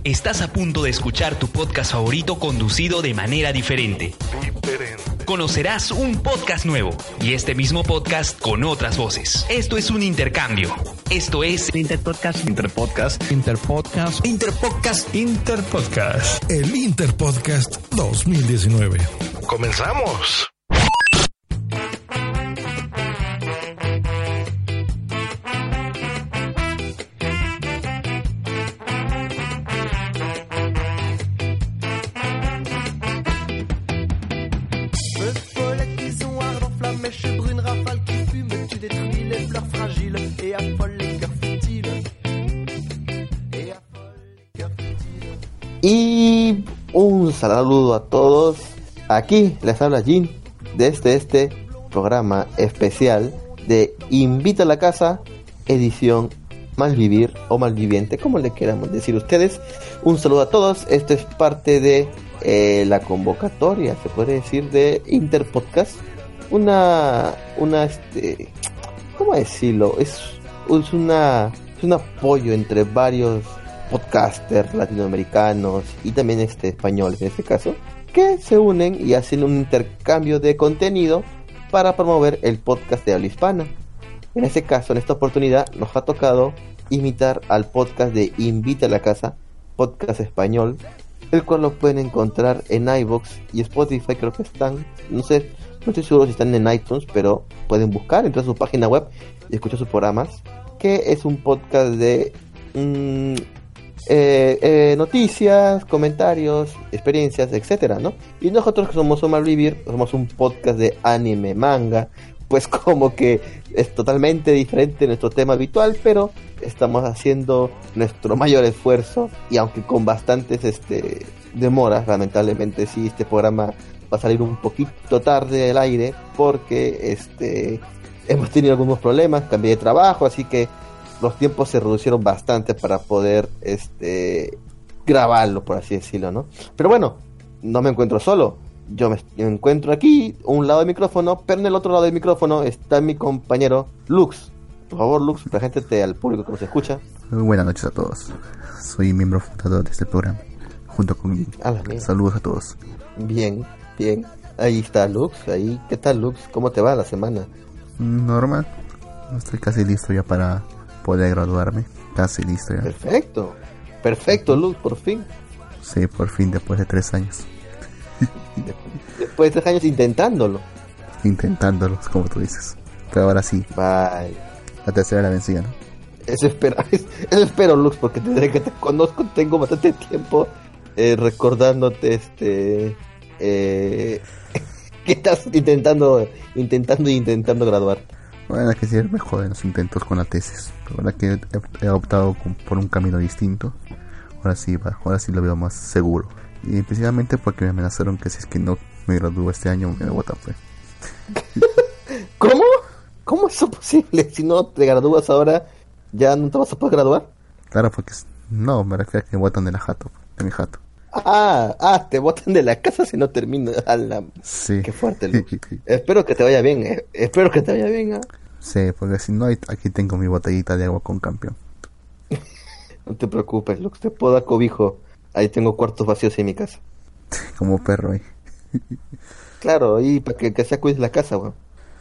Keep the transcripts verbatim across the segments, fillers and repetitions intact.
Estás a punto de escuchar tu podcast favorito conducido de manera diferente. Diferente. Conocerás un podcast nuevo y este mismo podcast con otras voces. Esto es un intercambio. Esto es Interpodcast. Interpodcast. Interpodcast. Interpodcast. Interpodcast. El Interpodcast dos mil diecinueve. ¡Comenzamos! Y un saludo a todos. Aquí les habla Jin desde este programa especial de Invita a la Casa, edición Malvivir o Malviviente, como le queramos decir ustedes. Un saludo a todos. Esto es parte de eh, la convocatoria, se puede decir, de Interpodcast. Una, una, este, ¿cómo decirlo? Es, es una, es un apoyo entre varios podcasters latinoamericanos y también este españoles en este caso, que se unen y hacen un intercambio de contenido para promover el podcast de habla hispana. En este caso, en esta oportunidad, nos ha tocado imitar al podcast de Invita a la Casa, podcast español, el cual lo pueden encontrar en iVoox y Spotify, creo que están, no sé, no estoy seguro si están en iTunes, pero pueden buscar, entrar a su página web y escuchar sus programas, que es un podcast de mmm, Eh, eh, noticias, comentarios, experiencias, etcétera, ¿no? Y nosotros que somos Omar Vivir, somos un podcast de anime, manga, pues como que es totalmente diferente de nuestro tema habitual, pero estamos haciendo nuestro mayor esfuerzo y aunque con bastantes este demoras, lamentablemente sí, este programa va a salir un poquito tarde del aire porque este hemos tenido algunos problemas, cambié de trabajo, así que los tiempos se reducieron bastante para poder este grabarlo, por así decirlo, ¿no? Pero bueno, no me encuentro solo. Yo me, me encuentro aquí, un lado del micrófono, pero en el otro lado del micrófono está mi compañero Lux. Por favor, Lux, preséntate al público que nos escucha. Muy buenas noches a todos. Soy miembro fundador de este programa, junto con Gui. Saludos a todos. Bien, bien. Ahí está Lux. Ahí, ¿qué tal, Lux? ¿Cómo te va la semana? Normal. Estoy casi listo ya para poder graduarme, casi listo ya. Perfecto, perfecto, Luz, por fin. Sí, por fin, después de tres años. Después de tres años intentándolo. Intentándolo, como tú dices. Pero ahora sí. Bye. La tercera la vencida, ¿no? Eso espero, eso espero, Lux, porque desde que te conozco tengo bastante tiempo eh, recordándote este eh, que estás intentando, intentando y intentando graduar. Bueno, que sí, me joden los intentos con la tesis. Ahora que he, he optado con, por un camino distinto, ahora sí va, ahora sí lo veo más seguro. Y precisamente porque me amenazaron que si es que no me gradúo este año, me botan, pues. ¿Cómo? ¿Cómo es eso posible? Si no te gradúas ahora, ¿ya no te vas a poder graduar? Claro, porque no, me refiero a que me botan de la jato, de mi jato. Ah, ah, te botan de la casa si no terminas. A la... Sí. Qué fuerte, Lux. Espero que te vaya bien, eh. Espero que te vaya bien, ¿eh? Sí, porque si no, aquí tengo mi botellita de agua con campeón. No te preocupes, Lux, te puedo dar cobijo. Ahí tengo cuartos vacíos en mi casa. Como perro ahí. Claro, y para que, que se cuide la casa, weón.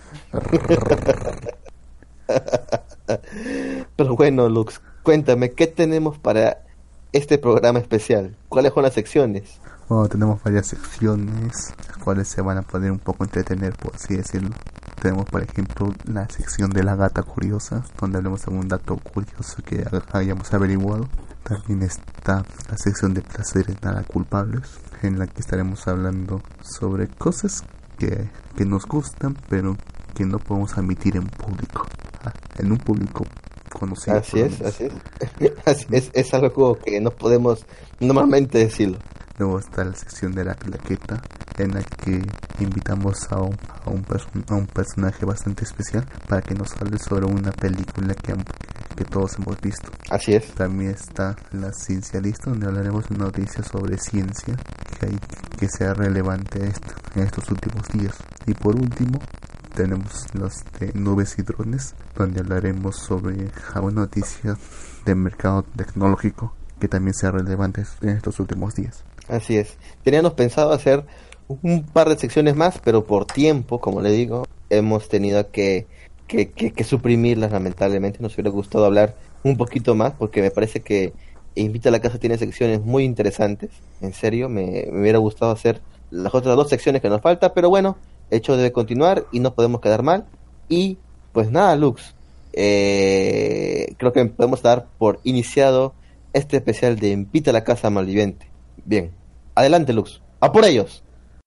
Pero bueno, Lux, cuéntame, ¿qué tenemos para este programa especial? ¿Cuáles son las secciones? Bueno, tenemos varias secciones, las cuales se van a poder un poco entretener, por así decirlo. Tenemos, por ejemplo, la sección de la gata curiosa, donde hablemos de un dato curioso que hayamos averiguado. También está la sección de placeres nada culpables, en la que estaremos hablando sobre cosas que, que nos gustan, pero que no podemos admitir en público, ah, en un público conocido. Así es, así es. Así es, es algo que no podemos normalmente decirlo. Luego está la sección de la plaqueta, en la que invitamos a un, a un, perso- a un personaje bastante especial para que nos hable sobre una película que, que todos hemos visto. Así es. También está la Ciencialista, donde hablaremos de una noticia sobre ciencia que, hay, que sea relevante esto, en estos últimos días. Y por último, tenemos los de Nubes y Drones, donde hablaremos sobre alguna noticia del mercado tecnológico que también sean relevantes en estos últimos días. Así es. Teníamos pensado hacer un par de secciones más, pero por tiempo, como le digo, hemos tenido que, que, que, que suprimirlas lamentablemente. Nos hubiera gustado hablar un poquito más, porque me parece que Invita a la Casa tiene secciones muy interesantes. En serio, me, me hubiera gustado hacer las otras dos secciones que nos falta, pero bueno, hecho debe continuar y no podemos quedar mal. Y pues nada, Lux, eh, creo que podemos dar por iniciado este especial de Invita a la Casa Malviviente. Bien, adelante, Lux, ¡a por ellos!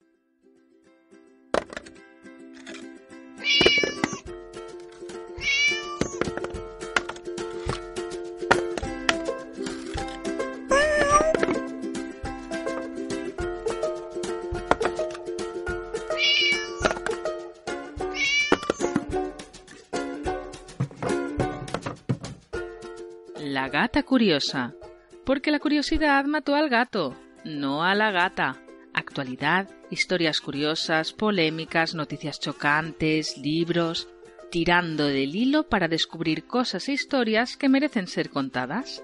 La gata curiosa, porque la curiosidad mató al gato, no a la gata. Actualidad, historias curiosas, polémicas, noticias chocantes, libros, tirando del hilo para descubrir cosas e historias que merecen ser contadas.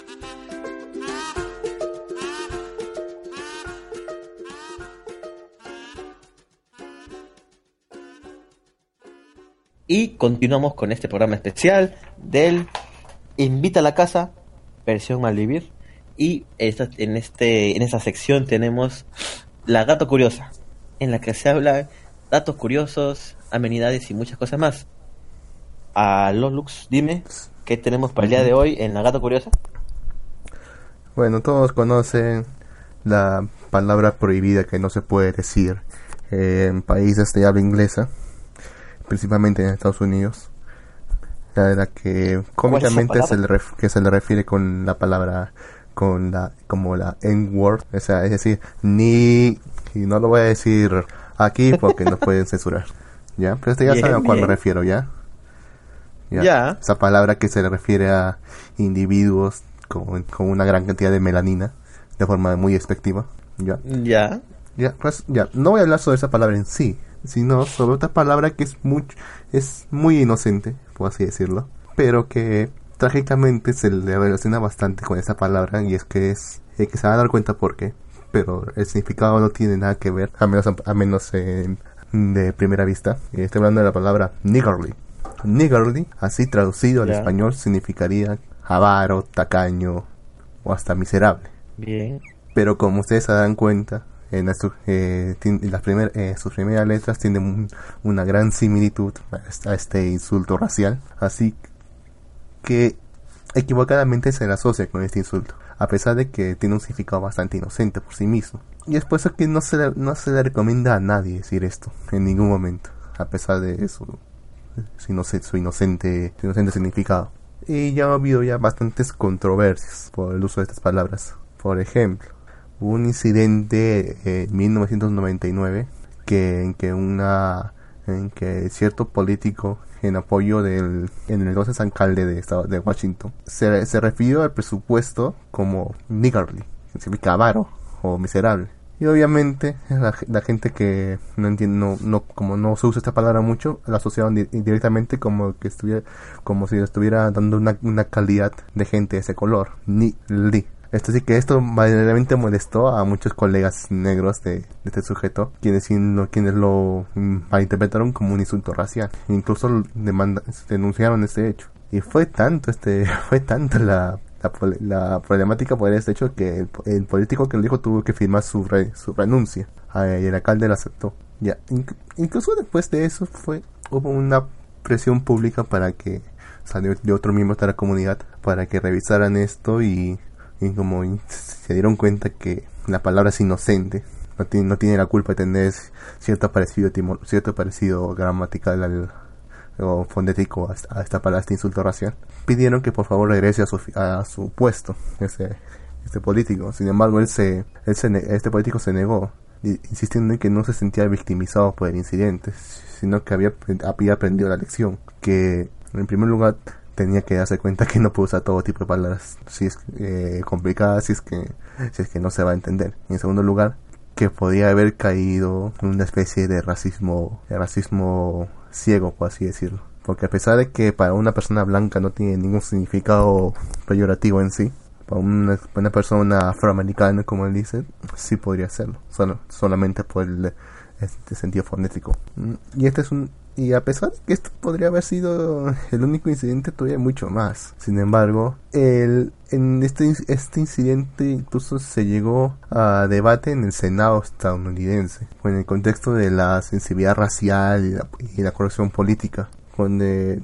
Y continuamos con este programa especial del Invita a la Casa, versión Malvivir. Y esta, en este en esta sección tenemos la Gata Curiosa, en la que se habla datos curiosos, amenidades y muchas cosas más. A los Lux, dime, ¿qué tenemos para el día de hoy en la Gata Curiosa? Bueno, todos conocen la palabra prohibida que no se puede decir eh, en países de habla inglesa, principalmente en Estados Unidos. La, la que cómicamente se le ref, que se le refiere con la palabra con la como la N-word, o sea, es decir, ni, y no lo voy a decir aquí porque nos pueden censurar, ya, pero ustedes ya saben a cuál me refiero, ya, ya, ya. Esa palabra que se le refiere a individuos con, con una gran cantidad de melanina de forma muy despectiva, ya, ya, ya, pues ya, no voy a hablar sobre esa palabra en sí, sino sobre otra palabra que es muy, es muy inocente, por así decirlo, pero que trágicamente se le relaciona bastante con esa palabra, y es que es eh, que se van a dar cuenta por qué, pero el significado no tiene nada que ver, a menos a menos eh, de primera vista. Estoy hablando de la palabra niggardly. Niggardly, así traducido al yeah. español, significaría avaro, tacaño o hasta miserable. Bien. Pero como ustedes se dan cuenta, en las, eh, las primer, eh, sus primeras letras tienen un, una gran similitud a este insulto racial, así que equivocadamente se le asocia con este insulto, a pesar de que tiene un significado bastante inocente por sí mismo. Y es por eso que no se le, no se le recomienda a nadie decir esto en ningún momento, a pesar de su, su, inocente, su, inocente, su inocente significado. Y ya ha habido ya bastantes controversias por el uso de estas palabras. Por ejemplo, hubo un incidente en mil novecientos noventa y nueve que en que una en que cierto político en apoyo del en el entonces alcalde de estado de Washington se, se refirió al presupuesto como niggardly, que significa avaro o miserable. Y obviamente la, la gente que no entiende, no, no, como no se usa esta palabra mucho, la asociaban di- directamente como que estuviera, como si estuviera dando una, una calidad de gente de ese color, niggardly. Esto sí que esto verdaderamente molestó a muchos colegas negros de, de este sujeto, quienes, quienes lo malinterpretaron como un insulto racial. Incluso demanda, denunciaron este hecho. Y fue tanto este, fue tanto la, la, la problemática por este hecho que el, el político que lo dijo tuvo que firmar su, re, su renuncia. Y el alcalde lo aceptó. Ya, inc- incluso después de eso fue, hubo una presión pública para que salió de otros miembros de la comunidad para que revisaran esto y Y como se dieron cuenta que la palabra es inocente, no tiene, no tiene la culpa de tener cierto parecido, timo, cierto parecido gramatical al, o fonético a, a esta palabra, este insulto racial, pidieron que por favor regrese a su, a su puesto, este, este político. Sin embargo, él se, él se, este político se negó, insistiendo en que no se sentía victimizado por el incidente, sino que había, había aprendido la lección, que en primer lugar tenía que darse cuenta que no puede usar todo tipo de palabras si es eh, complicadas, si es que si es que no se va a entender. Y en segundo lugar, que podía haber caído en una especie de racismo de racismo ciego, por así decirlo, porque a pesar de que para una persona blanca no tiene ningún significado peyorativo en sí, para una, una persona afroamericana, como él dice, sí podría hacerlo, solo, solamente por el este sentido fonético. Y este es un y a pesar de que esto podría haber sido el único incidente, todavía hay mucho más. Sin embargo, el, en este, este incidente incluso se llegó a debate en el Senado estadounidense, en el contexto de la sensibilidad racial y la, y la corrección política, donde,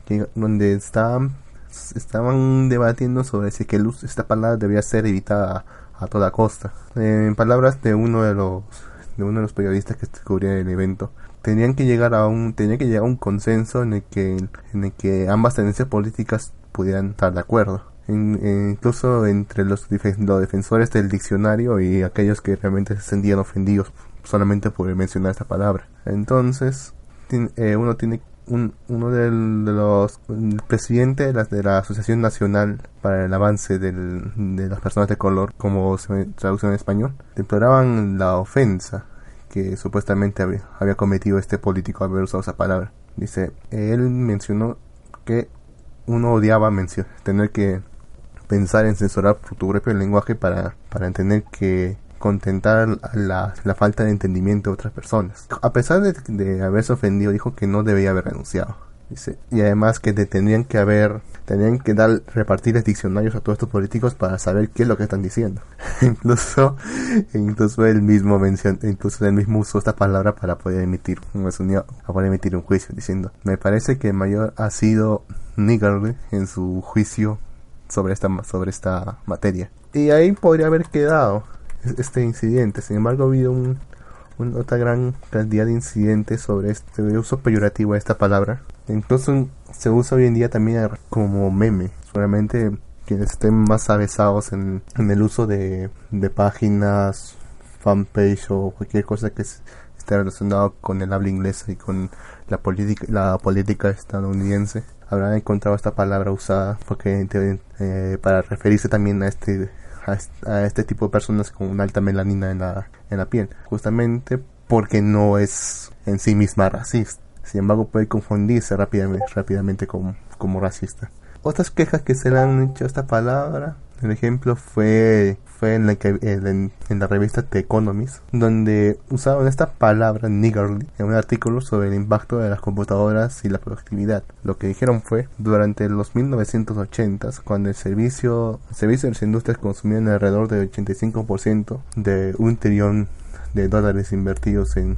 donde estaban, estaban debatiendo sobre si que el uso, esta palabra debía ser evitada a, a toda costa. En palabras de uno de los de uno de los periodistas que cubrían el evento, tenían que llegar a un tenía que llegar a un consenso en el que en el que ambas tendencias políticas pudieran estar de acuerdo, en, en, incluso entre los, los defensores del diccionario y aquellos que realmente se sentían ofendidos solamente por mencionar esta palabra. Entonces tin, eh, uno tiene un, uno del, de los el presidente de la, de la Asociación Nacional para el Avance del, de las Personas de Color, como se traduce en español, deploraban la ofensa que supuestamente había, había cometido este político al haber usado esa palabra. Dice, él mencionó que uno odiaba mencio- tener que pensar en censurar tu propio lenguaje para, para entender que contentar la, la falta de entendimiento de otras personas. A pesar de, de haberse ofendido, dijo que no debía haber renunciado. Dice, y además que te tendrían que haber, tendrían que dar, repartirles diccionarios a todos estos políticos para saber qué es lo que están diciendo. incluso, incluso él mismo mencionó, incluso él mismo usó esta palabra para poder emitir, se unió a poder emitir un juicio, diciendo, me parece que el mayor ha sido niggardly en su juicio sobre esta, sobre esta materia. Y ahí podría haber quedado este incidente. Sin embargo, ha habido un, un, otra gran cantidad de incidentes sobre este uso peyorativo de esta palabra. Incluso se usa hoy en día también como meme. Solamente quienes estén más avesados en, en el uso de, de páginas, fanpage o cualquier cosa que esté relacionado con el habla inglesa y con la política, la política estadounidense, habrán encontrado esta palabra usada porque eh, para referirse también a este A este, a este tipo de personas con una alta melanina en la, en la piel, justamente porque no es en sí misma racista. Sin embargo, puede confundirse rápidamente, rápidamente como, como racista. Otras quejas que se le han hecho a esta palabra, el ejemplo fue fue en la, que, en, en la revista The Economist, donde usaron esta palabra niggardly en un artículo sobre el impacto de las computadoras y la productividad. Lo que dijeron fue, durante los mil novecientos ochentas, cuando el servicio, el servicio de las industrias consumían alrededor del ochenta y cinco por ciento de un trillón de dólares invertidos en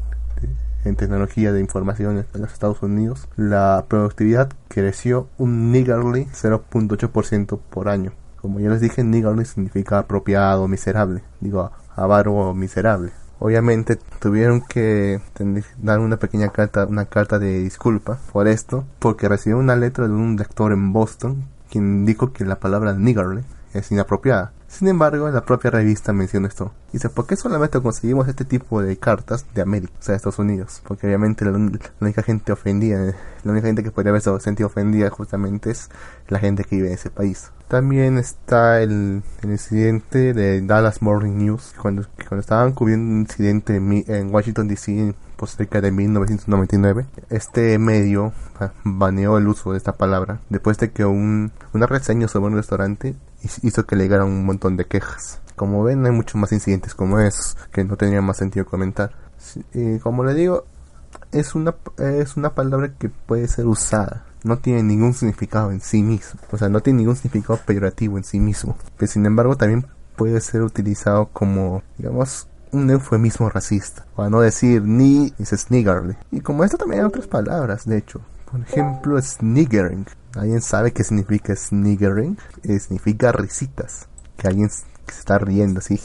en tecnología de información en los Estados Unidos, la productividad creció un niggardly cero punto ocho por ciento por año. Como ya les dije, niggardly significa apropiado, miserable. Digo, avaro o miserable. Obviamente tuvieron que tener, dar una pequeña carta, una carta de disculpa por esto, porque recibieron una letra de un lector en Boston quien dijo que la palabra niggardly es inapropiada. Sin embargo, la propia revista menciona esto. Dice, ¿por qué solamente conseguimos este tipo de cartas de América, o sea, de Estados Unidos? Porque obviamente la, la única gente ofendida, la única gente que podría haberse sentido ofendida justamente es la gente que vive en ese país. También está el, el incidente de Dallas Morning News, cuando, cuando estaban cubriendo un incidente en, en Washington D C por cerca de mil novecientos noventa y nueve. Este medio baneó el uso de esta palabra después de que un, una reseña sobre un restaurante hizo que le llegaran un montón de quejas. Como ven, hay muchos más incidentes como esos que no tendría más sentido comentar. Y como le digo, es una es una palabra que puede ser usada. No tiene ningún significado en sí mismo. O sea, no tiene ningún significado peyorativo en sí mismo. Pero sin embargo, también puede ser utilizado como, digamos, un eufemismo racista. Para no decir ni, dices niggardly. Y como esto también hay otras palabras, de hecho. Por ejemplo, sniggering. ¿Alguien sabe qué significa sniggering? Eh, significa risitas. Que alguien se está riendo así.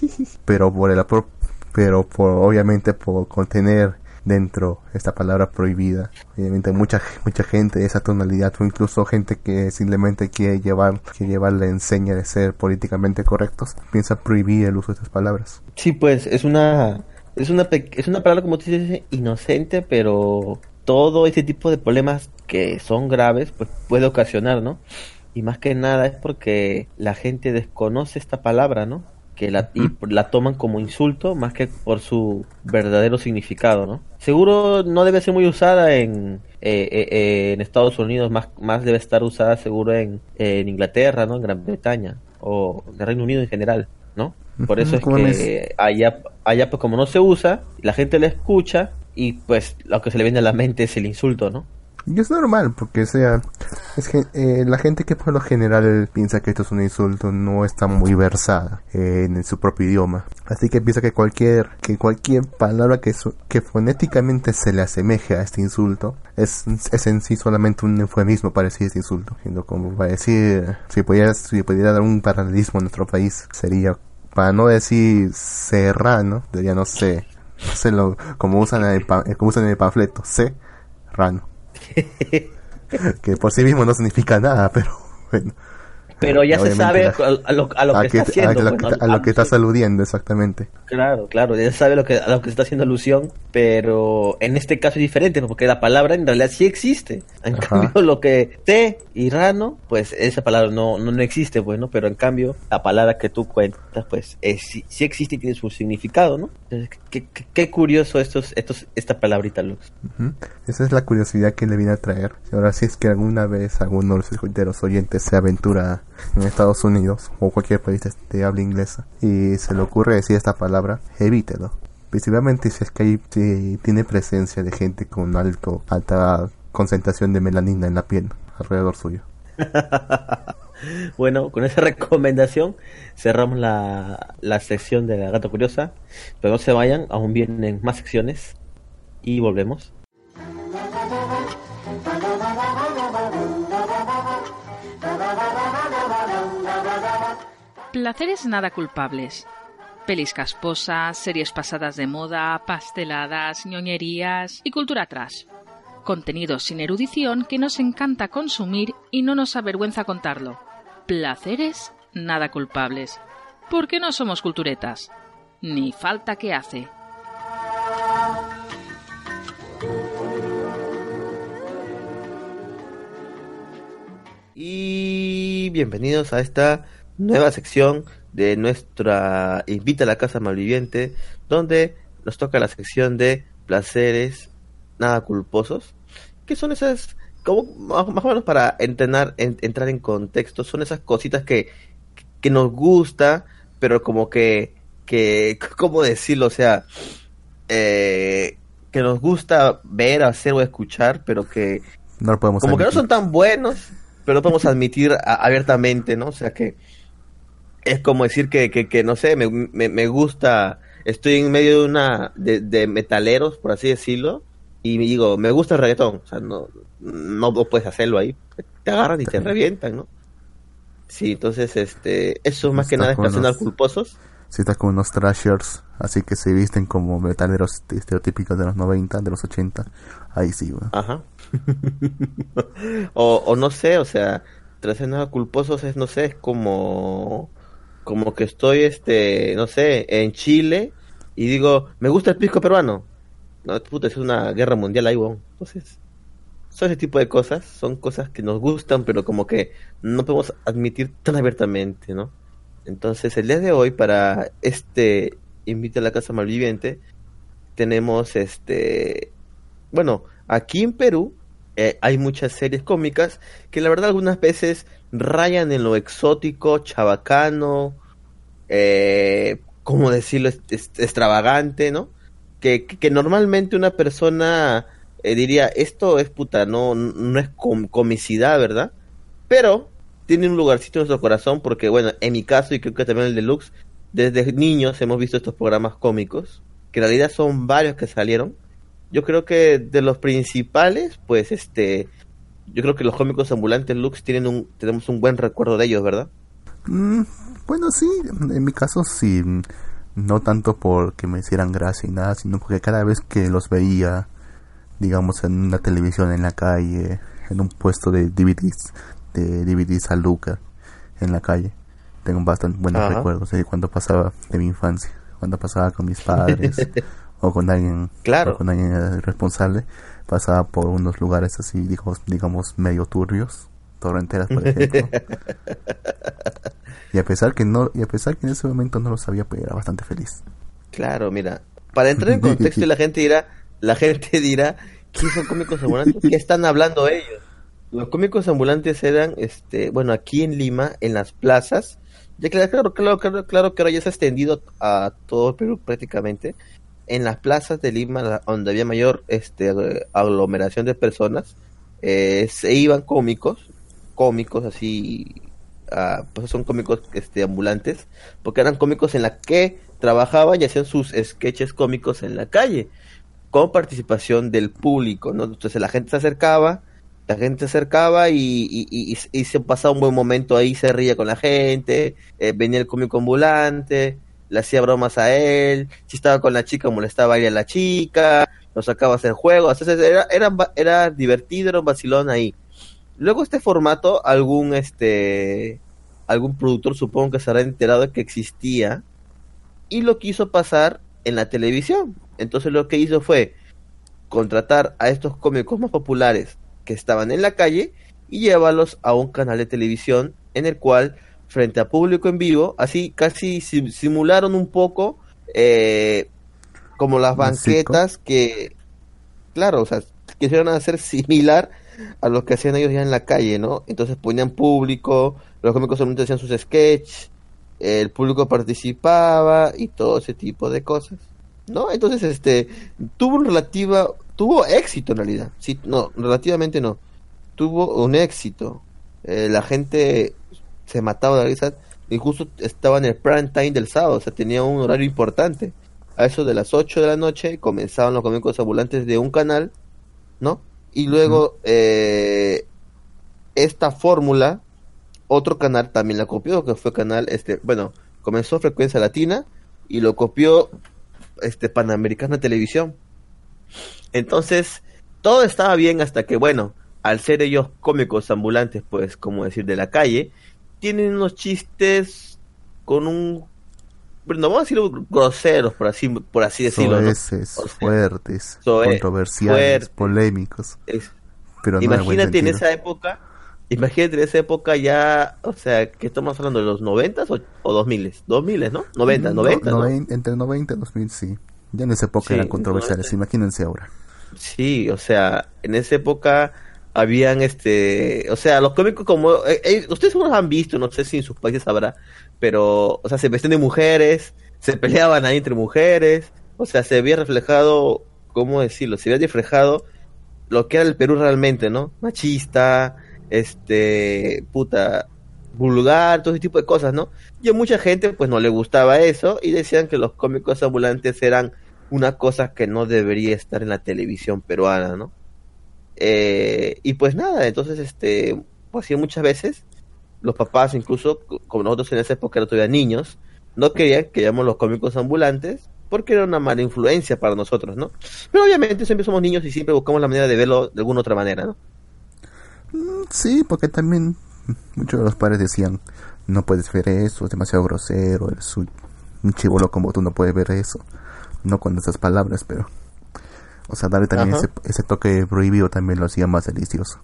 Pero por el por, pero por obviamente por contener dentro esta palabra prohibida. Obviamente mucha mucha gente de esa tonalidad, o incluso gente que simplemente quiere llevar quiere llevar la enseña de ser políticamente correctos, piensa prohibir el uso de estas palabras. Sí, pues es una es una es una palabra, como tú dices, inocente, pero todo ese tipo de problemas que son graves pues puede ocasionar, ¿no? Y más que nada es porque la gente desconoce esta palabra, ¿no? Que la, y la toman como insulto más que por su verdadero significado, ¿no? Seguro no debe ser muy usada en eh, eh, en Estados Unidos, más más debe estar usada seguro en, en Inglaterra, ¿no? En Gran Bretaña. o de Reino Unido en general, ¿no? Por eso es ¿Cómo que es? allá, allá pues como no se usa, la gente la escucha y pues lo que se le viene a la mente es el insulto, ¿no? Y es normal, porque o sea, es que eh, la gente que por lo general piensa que esto es un insulto no está muy versada eh, en su propio idioma. Así que piensa que cualquier que cualquier palabra que, su, que fonéticamente se le asemeje a este insulto es, es en sí solamente un eufemismo para decir este insulto. Siendo como para decir, si pudiera, si pudiera dar un paralelismo en nuestro país, sería, para no decir serrano, diría no sé, no sé lo, como usan en el, pa, como usan en el panfleto, serrano. Que por sí mismo no significa nada, pero bueno. Pero ya se sabe la, a lo, a lo a que, que está haciendo. a, lo, Bueno, a lo que estás aludiendo, exactamente. Claro, claro, ya se sabe lo que, a lo que se está haciendo alusión, pero en este caso es diferente, porque la palabra en realidad sí existe. En Ajá. cambio, lo que te y rano, pues esa palabra no, no, no existe, pues, ¿no? Pero en cambio, la palabra que tú cuentas, pues, es, sí, sí existe y tiene su significado, ¿no? Entonces, qué, qué, qué curioso estos, estos, esta palabrita, Lux. Uh-huh. Esa es la curiosidad que le viene a traer. Ahora, si es que alguna vez alguno de los oyentes se aventura en Estados Unidos o cualquier país de, de habla inglesa y se le ocurre decir esta palabra, evítelo. Principalmente si es que hay, si tiene presencia de gente con alto, alta concentración de melanina en la piel alrededor suyo. Bueno, con esa recomendación cerramos la, la sección de la Gata Curiosa, pero no se vayan, aún vienen más secciones y volvemos. Placeres nada culpables. Pelis casposas, series pasadas de moda, pasteladas, ñoñerías y cultura trash. Contenidos sin erudición que nos encanta consumir y no nos avergüenza contarlo. Placeres nada culpables. Porque no somos culturetas. Ni falta que hace. Y bienvenidos a esta nueva sección de nuestra Invita a la Casa Malviviente, donde nos toca la sección de placeres nada culposos, que son esas, como más, más o menos para entrenar, en, entrar en contexto, son esas cositas que, que nos gusta, pero como que, que ¿cómo decirlo? O sea, eh, que nos gusta ver, hacer o escuchar, pero que no lo podemos como admitir. que no son tan buenos, pero lo podemos admitir a, abiertamente, ¿no? O sea que es como decir que, que, que no sé, me, me, me gusta, estoy en medio de una, de, de metaleros, por así decirlo, y me digo, me gusta el reggaetón, o sea, no, no puedes hacerlo ahí, te agarran y te revientan, ¿no? Sí, entonces, este, eso más que nada es placeres culposos. Si estás con unos trashers, así que se visten como metaleros estereotípicos de los noventa, de los ochenta, ahí sí, güey. Ajá. o, o no sé, o sea, placeres culposos es, no sé, es como, como que estoy, este, no sé, en Chile y digo, me gusta el pisco peruano. No, puta, es una guerra mundial ahí, weón. Entonces, son ese tipo de cosas, son cosas que nos gustan, pero como que no podemos admitir tan abiertamente, ¿no? Entonces, el día de hoy, para este Invita a la Casa Malviviente, tenemos, este, bueno, aquí en Perú eh, hay muchas series cómicas que la verdad algunas veces rayan en lo exótico, chabacano, eh, ¿cómo decirlo? Est- est- extravagante, ¿no? Que, que, que normalmente una persona eh, diría, esto es puta, no, no es com- comicidad, ¿verdad? Pero tiene un lugarcito en nuestro corazón porque, bueno, en mi caso y creo que también el de Lux, desde niños hemos visto estos programas cómicos, que en realidad son varios que salieron. Yo creo que de los principales, pues, este, yo creo que los cómicos ambulantes Lux tienen un, tenemos un buen recuerdo de ellos, ¿verdad? Mm, bueno, sí, en mi caso sí. No tanto porque me hicieran gracia y nada, sino porque cada vez que los veía, digamos, en una televisión en la calle, en un puesto de D V Ds, de D V Ds a Luca, en la calle, tengo bastante buenos Ajá. recuerdos de cuando pasaba de mi infancia, cuando pasaba con mis padres o con alguien, Claro. o con alguien responsable, pasaba por unos lugares así, digamos, digamos medio turbios, torrenteras por ejemplo. Y a pesar que no, y a pesar que en ese momento no lo sabía, pues era bastante feliz. Claro, mira, para entrar en contexto y la gente dirá, la gente dirá, ¿qué son cómicos ambulantes? ¿Qué están hablando ellos? Los cómicos ambulantes eran, este, bueno, aquí en Lima, en las plazas, Ya claro, claro, claro, claro, claro que ahora ya se ha extendido a todo Perú prácticamente. En las plazas de Lima, donde había mayor este aglomeración de personas, eh, se iban cómicos, cómicos así, uh, pues son cómicos este ambulantes, porque eran cómicos en la que trabajaban y hacían sus sketches cómicos en la calle, con participación del público, ¿no? Entonces la gente se acercaba, la gente se acercaba y, y, y, y se pasaba un buen momento ahí, se ría con la gente, eh, venía el cómico ambulante, le hacía bromas a él, si estaba con la chica molestaba a ir a la chica, lo sacaba a hacer juegos, entonces era, era, era divertido, era un vacilón ahí. Luego este formato, algún este algún productor supongo que se habrá enterado de que existía y lo quiso pasar en la televisión. Entonces lo que hizo fue contratar a estos cómicos más populares que estaban en la calle y llevarlos a un canal de televisión en el cual, frente a público en vivo, así casi sim- simularon un poco eh, como las banquetas que, claro, o sea, quisieron hacer similar a lo que hacían ellos ya en la calle, ¿no? Entonces ponían público, los cómicos solamente hacían sus sketches, el público participaba y todo ese tipo de cosas, ¿no? Entonces, este, tuvo un relativa, tuvo éxito en realidad, sí, no, relativamente no, tuvo un éxito, eh, la gente se mataba de la risa, y justo estaba en el prime time del sábado, o sea, tenía un horario importante, a eso de las ocho de la noche comenzaban los cómicos ambulantes de un canal, ¿no? Y luego, eh, esta fórmula, otro canal también la copió, que fue canal, este, bueno, comenzó Frecuencia Latina y lo copió este Panamericana Televisión. Entonces, todo estaba bien hasta que, bueno, al ser ellos cómicos ambulantes, pues, como decir, de la calle, tienen unos chistes con un, bueno, vamos a decirlo groseros, por así, por así decirlo, soeces, ¿no? O sea, fuertes, soe- controversiales, fuertes, polémicos. es, Pero no imagínate en en esa época, imagínate en esa época ya, o sea, que estamos hablando de los noventas o, o dos miles, dos miles, ¿no? Noventa, no, noventa, ¿no? noven, entre noventa y dos mil, sí. Ya en esa época Sí, eran controversiales, noventa. imagínense ahora. Sí, o sea, en esa época habían este, o sea, los cómicos como, eh, eh, ustedes seguro han visto, no sé si en sus países habrá, pero, o sea, se vestían de mujeres, se peleaban ahí entre mujeres, o sea, se había reflejado, ¿cómo decirlo? Se había reflejado lo que era el Perú realmente, ¿no? Machista, este, puta, vulgar, todo ese tipo de cosas, ¿no? Y a mucha gente, pues, no le gustaba eso y decían que los cómicos ambulantes eran una cosa que no debería estar en la televisión peruana, ¿no? Eh, y pues nada, entonces, este, pues sí, muchas veces los papás, incluso como nosotros en esa época eran todavía niños, no querían que llamemos los cómicos ambulantes porque era una mala influencia para nosotros, ¿no? Pero obviamente siempre somos niños y siempre buscamos la manera de verlo de alguna otra manera, ¿no? Sí, porque también muchos de los padres decían, no puedes ver eso, es demasiado grosero, eres un, un chibolo como tú, no puedes ver eso. No con esas palabras, pero, o sea, darle también ese, ese toque prohibido también lo hacía más delicioso.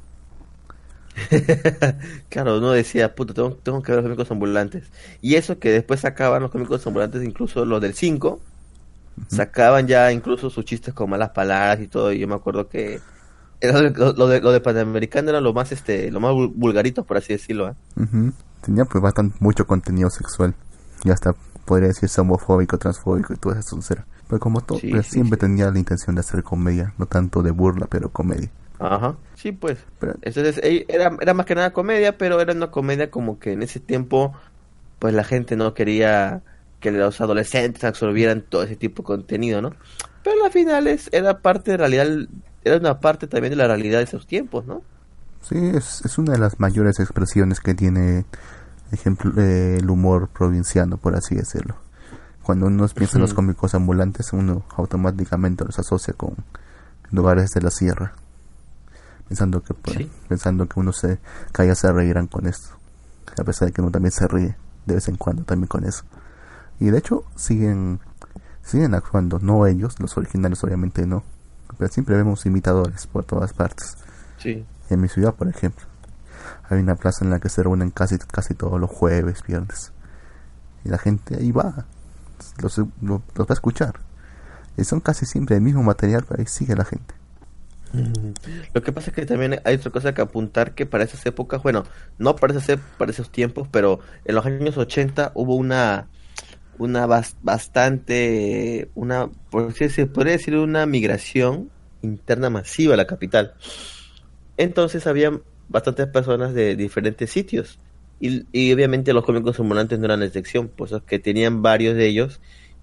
Claro, uno decía, puta, tengo, tengo que ver los cómicos ambulantes. Y eso que después sacaban los cómicos ambulantes, incluso los del cinco, uh-huh. sacaban ya incluso sus chistes con malas palabras y todo. Y yo me acuerdo que era lo, lo de lo de Panamericano era lo más este lo más vulgarito, por así decirlo, ¿eh? Uh-huh. Tenía pues bastante mucho contenido sexual y hasta podría decirse homofóbico, transfóbico y todo eso, era. Pero como todo, sí, pues, sí, siempre sí. tenía la intención de hacer comedia, no tanto de burla, pero comedia. Ajá, sí, pues. Pero, entonces era, era más que nada comedia, pero era una comedia como que en ese tiempo, pues la gente no quería que los adolescentes absorbieran todo ese tipo de contenido, ¿no? Pero al final es, era parte de realidad, era una parte también de la realidad de esos tiempos, ¿no? Sí, es, es una de las mayores expresiones que tiene, ejemplo, eh, el humor provinciano, por así decirlo. Cuando uno piensa en los cómicos ambulantes, uno automáticamente los asocia con lugares de la sierra, pensando que pues, ¿sí? pensando que uno se que allá se reirán con esto, a pesar de que uno también se ríe de vez en cuando también con eso. Y de hecho siguen siguen actuando, no ellos, los originales obviamente no, pero siempre vemos imitadores por todas partes. Sí. En mi ciudad, por ejemplo, hay una plaza en la que se reúnen casi casi todos los jueves, viernes, y la gente ahí va. Los, los, los va a escuchar y son casi siempre el mismo material, pero ahí sigue la gente. Lo que pasa es que también hay otra cosa que apuntar, que para esas épocas, bueno, no para, esas, para esos tiempos, pero en los años ochenta hubo una una bas, bastante, una, por si se podría decir, una migración interna masiva a la capital. Entonces había bastantes personas de diferentes sitios y, y obviamente los cómicos ambulantes no eran la excepción, pues que tenían varios de ellos,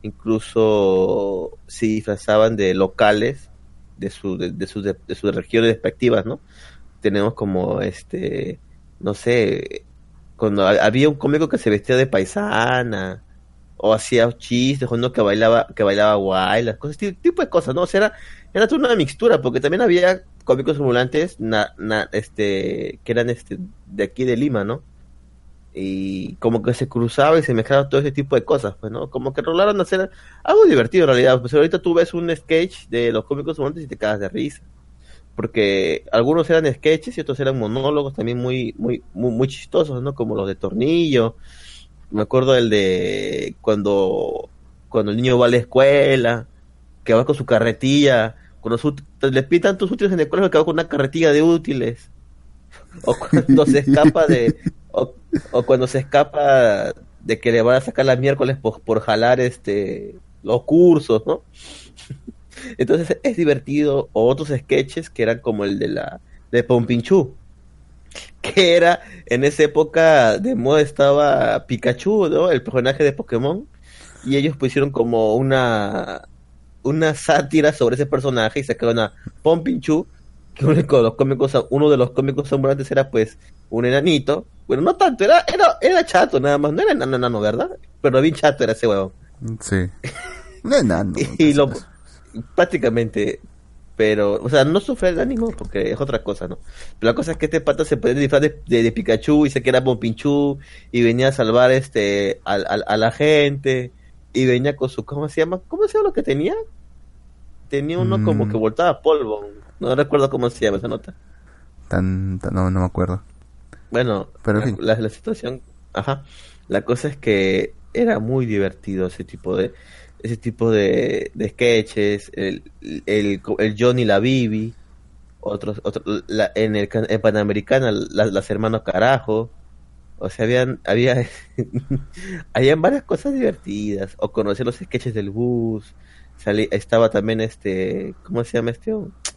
incluso se disfrazaban de locales de su de, de sus de, de sus regiones respectivas, ¿no? Tenemos como este, no sé, cuando había un cómico que se vestía de paisana o hacía chistes, uno que bailaba que bailaba guaylas, cosas, tipo de cosas, ¿no? O sea, era, era toda una mixtura, porque también había cómicos ambulantes na, na, este, que eran este de aquí de Lima, ¿no? Y como que se cruzaba y se mezclaba todo ese tipo de cosas, pues, ¿no? Como que rolaron a hacer algo divertido en realidad. Pues ahorita tú ves un sketch de los cómicos ambulantes y te cagas de risa, porque algunos eran sketches y otros eran monólogos también muy muy muy, muy chistosos, ¿no? Como los de Tornillo. Me acuerdo el de cuando cuando el niño va a la escuela, que va con su carretilla, cuando su, le pitan tus útiles en el colegio, que va con una carretilla de útiles, o cuando se escapa de o, o cuando se escapa de que le van a sacar las miércoles por, por jalar este los cursos, ¿no? Entonces es divertido. O otros sketches que eran como el de la de Pompinchú, que era en esa época de moda, estaba Pikachu, ¿no? El personaje de Pokémon, y ellos pusieron como una una sátira sobre ese personaje y sacaron a Pompinchú, que uno de los cómicos, uno de los cómicos ambulantes era pues un enanito. Bueno, no tanto, era era, era chato nada más, no era enano, enano, ¿verdad? Pero bien chato era ese huevo. Sí. No enano. Y lo, prácticamente, pero, o sea, no sufre el ánimo porque es otra cosa, ¿no? Pero la cosa es que este pata se ponía disfraz de, de, de Pikachu y se que era Pompinchú y venía a salvar este a, a, a la gente, y venía con su, ¿cómo se llama? ¿Cómo se llama lo que tenía? Tenía uno mm. como que voltaba polvo. No recuerdo cómo se llama esa nota. Tan, tan no, no me acuerdo. Bueno, pero la, la, la situación, ajá, la cosa es que era muy divertido ese tipo de ese tipo de, de sketches, el, el, el Johnny y la Bibi, otros, otros la, en el en Panamericana la, las hermanos Carajo, o sea, habían había habían varias cosas divertidas, o conocer los sketches del bus, salí, estaba también este, ¿cómo se llama este?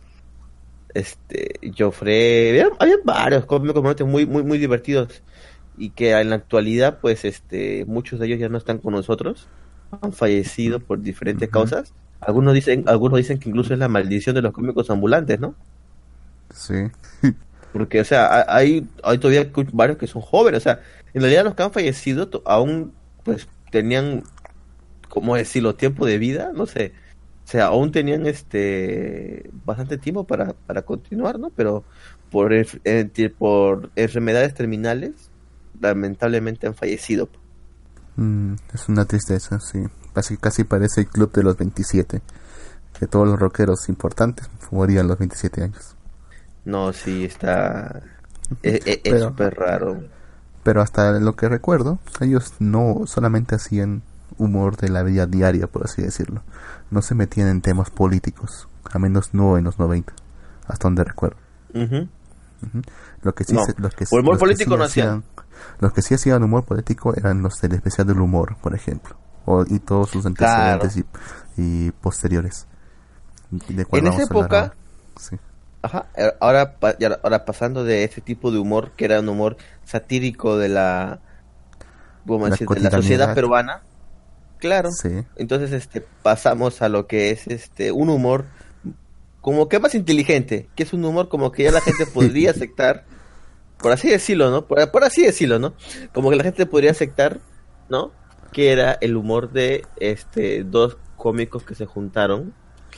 Este, Joffre, había, había varios cómicos muy, muy, muy divertidos, y que en la actualidad, pues, este, muchos de ellos ya no están con nosotros, han fallecido por diferentes uh-huh. causas. Algunos dicen, algunos dicen que incluso es la maldición de los cómicos ambulantes, ¿no? Sí. Porque, o sea, hay, hay todavía varios que son jóvenes, o sea, en realidad los que han fallecido aún, pues, tenían, ¿cómo decirlo?, tiempo de vida, no sé. O sea, aún tenían este bastante tiempo para, para continuar, ¿no? Pero por, eh, por enfermedades terminales, lamentablemente han fallecido. Mm, es una tristeza, sí. Casi, casi parece el club de los veintisiete. Que todos los rockeros importantes morían a los veintisiete años. No, sí, está... es es súper raro. Pero hasta lo que recuerdo, ellos no solamente hacían humor de la vida diaria, por así decirlo. No se metían en temas políticos, a menos no en los noventa, hasta donde recuerdo. Uh-huh. Uh-huh. Lo que sí, no. se, los que, humor los político que sí no hacían, los que sí hacían humor político eran los del especial del humor, por ejemplo, o, y todos sus antecedentes claro. y, y posteriores. De en esa época, ahora. Sí. Ajá, ahora, ahora pasando de ese tipo de humor, que era un humor satírico de la, ¿cómo decir?, de la sociedad peruana. Claro, sí. Entonces este pasamos a lo que es este un humor como que más inteligente, que es un humor como que ya la gente podría aceptar, por así decirlo, ¿no? Por, por así decirlo, ¿no? Como que la gente podría aceptar, ¿no? Que era el humor de este dos cómicos que se juntaron,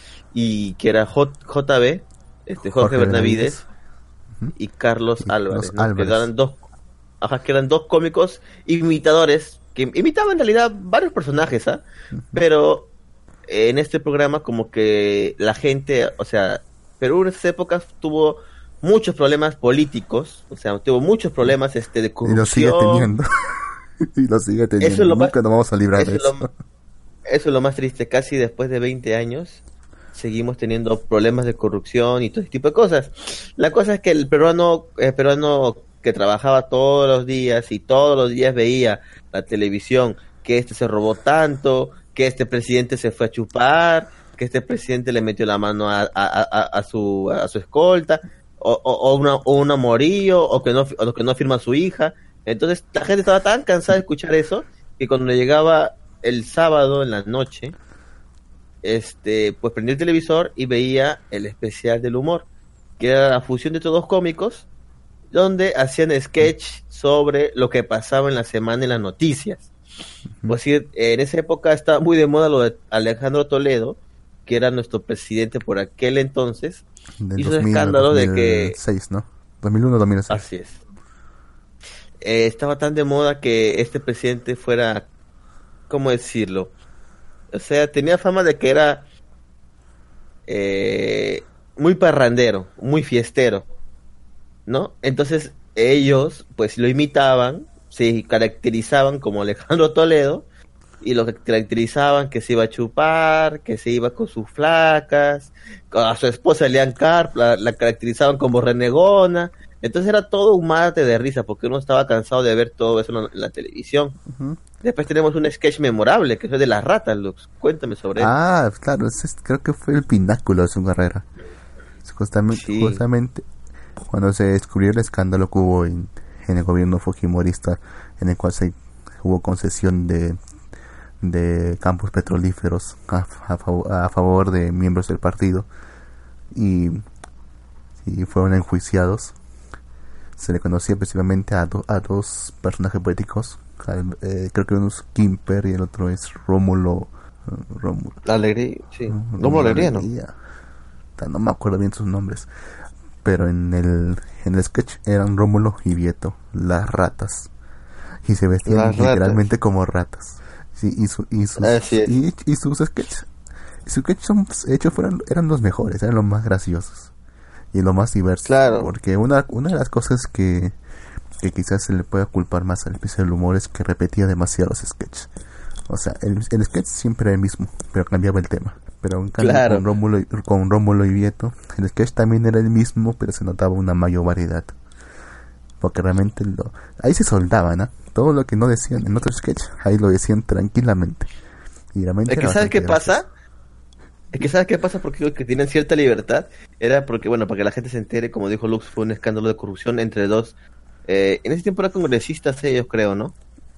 y que era J, JB, este Jorge, Jorge Benavides, uh-huh. y Carlos y Álvarez, ¿no? Álvarez. Que eran dos, ajá, que eran dos cómicos imitadores que imitaban en realidad varios personajes, ¿ah? ¿eh? Pero en este programa como que la gente, o sea, Perú en esas épocas tuvo muchos problemas políticos, o sea, tuvo muchos problemas este de corrupción. Y lo sigue teniendo. y lo sigue teniendo. Eso es lo Nunca más, nos vamos a librar eso de eso. Lo, eso es lo más triste, casi después de veinte años seguimos teniendo problemas de corrupción y todo ese tipo de cosas. La cosa es que el peruano, el peruano que trabajaba todos los días y todos los días veía la televisión, que este se robó tanto, que este presidente se fue a chupar, que este presidente le metió la mano a, a, a, a su a su escolta, o, o, o, una, o un amorío, o que no o que no firma a su hija. Entonces la gente estaba tan cansada de escuchar eso, que cuando llegaba el sábado en la noche, este pues prendía el televisor y veía el especial del humor, que era la fusión de estos dos cómicos, donde hacían sketch sobre lo que pasaba en la semana en las noticias. Pues sí, en esa época estaba muy de moda lo de Alejandro Toledo, que era nuestro presidente por aquel entonces. Del hizo dos mil, escándalo dos mil de que... ¿no? dos mil uno, dos mil seis. Así es. Eh, estaba tan de moda que este presidente fuera, ¿cómo decirlo? O sea, tenía fama de que era eh, muy parrandero, muy fiestero, ¿no? Entonces ellos pues lo imitaban, se caracterizaban como Alejandro Toledo, y lo que caracterizaban que se iba a chupar, que se iba con sus flacas, a su esposa Elian Carp la, la caracterizaban como renegona. Entonces era todo un mate de risa, porque uno estaba cansado de ver todo eso en la, en la televisión. Uh-huh. Después tenemos un sketch memorable, que es de las ratas, Lux. Cuéntame sobre él. Ah, claro, ese es, creo que fue el pináculo de su carrera. Justamente, sí. justamente cuando se descubrió el escándalo que hubo en, en el gobierno fujimorista, en el cual se hubo concesión de de campos petrolíferos a, a, a favor de miembros del partido, y, y fueron enjuiciados. Se le conocía principalmente a, do, a dos personajes políticos, eh, creo que uno es Quimper y el otro es Rómulo Rómulo Alegría, sí. Rómulo Alegría, ¿no? No me acuerdo bien sus nombres, pero en el en el sketch eran Rómulo y Vieto, las ratas, y se vestían las literalmente ratas. Como ratas. Sí, y, su, y, sus, y, y sus sketches y sus sketches son, hechos fueron, eran los mejores, eran los más graciosos y los más diversos, claro. Porque una una de las cosas que, que quizás se le pueda culpar más al especial del humor es que repetía demasiado los sketches. O sea, el, el sketch siempre era el mismo, pero cambiaba el tema. Pero en cambio, claro. con Rómulo con Rómulo y Vieto, el sketch también era el mismo, pero se notaba una mayor variedad, porque realmente lo, ahí se soldaban, ¿no? ¿eh? Todo lo que no decían en otro sketch, ahí lo decían tranquilamente. Y realmente es que ¿sabes qué gracioso. pasa? Es que ¿sabes qué pasa? Porque digo que tienen cierta libertad. Era porque, bueno, para que la gente se entere, como dijo Lux, fue un escándalo de corrupción entre dos. Eh, en ese tiempo eran congresistas ellos, creo, ¿no?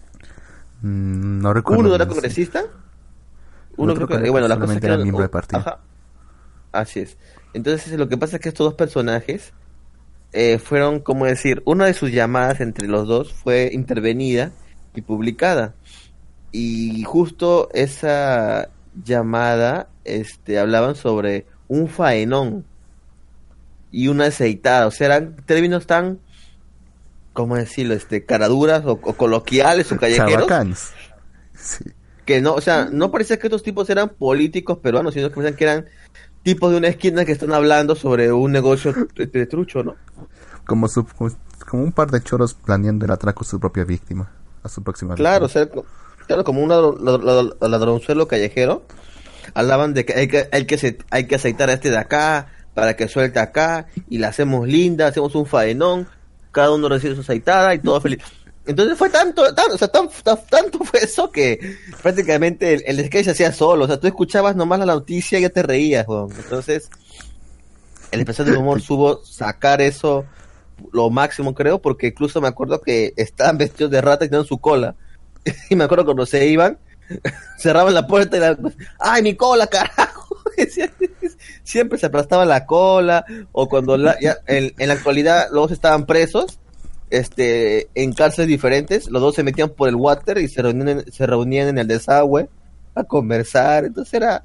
Mm, no recuerdo. ¿Uno era congresista? Uno creo que, que, bueno, la cosa es que era miembro del partido. Ajá. Así es. Entonces, lo que pasa es que estos dos personajes Eh, fueron, como decir, una de sus llamadas entre los dos fue intervenida y publicada, y justo esa llamada este hablaban sobre un faenón y una aceitada, o sea, eran términos tan, ¿cómo decirlo? este caraduras o, o coloquiales o callejeros. Sí. Que no, o sea, no parecía que estos tipos eran políticos peruanos, sino que parecían que eran tipos de una esquina que están hablando sobre un negocio de, de trucho, ¿no? Como, su, como un par de choros planeando el atraco a su propia víctima, a su próxima claro, víctima. O sea, claro, como un ladron, ladronzuelo callejero. Hablaban de que hay que hay que hay que aceitar a este de acá para que suelte acá, y la hacemos linda, hacemos un faenón, cada uno recibe su aceitada y todo feliz. Entonces fue tanto, tan, o sea, tan, tan, tanto fue eso que prácticamente el, el sketch se hacía solo. O sea, tú escuchabas nomás la noticia y ya te reías, weón. Entonces, el especial del humor supo sacar eso lo máximo, creo, porque incluso me acuerdo que estaban vestidos de rata y tenían su cola. Y me acuerdo cuando se iban, cerraban la puerta y la... ¡ay, mi cola, carajo! Siempre se aplastaba la cola, o cuando la, ya, en, en la actualidad los dos estaban presos, este en cárceles diferentes, los dos se metían por el water y se reunían, se reunían en el desagüe a conversar. Entonces era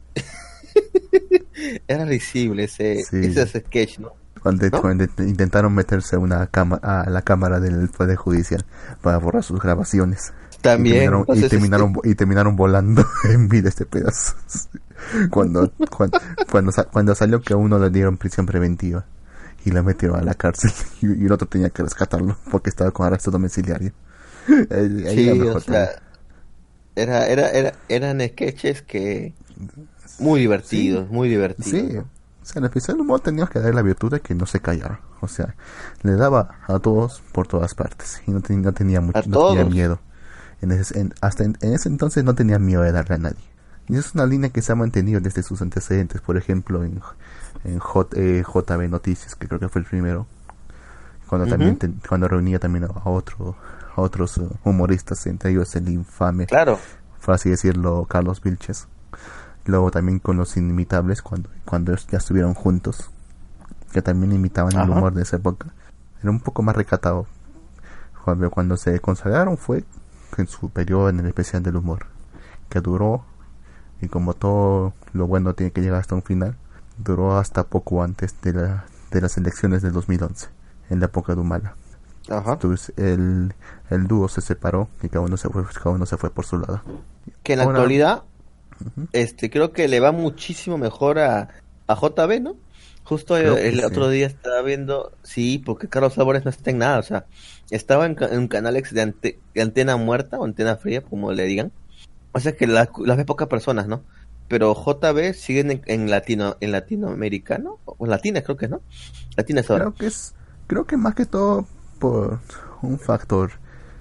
era risible ese, sí. ese sketch, ¿no? Cuando, ¿no? cuando intentaron meterse a una cama, a la cámara del Poder Judicial para borrar sus grabaciones. También. Y terminaron, y terminaron, este... y terminaron volando en vida este pedazo. Cuando, cuando, cuando, cuando salió que a uno le dieron prisión preventiva y lo metieron a la cárcel, y, y el otro tenía que rescatarlo porque estaba con arresto domiciliario. Ahí sí, o sea, era, era, era, eran sketches que muy divertido, Sí. muy divertido. Sí, o sea, el episodio del humor teníamos que darle la virtud de que no se callara. O sea, le daba a todos por todas partes. Y no, ten- no tenía mucho, A no tenía todos. miedo. En ese, en- hasta en, en ese entonces no tenía miedo de darle a nadie. Y es una línea que se ha mantenido desde sus antecedentes. Por ejemplo, en, en J, eh, J B Noticias, que creo que fue el primero. Cuando Ujú. también te- cuando reunía también a, a otro, a otros uh, humoristas, entre ellos el infame, Claro. por así decirlo, Carlos Vilches. Luego también con los Inimitables, cuando, cuando ya estuvieron juntos, que también imitaban el Ajá. humor de esa época. Era un poco más recatado. Cuando, cuando se consagraron fue en su periodo en el especial del humor, que duró, y como todo lo bueno tiene que llegar hasta un final, duró hasta poco antes de, la, de las elecciones del dos mil once, en la época de Humala. Ajá. Entonces el, el dúo se separó y cada uno se fue, cada uno se fue por su lado. Que en la Ahora- actualidad, este, creo que le va muchísimo mejor a, a J B, ¿no? Justo Creo el, que el sí. otro día estaba viendo, sí, porque Carlos Álvarez no está en nada, o sea, estaba en, ca- en un canal ex de, ante- de antena muerta o antena fría, como le digan. O sea que la- las ve pocas personas, ¿no? Pero J B siguen en, en latino, en latinoamericano, o en latina creo que es, ¿no? Latina es ahora. Creo que es, creo que más que todo por un factor.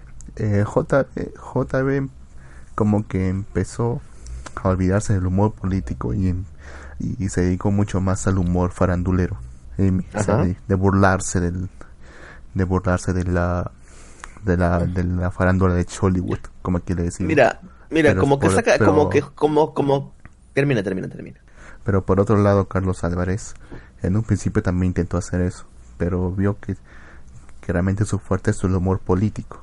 Eh, J B, J B como que empezó a olvidarse del humor político y, en- y, y se dedicó mucho más al humor farandulero. Eh, o sea, Ajá. de, de burlarse del, de burlarse de la, de la, de la farándula de Hollywood, como quiere decir. Mira, mira, Pero como que por- saca, pero- como que, como, como, termina, termina, termina. Pero por otro lado, Carlos Álvarez en un principio también intentó hacer eso, pero vio que, que realmente su fuerte es el humor político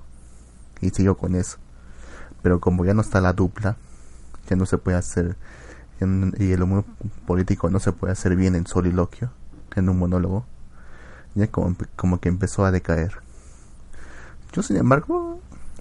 y siguió con eso. Pero como ya no está la dupla, ya no se puede hacer, en- y el humor político no se puede hacer bien en soliloquio, en un monólogo, ya como, empe- como que empezó a decaer. Yo, sin embargo,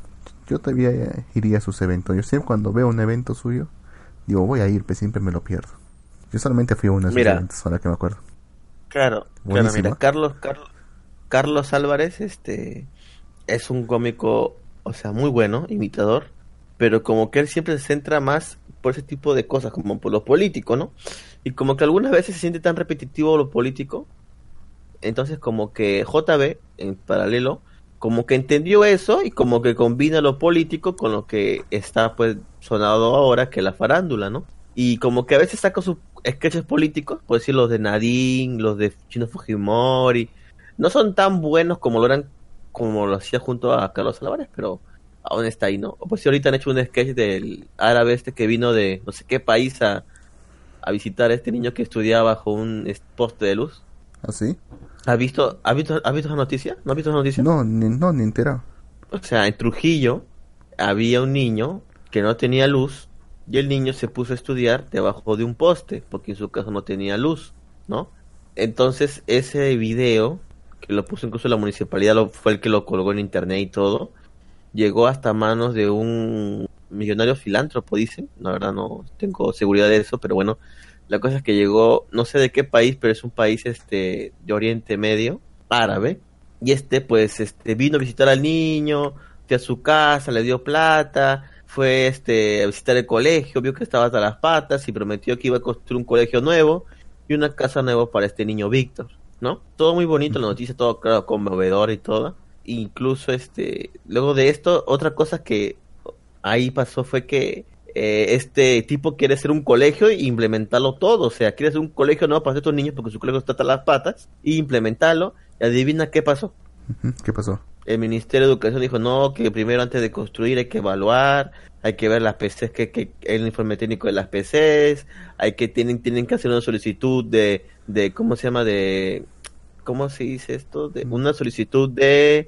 yo todavía iría a sus eventos. Yo siempre cuando veo un evento suyo, digo, voy a ir, pero siempre me lo pierdo. Yo solamente fui a uno de sus Mira. eventos, ahora que me acuerdo. Claro, claro, Buenísimo. mira, Carlos, Carlos, Carlos Álvarez, este, es un cómico, o sea, muy bueno, imitador, pero como que él siempre se centra más por ese tipo de cosas, como por lo político, ¿no? Y como que algunas veces se siente tan repetitivo lo político, entonces como que J B, en paralelo, como que entendió eso y como que combina lo político con lo que está pues sonado ahora, que es la farándula, ¿no? Y como que a veces saca sus sketches políticos, por decir los de Nadine, los de Chino Fujimori, no son tan buenos como lo eran, como lo hacía junto a Carlos Álvarez, pero aún está ahí, ¿no? Pues si ahorita han hecho un sketch del árabe este que vino de no sé qué país a, a visitar a este niño que estudiaba bajo un est- poste de luz. ¿Ah, sí? ¿Has visto, has visto, has visto esa noticia? ¿No has visto esa noticia? No, ni, no, ni enterado. O sea, en Trujillo había un niño que no tenía luz y el niño se puso a estudiar debajo de un poste porque en su casa no tenía luz, ¿no? Entonces ese video, que lo puso incluso la municipalidad, lo, fue el que lo colgó en internet y todo, llegó hasta manos de un millonario filántropo, dicen. La verdad no tengo seguridad de eso, pero bueno, la cosa es que llegó, no sé de qué país, pero es un país este de Oriente Medio, árabe, y este pues este vino a visitar al niño, fue a su casa, le dio plata, fue este a visitar el colegio, vio que estaba hasta las patas y prometió que iba a construir un colegio nuevo y una casa nueva para este niño Víctor, ¿no? Todo muy bonito, la noticia, todo claro, conmovedor y todo. Incluso este, luego de esto, otra cosa que ahí pasó fue que eh, este tipo quiere hacer un colegio e implementarlo todo, o sea, quiere hacer un colegio nuevo para estos niños porque su colegio está hasta las patas y implementarlo. Y adivina qué pasó. Ujú, ¿qué pasó? El Ministerio de Educación dijo, no, que primero antes de construir hay que evaluar, hay que ver las P Cs, que, que el informe técnico de las P Cs, hay que tienen tienen que hacer una solicitud de, de ¿cómo se llama? De, ¿cómo se dice esto? De una solicitud de,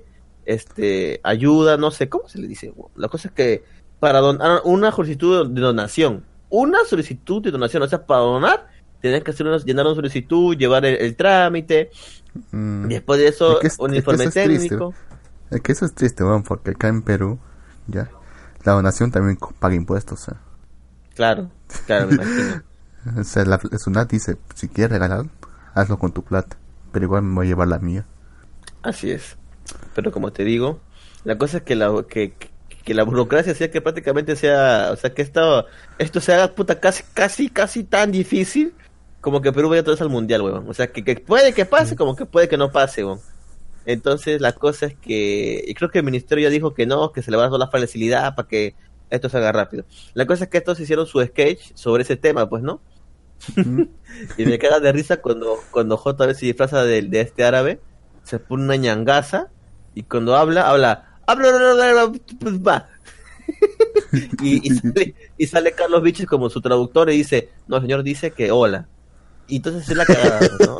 este, ayuda, no sé, ¿cómo se le dice? La cosa es que para donar, una solicitud de donación, una solicitud de donación, o sea, para donar, tenías que hacer una, llenar una solicitud, llevar el, el trámite, Mm, después de eso, es que es- un es que informe eso es triste. técnico. Es que eso es triste, weón, porque acá en Perú, ya, la donación también co- paga impuestos, o sea. Claro, claro, me imagino. O sea, la, la SUNAT dice, si quieres regalar, hazlo con tu plata, pero igual me voy a llevar la mía. Así es. Pero como te digo, la cosa es que la que, que la burocracia hacía que prácticamente sea, o sea, que esto, esto se haga puta casi, casi, casi tan difícil como que Perú vaya otra vez al mundial, weón. O sea, que, que puede que pase, como que puede que no pase, weón. Entonces, la cosa es que, y creo que el ministerio ya dijo que no, que se le va a dar la facilidad para que esto se haga rápido. La cosa es que estos hicieron su sketch sobre ese tema, pues, ¿no? Uh-huh. Y me caga de risa cuando, cuando J B se disfraza de, de este árabe, se pone una ñangaza, y cuando habla, habla, habla, va. y, y, sale, y sale Carlos Biches como su traductor y dice, no, el señor dice que hola. Y entonces es la cagada, ¿no?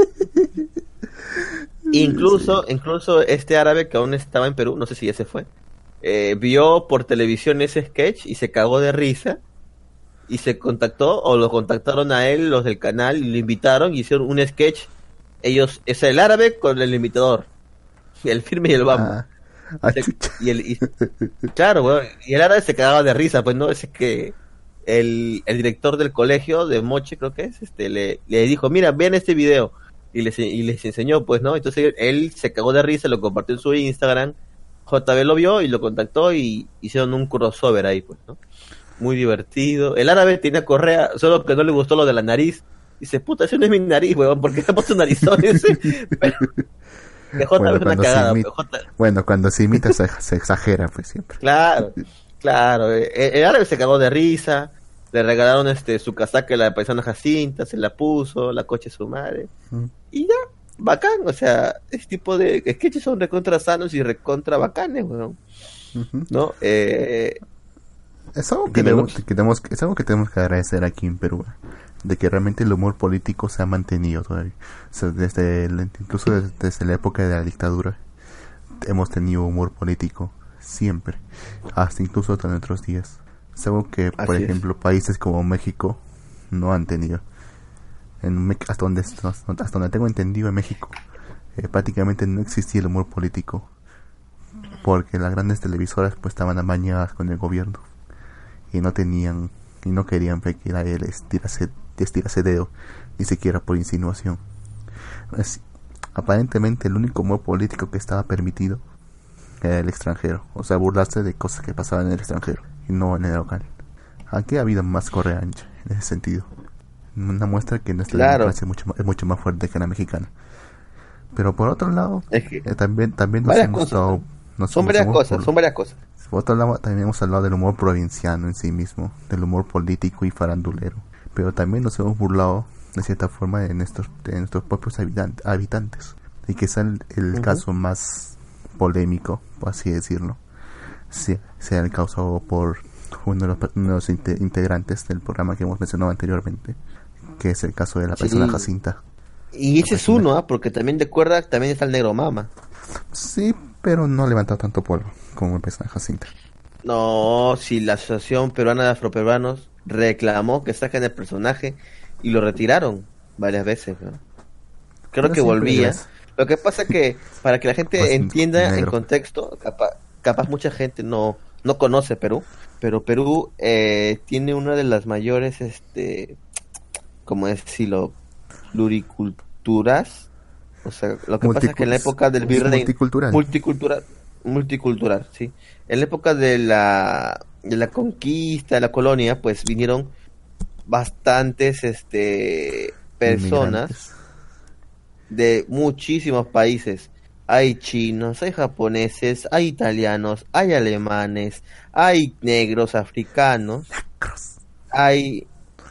Incluso, sí. incluso este árabe que aún estaba en Perú, no sé si ese fue, eh, vio por televisión ese sketch y se cagó de risa y se contactó, o lo contactaron a él, los del canal, y lo invitaron y hicieron un sketch. Ellos, es el árabe con el imitador, el firme y el vamos. Ah, ah, se, y el, y, claro, bueno, y el árabe se cagaba de risa, pues no, es que el, el director del colegio de Moche, creo que es, este, le, le dijo, mira, vean este video. Y les, y les enseñó, pues, ¿no? Entonces él se cagó de risa, lo compartió en su Instagram, J B lo vio y lo contactó y hicieron un crossover ahí, pues, ¿no? Muy divertido. El árabe tenía correa, solo que no le gustó lo de la nariz. Dice, puta, ese no es mi nariz, weón, ¿por qué le puso narizón ese? Pero de J B bueno, es una cagada. Imita, J... Bueno, cuando se imita se, se exagera, pues, siempre. Claro, claro. El, el árabe se cagó de risa. Le regalaron este su casaca, la de paisana Jacinta, se la puso, la coche su madre. Mm. Y ya, bacán, o sea, este tipo de sketches son recontra sanos y recontra bacanes, weón. Uh-huh. ¿No? Eh, es algo que tenemos, que tenemos, es algo que tenemos que agradecer aquí en Perú, de que realmente el humor político se ha mantenido todavía. O sea, desde el, incluso desde, desde la época de la dictadura hemos tenido humor político siempre, hasta incluso hasta nuestros días. Es algo que, por Así ejemplo, es. países como México no han tenido. En Me- hasta donde hasta donde tengo entendido, en México eh, prácticamente no existía el humor político, porque las grandes televisoras pues estaban amañadas con el gobierno y no tenían y no querían que él estirase, estirase dedo, ni siquiera por insinuación. Es, aparentemente el único humor político que estaba permitido era el extranjero, o sea, burlarse de cosas que pasaban en el extranjero y no en el local. Aquí ha habido más correa ancha en ese sentido. Una muestra que nuestra claro. democracia es mucho, más, es mucho más fuerte que la mexicana. Pero por otro lado, es que eh, también también nos hemos dado, nos son varias cosas, por, son varias cosas. Por otro lado, también hemos hablado del humor provinciano en sí mismo, del humor político y farandulero. Pero también nos hemos burlado de cierta forma de nuestros, de nuestros propios habitantes, habitantes. Y que es el, el uh-huh. caso más polémico, por así decirlo, sea, sea el causado por uno de los, uno de los inte- integrantes del programa que hemos mencionado anteriormente, que es el caso de la persona sí. Jacinta. Y ese es uno, ¿ah? Porque también de cuerda también está el negro mama. Sí, pero no levanta tanto polvo como el persona Jacinta. No, si la Asociación Peruana de Afroperuanos reclamó que saquen el personaje y lo retiraron varias veces, ¿no? Creo pero que volvía. Es... Lo que pasa es que para que la gente pues entienda negro. En contexto, capaz, capaz mucha gente no no conoce Perú, pero Perú eh, tiene una de las mayores, este, ¿cómo decirlo? Pluriculturas. O sea, lo que Multicul- pasa es que en la época del virrey multicultural. multicultural, multicultural, sí. En la época de la de la conquista, de la colonia, pues vinieron bastantes, este, personas de muchísimos países. Hay chinos, hay japoneses, hay italianos, hay alemanes, hay negros africanos, hay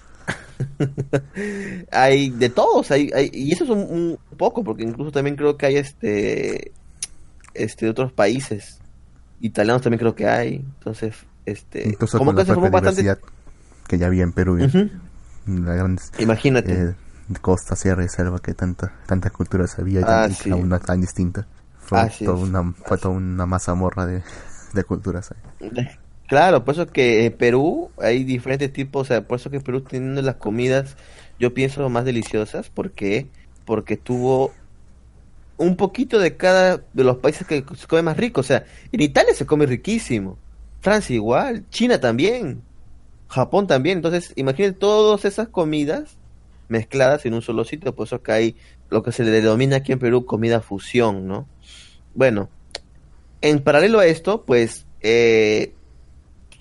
hay de todos, hay, hay y eso es un, un poco, porque incluso también creo que hay este este de otros países, italianos también creo que hay, entonces este incluso como que se formó bastante que ya había en Perú, uh-huh. la gran, imagínate eh, costa, sierra y selva, que tanta tantas culturas había ah, y sí. cada una tan distinta. Fue ah, toda una fue toda una mazamorra de, de culturas ahí. Claro, por eso que en Perú hay diferentes tipos, o sea, por eso que Perú tiene las comidas, yo pienso, más deliciosas, porque porque tuvo un poquito de cada de los países que se come más rico, o sea, en Italia se come riquísimo, Francia igual, China también, Japón también, entonces imagínate todas esas comidas mezcladas en un solo sitio, por eso que hay lo que se le denomina aquí en Perú comida fusión, ¿no? Bueno, en paralelo a esto, pues, eh,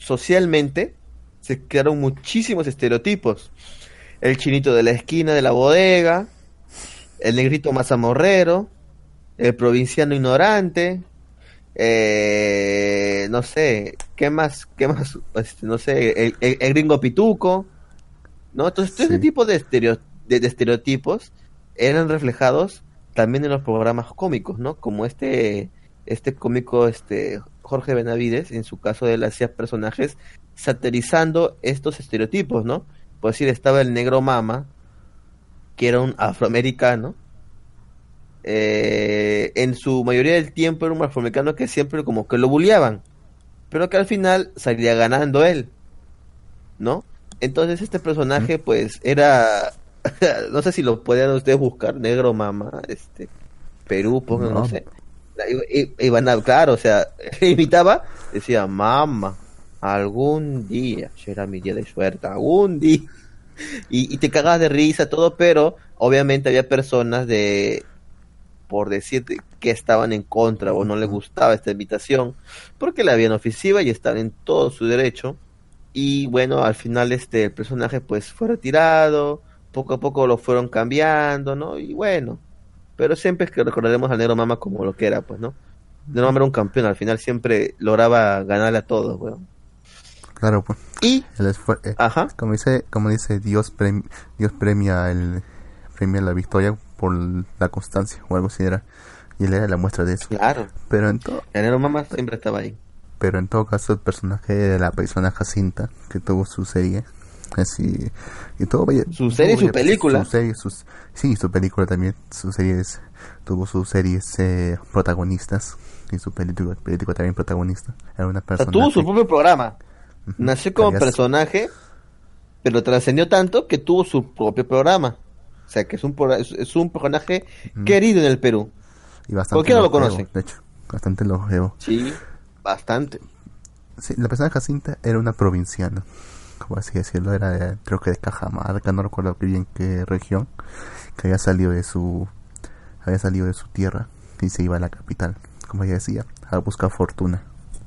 socialmente se crearon muchísimos estereotipos. El chinito de la esquina de la bodega, el negrito mazamorrero, el provinciano ignorante, eh, no sé, ¿qué más? ¿Qué más? Este, no sé, el, el, el gringo pituco, ¿no? Entonces, todo Sí. ese tipo de, estereo, de, de estereotipos eran reflejados también en los programas cómicos, ¿no? Como este este cómico, este Jorge Benavides, en su caso él hacía personajes satirizando estos estereotipos, ¿no? Por decir, estaba el negro mama, que era un afroamericano, eh, en su mayoría del tiempo era un afroamericano que siempre como que lo bulleaban, pero que al final salía ganando él, ¿no? Entonces este personaje pues era, no sé si lo pueden ustedes buscar, negro mama, este, Perú, pongan, no, No. sé. I- i- Iban a, claro, o sea, imitaba, decía, mamá, algún día será mi día de suerte, algún día. Y, y te cagas de risa, todo, pero obviamente había personas de, por decirte, que estaban en contra o no les gustaba esta invitación, porque la habían ofensiva y estaban en todo su derecho. Y bueno, al final este el personaje pues fue retirado, poco a poco lo fueron cambiando, ¿no? Y bueno, pero siempre es que recordaremos al negro mama como lo que era, pues, ¿no? El negro mama era un campeón, al final siempre lograba ganarle a todos, weón. Claro, pues. Y, El esfuer- eh, ajá, como dice, como dice Dios, prem- Dios premia el premia la victoria por la constancia o algo así era, y él era la muestra de eso. claro, Pero en todo, el negro mama siempre estaba ahí. pero en todo caso el personaje de la paisana Jacinta, que tuvo su serie, así, y todo vaya- Su serie y su vaya- película. su serie, sus, sí, su película también, sus series, tuvo sus series eh, protagonistas, y su película, película también protagonista. Era una O sea, persona tuvo su propio programa. Nació como Había- personaje, pero trascendió tanto que tuvo su propio programa. O sea, que es un, pro- es, es un personaje querido en el Perú. y bastante ¿Por qué no lo longevo, conocen? de hecho, bastante longevo. Sí, bastante. Sí, la persona Jacinta era una provinciana, como así decirlo, era de, creo que de Cajamarca, no recuerdo bien qué región, que había salido de su había salido de su tierra y se iba a la capital, como ella decía, a buscar fortuna.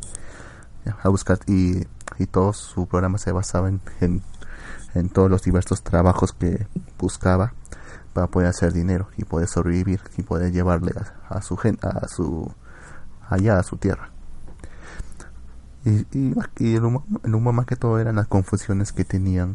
Ya, a buscar y, y todo su programa se basaba en, en, en todos los diversos trabajos que buscaba para poder hacer dinero y poder sobrevivir y poder llevarle a, a su gen, a su allá a su tierra. Y, y, más- y el, humor, el humor más que todo eran las confusiones que tenían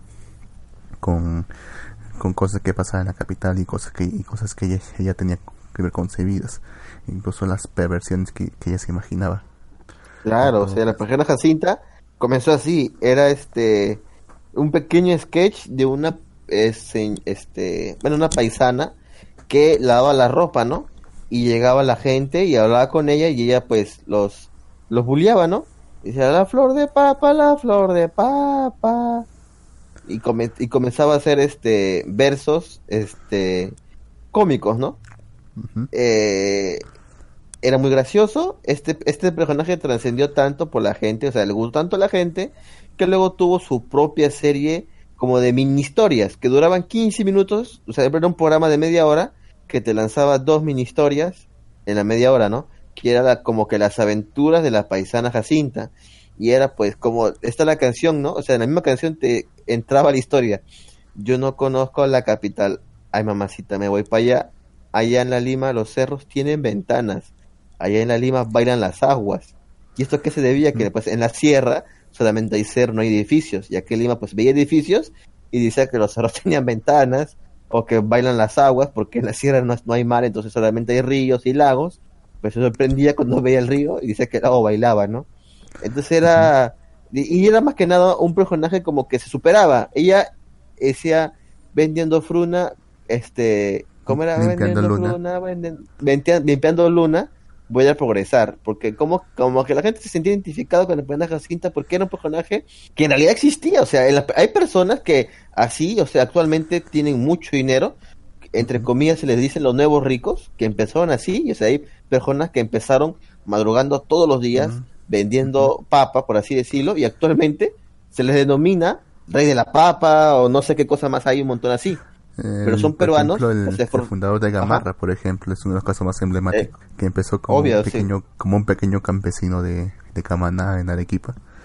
con, con cosas que pasaban en la capital y cosas que y cosas que ella, ella tenía que ver concebidas, incluso las perversiones que, que ella se imaginaba. Claro, o sea, la persona Jacinta comenzó así. Era este un pequeño sketch de una eh, se- este bueno, una paisana que lavaba la ropa, ¿no? Y llegaba la gente y hablaba con ella y ella pues los los bulleaba, ¿no? Y decía, la flor de papa, la flor de papa. Y, come- y comenzaba a hacer este versos este cómicos, ¿no? Ujú. Eh, era muy gracioso. Este, este personaje trascendió tanto por la gente, o sea, le gustó tanto a la gente, que luego tuvo su propia serie como de mini historias, que duraban quince minutos, o sea, era un programa de media hora, que te lanzaba dos mini historias en la media hora, ¿no? Que era la- como que las aventuras de la paisana Jacinta. Y era pues como, está la canción, ¿no? O sea, en la misma canción te entraba la historia. Yo no conozco la capital. Ay, mamacita, me voy para allá. Allá en la Lima los cerros tienen ventanas. Allá en la Lima bailan las aguas. ¿Y esto qué se debía? Que pues en la sierra solamente hay cerro, no hay edificios. Y aquí en Lima pues veía edificios y decía que los cerros tenían ventanas o que bailan las aguas, porque en la sierra no, no hay mar, entonces solamente hay ríos y lagos. Pues se sorprendía cuando veía el río y decía que el lago bailaba, ¿no? Entonces era... Y y era más que nada un personaje como que se superaba. Ella decía, vendiendo fruna, este... ¿Cómo era? Limpiando vendiendo luna. fruna, venden- ventea- limpiando luna, voy a progresar. Porque como, como que la gente se sentía identificado con el personaje Jacinta, porque era un personaje que en realidad existía. O sea, en la- hay personas que así, o sea, actualmente tienen mucho dinero, entre comillas se les dicen los nuevos ricos, que empezaron así, y o sea, hay personas que empezaron madrugando todos los días, Ujú. vendiendo papa, por así decirlo, y actualmente se les denomina rey de la papa, o no sé qué cosa más, hay un montón así. Pero son por peruanos, ejemplo, el, o sea, el for- fundador de Gamarra, Ajá. por ejemplo, es uno de los casos más emblemáticos, que empezó como obvio, un sí. pequeño como un pequeño campesino de, de Camaná en Arequipa,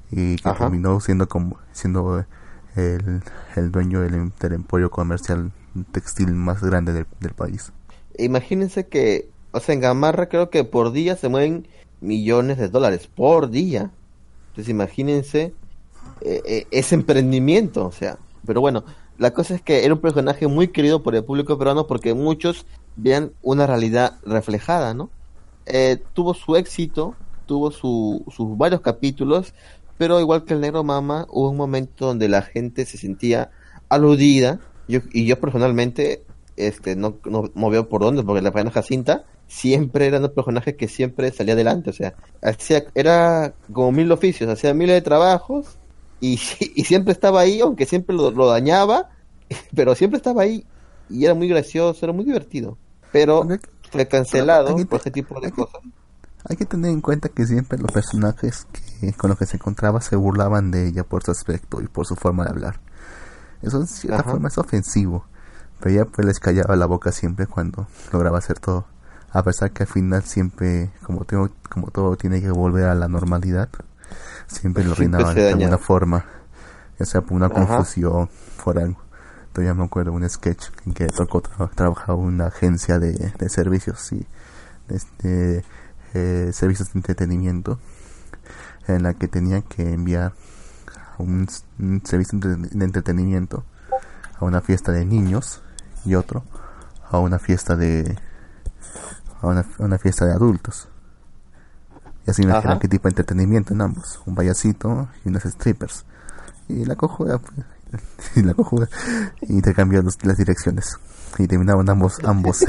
y que Ajá. terminó siendo como siendo el, el dueño del, del emporio comercial textil más grande del, del país. Imagínense que, o sea, en Gamarra creo que por día se mueven millones de dólares, por día. Entonces imagínense eh, eh, ese emprendimiento, o sea. Pero bueno, la cosa es que era un personaje muy querido por el público peruano porque muchos vean una realidad reflejada, ¿no? Eh, tuvo su éxito, tuvo su, sus varios capítulos, pero igual que el Negro Mama, hubo un momento donde la gente se sentía aludida, yo, y yo personalmente este no, no, no veo por dónde, porque la reina Jacinta siempre era un personaje que siempre salía adelante, o sea, hacía, era como mil oficios, hacía miles de trabajos, y, y siempre estaba ahí, aunque siempre lo, lo dañaba, pero siempre estaba ahí, y era muy gracioso, era muy divertido, pero fue cancelado que, por ese tipo de hay cosas. Que, hay que tener en cuenta que siempre los personajes que con los que se encontraba se burlaban de ella por su aspecto y por su forma de hablar. Eso en cierta Ajá. forma es ofensivo, pero ella pues les callaba la boca siempre cuando lograba hacer todo, a pesar que al final siempre, como, tengo, como todo tiene que volver a la normalidad, siempre lo reinaban de alguna forma, ya sea por una Ajá. confusión, por algo. Todavía me acuerdo de un sketch en que tocó tra- trabajaba en una agencia de, de servicios y este eh, servicios de entretenimiento, en la que tenía que enviar un, un servicio de, de entretenimiento a una fiesta de niños y otro a una fiesta de a una, a una fiesta de adultos, y así me dijeron qué tipo de entretenimiento en ambos, un payasito y unas strippers, y la cojuda pues, y la cojuda intercambió los, las direcciones y terminaban ambos ambos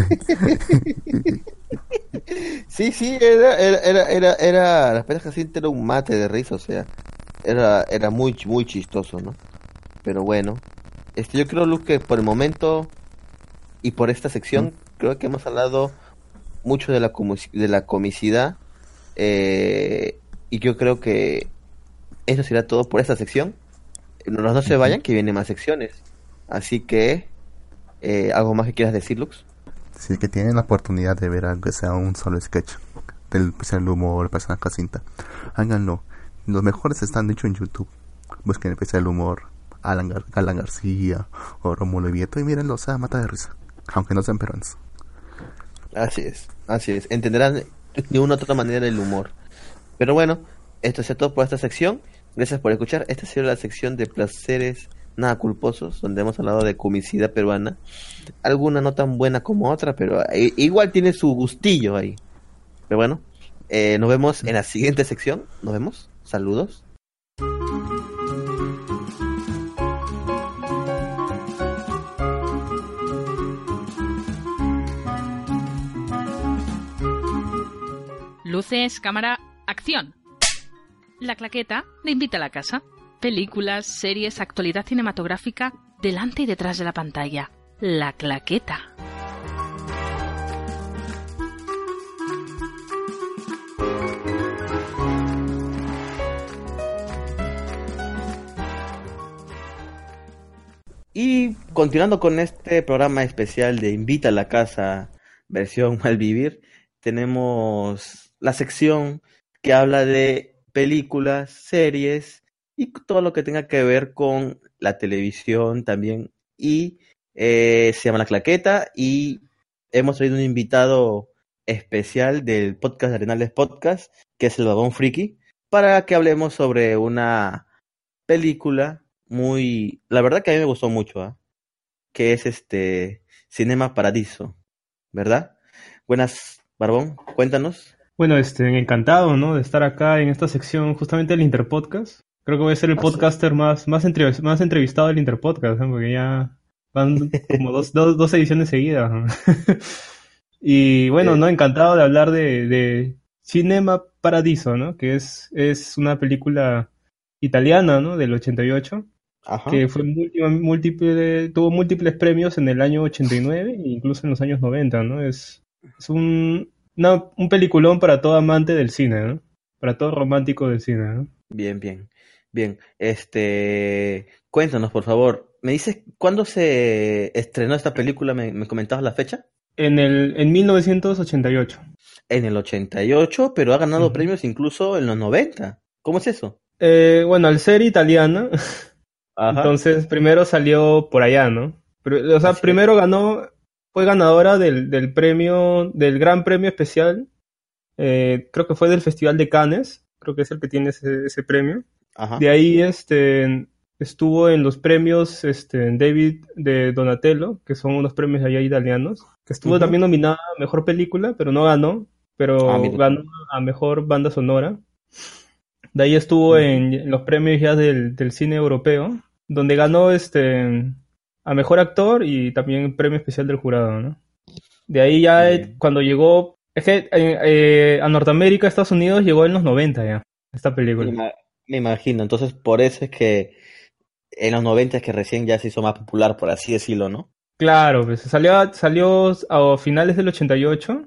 Sí, sí, era, era, era, era, era, la Pérez Jacinta era un mate de risa, o sea, era, era muy, muy chistoso, ¿no? Pero bueno, este, yo creo, Luz, que por el momento y por esta sección, ¿Mm? creo que hemos hablado mucho de la comus- de la comicidad, eh, y yo creo que eso será todo por esta sección. No, no se vayan, que vienen más secciones, así que, eh, ¿algo más que quieras decir, Lux? Si es que tienen la oportunidad de ver aunque sea un solo sketch del especial humor, el personaje Jacinta, háganlo. Los mejores están de hecho en YouTube. Busquen el especial humor, Alan, Gar- Alan García o Rómulo Vieto y mírenlo, o sea, mata de risa, aunque no sean peruanos. Así es, así es, entenderán de una u otra manera el humor. Pero bueno, esto es todo por esta sección. Gracias por escuchar. Esta ha sido la sección de placeres nada culposos, donde hemos hablado de comicidad peruana. Alguna no tan buena como otra, pero igual tiene su gustillo ahí. Pero bueno, eh, nos vemos en la siguiente sección. Nos vemos. Saludos. Luces, cámara, acción. La Claqueta le invita a la casa. Películas, series, actualidad cinematográfica, delante y detrás de la pantalla. La Claqueta. Y continuando con este programa especial de Invita a la Casa, versión Malvivir, tenemos la sección que habla de películas, series y todo lo que tenga que ver con la televisión también. Y eh, se llama La Claqueta y hemos traído un invitado especial del podcast de Arenales Podcast, que es el Vagón Friki, para que hablemos sobre una película muy, la verdad que a mí me gustó mucho, ¿eh? Que es este Cinema Paradiso, ¿verdad? Buenas, Barbón, cuéntanos. Bueno, este, encantado, ¿no? De estar acá en esta sección justamente del Interpodcast. Creo que voy a ser el Ah, podcaster sí. más, más, entre, más entrevistado del Interpodcast, ¿no? Porque ya van como dos, dos, dos ediciones seguidas, ¿no? Y bueno, ¿no? Encantado de hablar de, de Cinema Paradiso, ¿no? Que es, es una película italiana, ¿no? Del ochenta y ocho. Ajá. Que fue múltiple, múltiple, tuvo múltiples premios en el año ochenta y nueve e incluso en los años noventa, ¿no? Es, es un, una, un peliculón para todo amante del cine, ¿no? Para todo romántico del cine, ¿no? Bien, bien, bien. Este, cuéntanos, por favor. ¿Me dices cuándo se estrenó esta película? ¿Me, me comentabas la fecha? En el, en mil novecientos ochenta y ocho. En el ochenta y ocho, pero ha ganado uh-huh. premios incluso en los noventa. ¿Cómo es eso? Eh, bueno, al ser italiana, Ajá. entonces primero salió por allá, ¿no? Pero, o sea, Así primero ganó, fue ganadora del, del premio, del gran premio especial, eh, creo que fue del Festival de Cannes, creo que es el que tiene ese, ese premio. Ajá. De ahí este, estuvo en los premios este, David de Donatello, que son unos premios allá italianos, que estuvo Ujú. también nominada a Mejor Película, pero no ganó, pero Ah, mira. ganó a Mejor Banda Sonora. De ahí estuvo en, en los premios ya del, del cine europeo, donde ganó este a Mejor Actor y también premio especial del jurado, ¿no? De ahí ya eh, Bien. cuando llegó, es que eh, eh, a Norteamérica, Estados Unidos, llegó en los noventa ya, esta Me, película. ima- me imagino, entonces por eso es que en los noventa es que recién ya se hizo más popular, por así decirlo, ¿no? Claro, pues salió, salió a finales del ochenta y ocho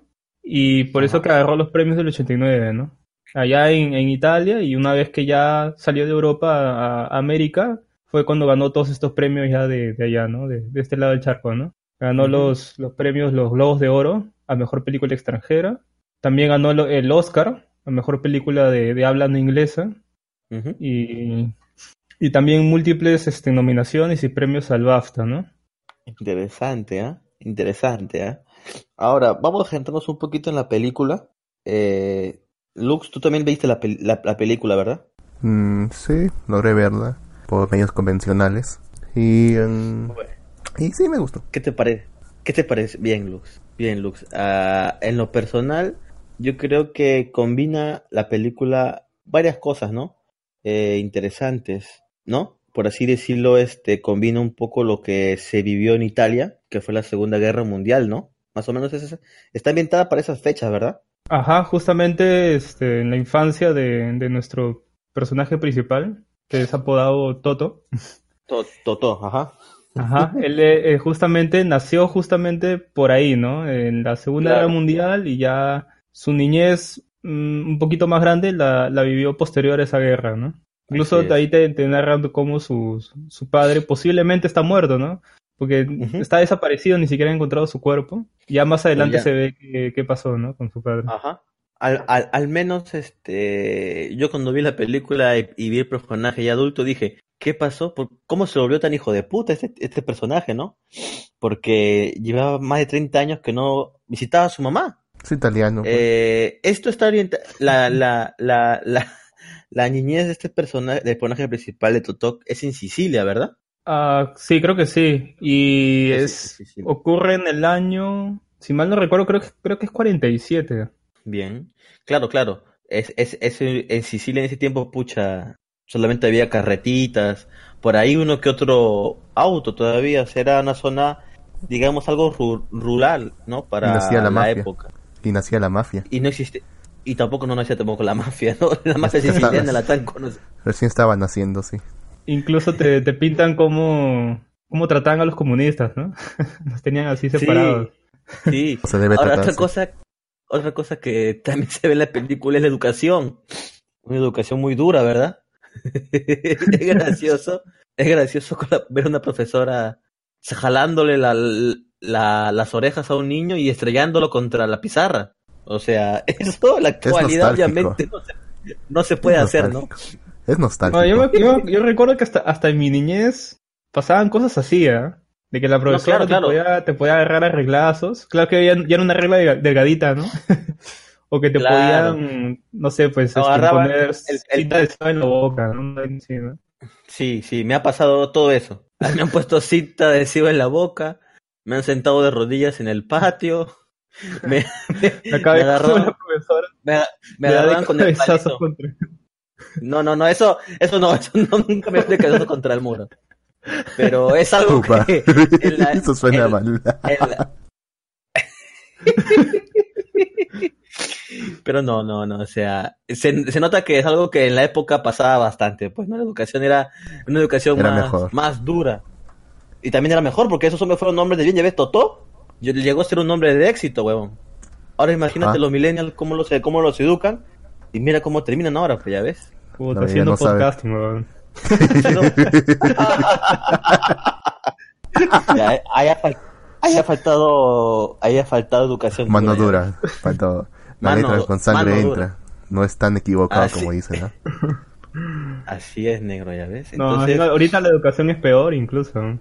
y por eso Ajá. que agarró los premios del ochenta y nueve, ¿no? Allá en, en Italia, y una vez que ya salió de Europa a, a América, fue cuando ganó todos estos premios ya de, de allá, ¿no? De, de este lado del charco, ¿no? Ganó Ujú. los, los premios, los Globos de Oro a Mejor Película Extranjera. También ganó lo- el Oscar a Mejor Película de, de habla no inglesa. Ujú. Y, y también múltiples este, nominaciones y premios al BAFTA, ¿no? Interesante, ¿ah? Interesante, ¿ah? Ahora, vamos a centrarnos un poquito en la película. Eh, Lux, tú también viste la, pel- la, la película, ¿verdad? Mm, sí, logré verla por medios convencionales. Y, mm, y sí, me gustó. ¿Qué te parece? ¿Qué te parece? Bien, Lux. Bien, Lux. Ah, en lo personal, yo creo que combina la película varias cosas, ¿no? Eh, interesantes, ¿no? Por así decirlo, este combina un poco lo que se vivió en Italia, que fue la Segunda Guerra Mundial, ¿no? Más o menos es esa- está ambientada para esas fechas, ¿verdad? Ajá, justamente este, en la infancia de, de nuestro personaje principal, que es apodado Toto. To- Toto, ajá. Ajá, él eh, eh, justamente nació justamente por ahí, ¿no? En la Segunda Claro. Guerra Mundial, y ya su niñez mm, un poquito más grande la, la vivió posterior a esa guerra, ¿no? Incluso Así es. ahí te, te narran cómo su, su padre posiblemente está muerto, ¿no? Porque Ujú. está desaparecido, ni siquiera ha encontrado su cuerpo. Ya más adelante ya. se ve qué, qué pasó, ¿no? Con su padre. Ajá. Al, al, al menos, este, yo cuando vi la película y, y vi el personaje ya adulto dije, ¿qué pasó? ¿Por- ¿Cómo se volvió tan hijo de puta este, este personaje, no? Porque llevaba más de treinta años que no visitaba a su mamá. Es italiano. pues. Eh, esto está orientado, la, la, la, la, la niñez de este personaje, del personaje principal de Totok es en Sicilia, ¿verdad? Ah, sí, creo que sí. Y Es- es, sí, sí. ocurre en el año, si mal no recuerdo, creo que, creo que es cuarenta y siete. Bien, claro, claro. Es, es, es en Sicilia en ese tiempo, pucha, solamente había carretitas, por ahí uno que otro auto todavía, o sea, era una zona, digamos, algo ru- rural, ¿no? Y Para nacía la la mafia. época. Y nacía la mafia. Y no existe, y tampoco no nacía tampoco la mafia, ¿no? La mafia siciliana la tan conocida. Recién estaba naciendo, sí. Incluso te, te pintan cómo, cómo trataban a los comunistas, ¿no? Los tenían así separados. Sí, Se debe ahora tratarse. otra cosa, otra cosa que también se ve en la película es la educación. Una educación muy dura, ¿verdad? Es gracioso, es gracioso con la- ver a una profesora jalándole la, la- las orejas a un niño y estrellándolo contra la pizarra. O sea, eso en la actualidad nostálgico. obviamente no se, no se puede Es hacer, ¿no? nostálgico. Es nostálgico. No, yo, me- yo- yo recuerdo que hasta, hasta en mi niñez pasaban cosas así, ¿eh? De que la profesora claro, te, claro. podía, te podía agarrar a reglazos. Claro que ya, ya era una regla delga- delgadita, ¿no? O que te Claro. podían, no sé, pues, este, Agarraban poner el- el- cinta de sal en la boca, ¿no? Sí, ¿no? Sí, sí, me ha pasado todo eso. Me han puesto cinta adhesiva en la boca, me han sentado de rodillas en el patio, me, me, Me acabé me agarró- con la profesora. me, me le da de agarraban con el cabezazo palito. contra- No, no, no, eso, eso no, eso no, nunca me estoy quedando contra el muro. Pero es algo Upa. que en la- Eso suena en- mal. en la- Pero no, no, no, o sea, se, se nota que es algo que en la época pasaba bastante, pues, ¿no? La educación era una educación Era más, mejor. más dura. Y también era mejor, porque esos hombres fueron nombres de bien, ya ves, Totó, yo- llegó a ser un nombre de éxito, huevón. Ahora imagínate Ah. los millennials, cómo los, cómo los educan, y mira cómo terminan ahora, pues, ya ves. Puta, No, ya haciendo no sabe. podcasting, weón. Sí, ¿no? Ya, eh, haya, fal- haya faltado haya faltado educación. Mano ya dura. Faltó. La Mano- letra con sangre mano entra. dura. No es tan equivocado Ah, como sí. dice, ¿no? Así es, negro, ya ves. No, Entonces, ahorita la educación es peor incluso.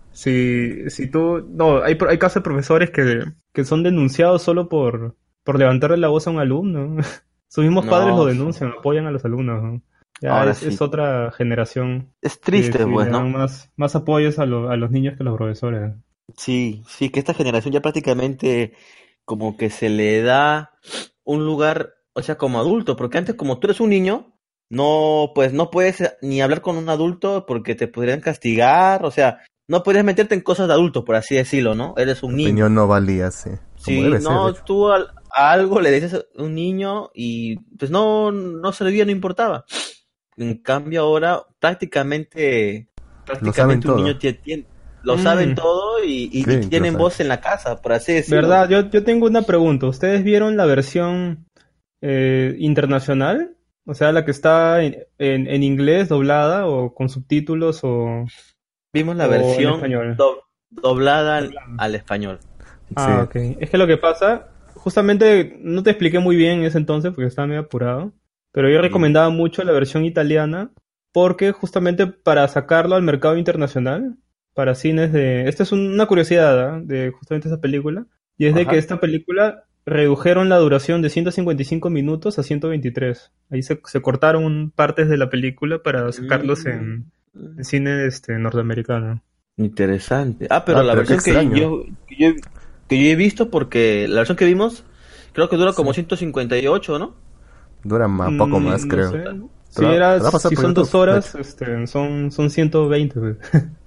Si, si tú... No, hay, hay casos de profesores que, que son denunciados solo por, por levantarle la voz a un alumno. Sus mismos No, padres lo sí. denuncian, apoyan a los alumnos, ¿no? Ya Ahora es, sí. es otra generación Es que, triste, que pues, le ¿no? dan más, más apoyos a, lo- a los niños que a los profesores. Sí, sí, que esta generación ya prácticamente como que se le da un lugar, o sea, como adulto, porque antes como tú eres un niño, no, pues no puedes eh, ni hablar con un adulto porque te podrían castigar, o sea, no puedes meterte en cosas de adulto, por así decirlo, ¿no? Eres un Tu niño. opinión no valía, sí. Como Sí, debe ser, de no, hecho. tú al- a algo le dices a un niño y pues no, no servía, no importaba. En cambio ahora prácticamente, Lo saben prácticamente un niño todo. tie- tien- lo saben Mm, todo y, y- y Creen que lo tienen saben. voz en la casa, por así decirlo. ¿verdad? Yo, yo tengo una pregunta. ¿Ustedes vieron la versión eh, internacional? O sea, la que está en, en, en inglés doblada o con subtítulos o, Vimos la o en versión español. do- doblada al, al español. Ah, ok. Sí. Es que lo que pasa, justamente no te expliqué muy bien en ese entonces porque estaba medio apurado, pero yo recomendaba mucho la versión italiana porque justamente para sacarlo al mercado internacional, para cines de... Esta es un- una curiosidad, ¿ah? De justamente esa película, y es de Ajá. que esta película redujeron la duración de ciento cincuenta y cinco minutos a ciento veintitrés. Ahí se, se cortaron partes de la película para sacarlos en, en cine este, norteamericano. Interesante. Ah, pero Ah, la pero qué versión que extraño. yo, que yo, que yo he visto, porque la versión que vimos, creo que dura como Sí. ciento cincuenta y ocho, ¿no? Dura más, poco Mm, más, no creo. sé. Te Si, va- era, te va a pasar si por son YouTube, dos horas, de este, son, son ciento veinte, pues.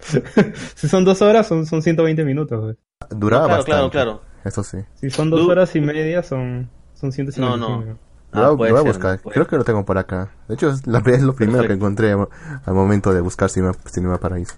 Si son dos horas, son, son ciento veinte minutos, pues. Duraba No, claro, bastante. claro, claro. Eso sí. Si son dos Du- horas y media, son, son ciento No, cincuenta y cinco. no. Lo, Ah, voy- puede lo voy a ser, buscar. puede Creo que lo tengo por acá. De hecho, es, la, es lo primero que Perfecto. encontré al, al momento de buscar Cinema, Cinema Paraíso.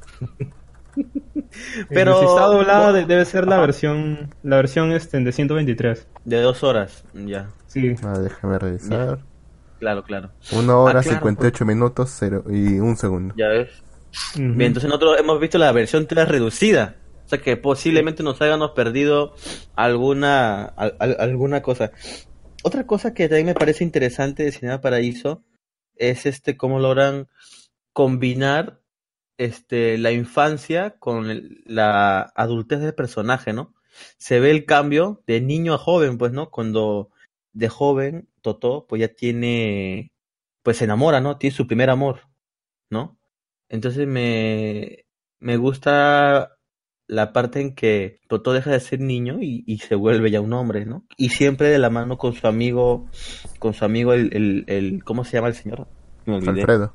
Pero- Eh, si está doblada, no. de- debe ser la Ajá. versión, la versión este, de ciento veintitrés. De dos horas, ya. Sí. Ah, déjame revisar. Claro, claro. Una hora, Ah, claro, cincuenta y ocho minutos cero, y un segundo. Ya ves. Ujú. Bien, entonces nosotros hemos visto la versión tres reducida. O sea que posiblemente nos hayamos perdido alguna, al- al- alguna cosa. Otra cosa que también me parece interesante de Cinema Paraíso es este cómo logran combinar este la infancia con el- la adultez del personaje, ¿no? Se ve el cambio de niño a joven, pues, ¿no? Cuando de joven Totó pues ya tiene, pues se enamora, ¿no? Tiene su primer amor, ¿no? Entonces me, me gusta la parte en que Totó deja de ser niño y, y se vuelve ya un hombre, ¿no? Y siempre de la mano con su amigo, con su amigo el, el, el ¿cómo se llama el señor? Me olvidé. Alfredo.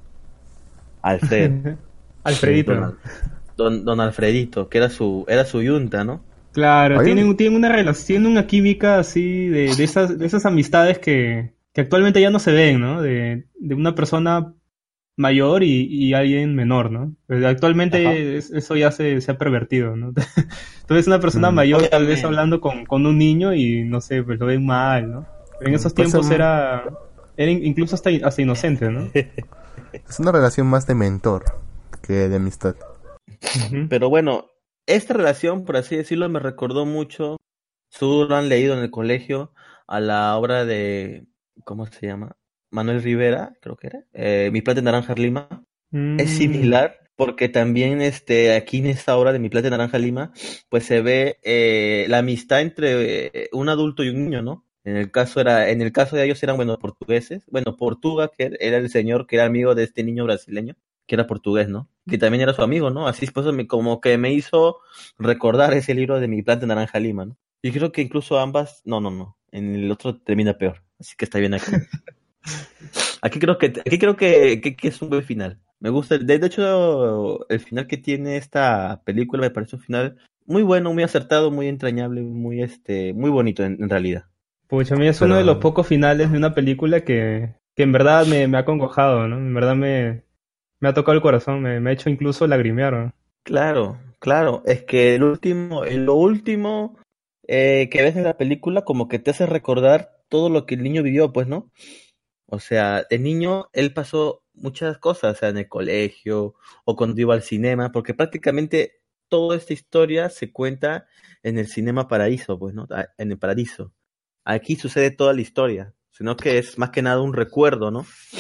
Alfredo. Alfredito. Don, don, don Alfredito, que era su, era su yunta, ¿no? Claro, Hay tienen, un- tienen una relación, tienen una química así de, de esas, de esas amistades que, que actualmente ya no se ven, ¿no? De, de una persona mayor y, y alguien menor, ¿no? Pues actualmente Ajá. es- eso ya se, se ha pervertido, ¿no? Entonces una persona Mm. mayor tal vez Obviamente. hablando con, con un niño y no sé, pues lo ven mal, ¿no? Pero en esos Pues, tiempos em, era, era in- incluso hasta, hasta inocente, ¿no? Es una relación más de mentor que de amistad. Ujú. Pero bueno, esta relación, por así decirlo, me recordó mucho, seguro lo han leído en el colegio, a la obra de, ¿cómo se llama? Manuel Rivera, creo que era, eh, Mi Plata de Naranja Lima. Mm. Es similar porque también este aquí en esta obra de Mi Plata de Naranja Lima, pues se ve eh, la amistad entre eh, un adulto y un niño, ¿no? En el caso era, en el caso de ellos eran bueno portugueses, bueno Portuga que era el señor que era amigo de este niño brasileño que era portugués, ¿no? Que también era su amigo, ¿no? Así pues me, como que me hizo recordar ese libro de Mi Planta de Naranja Lima, ¿no? Y creo que incluso ambas, no, no, no, en el otro termina peor, así que está bien aquí. Aquí creo que aquí creo que, que, que es un buen final. Me gusta, de, de hecho, el final que tiene esta película me parece un final muy bueno, muy acertado, muy entrañable, muy este, muy bonito en, en realidad. Pucha, a mí es Pero- uno de los pocos finales de una película que, que en verdad me, me ha acongojado, ¿no? En verdad me, me ha tocado el corazón, me, me ha hecho incluso lagrimear, ¿no? Claro, claro, es que el último, en lo último eh, que ves en la película como que te hace recordar todo lo que el niño vivió, pues, ¿no? O sea, de niño él pasó muchas cosas, o sea, en el colegio o cuando iba al cinema, porque prácticamente toda esta historia se cuenta en el Cinema Paraíso, pues, ¿no? Ah, en el Paraíso. Aquí sucede toda la historia, sino que es más que nada un recuerdo, ¿no?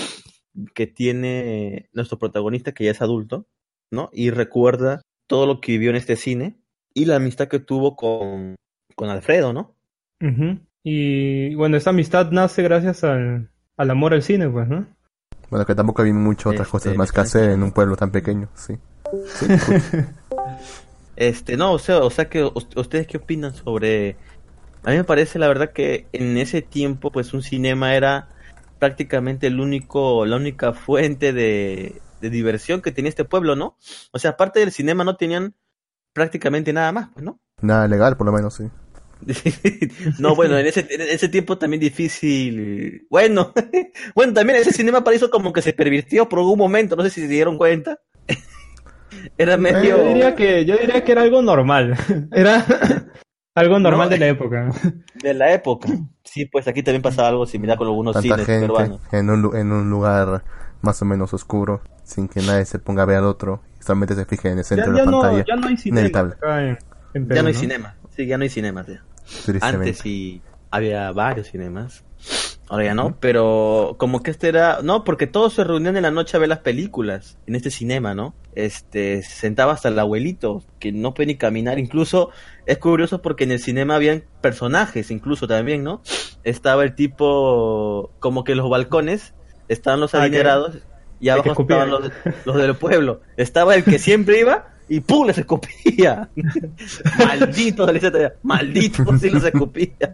que tiene nuestro protagonista, que ya es adulto, ¿no? Y recuerda todo lo que vivió en este cine y la amistad que tuvo con, con Alfredo, ¿no? Uh-huh. Y bueno, esa amistad nace gracias al, al amor al cine, pues, ¿no? Bueno, que tampoco había muchas otras Este, cosas más que hacer en un pueblo tan pequeño, sí. Sí, pues. Este, no, o sea, o sea que us- ustedes qué opinan sobre... A mí me parece la verdad que en ese tiempo pues un cinema era prácticamente el único, la única fuente de, de diversión que tenía este pueblo, ¿no? O sea, aparte del cinema no tenían prácticamente nada más, pues, ¿no? Nada legal, por lo menos, sí. No, bueno, en ese, en ese tiempo también difícil. Bueno, bueno, también ese cinema paraíso como que se pervirtió por algún momento, no sé si se dieron cuenta. Era medio... Yo diría que, yo diría que era algo normal. Era algo normal No, de la época. de la época. Sí, pues aquí también pasaba algo similar con algunos Tanta cines gente peruanos. en un, lu- en un lugar más o menos oscuro, sin que nadie se ponga a ver al otro, y solamente se fije en el Ya, centro ya de la no, pantalla. ya no hay cine Inevitable, acá en, en Perú, Ya no hay ¿no? cinema. Sí, ya no hay cinemas. Ya. tristemente. Antes sí había varios cinemas. Ahora ya no, pero como que este era... No, porque todos se reunían en la noche a ver las películas en este cinema, ¿no? Este, se sentaba hasta el abuelito, que no puede ni caminar. Incluso es curioso porque en el cinema habían personajes, incluso también, ¿no? Estaba el tipo... Como que en los balcones estaban los Ah, que- adinerados y que abajo escupían. estaban los, los del pueblo. Estaba el que siempre iba y ¡pum! Les escupía. Maldito, le decía todavía, maldito, sí los escupía.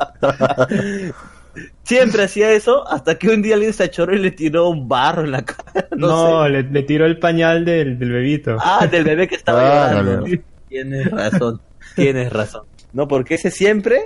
Siempre hacía eso hasta que un día alguien se achoró y le tiró un barro en la cara. No, No, sé. le, le tiró el pañal del, del bebito. Ah, del bebé que estaba Ah, llorando. no, no. Tienes razón, tienes razón. No, porque ese siempre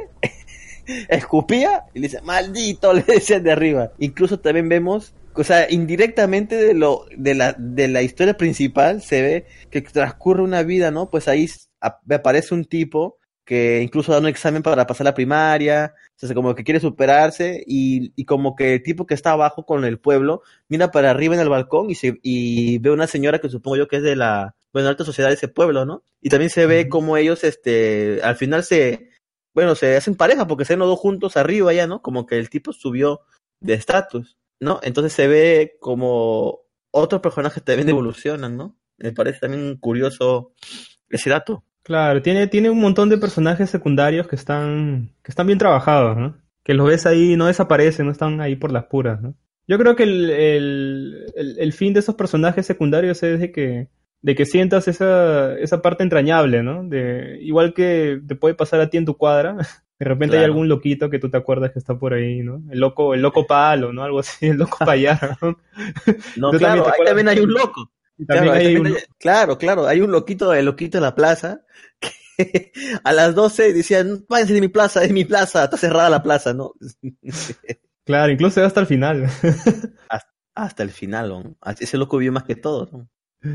escupía y le decía, maldito, le decían de arriba. Incluso también vemos, o sea, indirectamente de lo de la de la historia principal se ve que transcurre una vida, ¿no? Pues ahí ap- aparece un tipo que incluso da un examen para pasar la primaria, o sea, como que quiere superarse y, y como que el tipo que está abajo con el pueblo mira para arriba en el balcón y se y ve una señora que supongo yo que es de la, bueno, alta sociedad de ese pueblo, ¿no? Y también se ve como ellos, este, al final se, bueno, se hacen pareja porque se ven los dos juntos arriba ya, ¿no? Como que el tipo subió de estatus, ¿no? Entonces se ve como otros personajes también evolucionan, ¿no? Me parece también curioso ese dato. Claro, tiene, tiene un montón de personajes secundarios que están, que están bien trabajados, ¿no? Que los ves ahí y no desaparecen, no están ahí por las puras, ¿no? Yo creo que el, el, el, el fin de esos personajes secundarios es de que, de que sientas esa, esa parte entrañable, ¿no? De, igual que te puede pasar a ti en tu cuadra, de repente hay Claro. algún loquito que tú te acuerdas que está por ahí, ¿no? El loco, el loco palo, ¿no? Algo así, el loco payaro, ¿no? No, Tú también claro, te ahí acuerdas- también hay un loco. Y Claro, también ahí hay también un- hay- claro, claro, hay un loquito, el loquito de la plaza, que a las doce decían, váyanse de mi plaza, es mi plaza, está cerrada la plaza, ¿no? Claro, incluso hasta el final. hasta, hasta el final, ¿no? Ese loco vio más que todo, ¿no?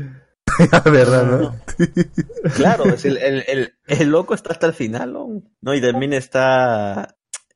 ¿Verdad, no? Claro, es el, el, el, el loco está hasta el final, ¿no? No, y también está,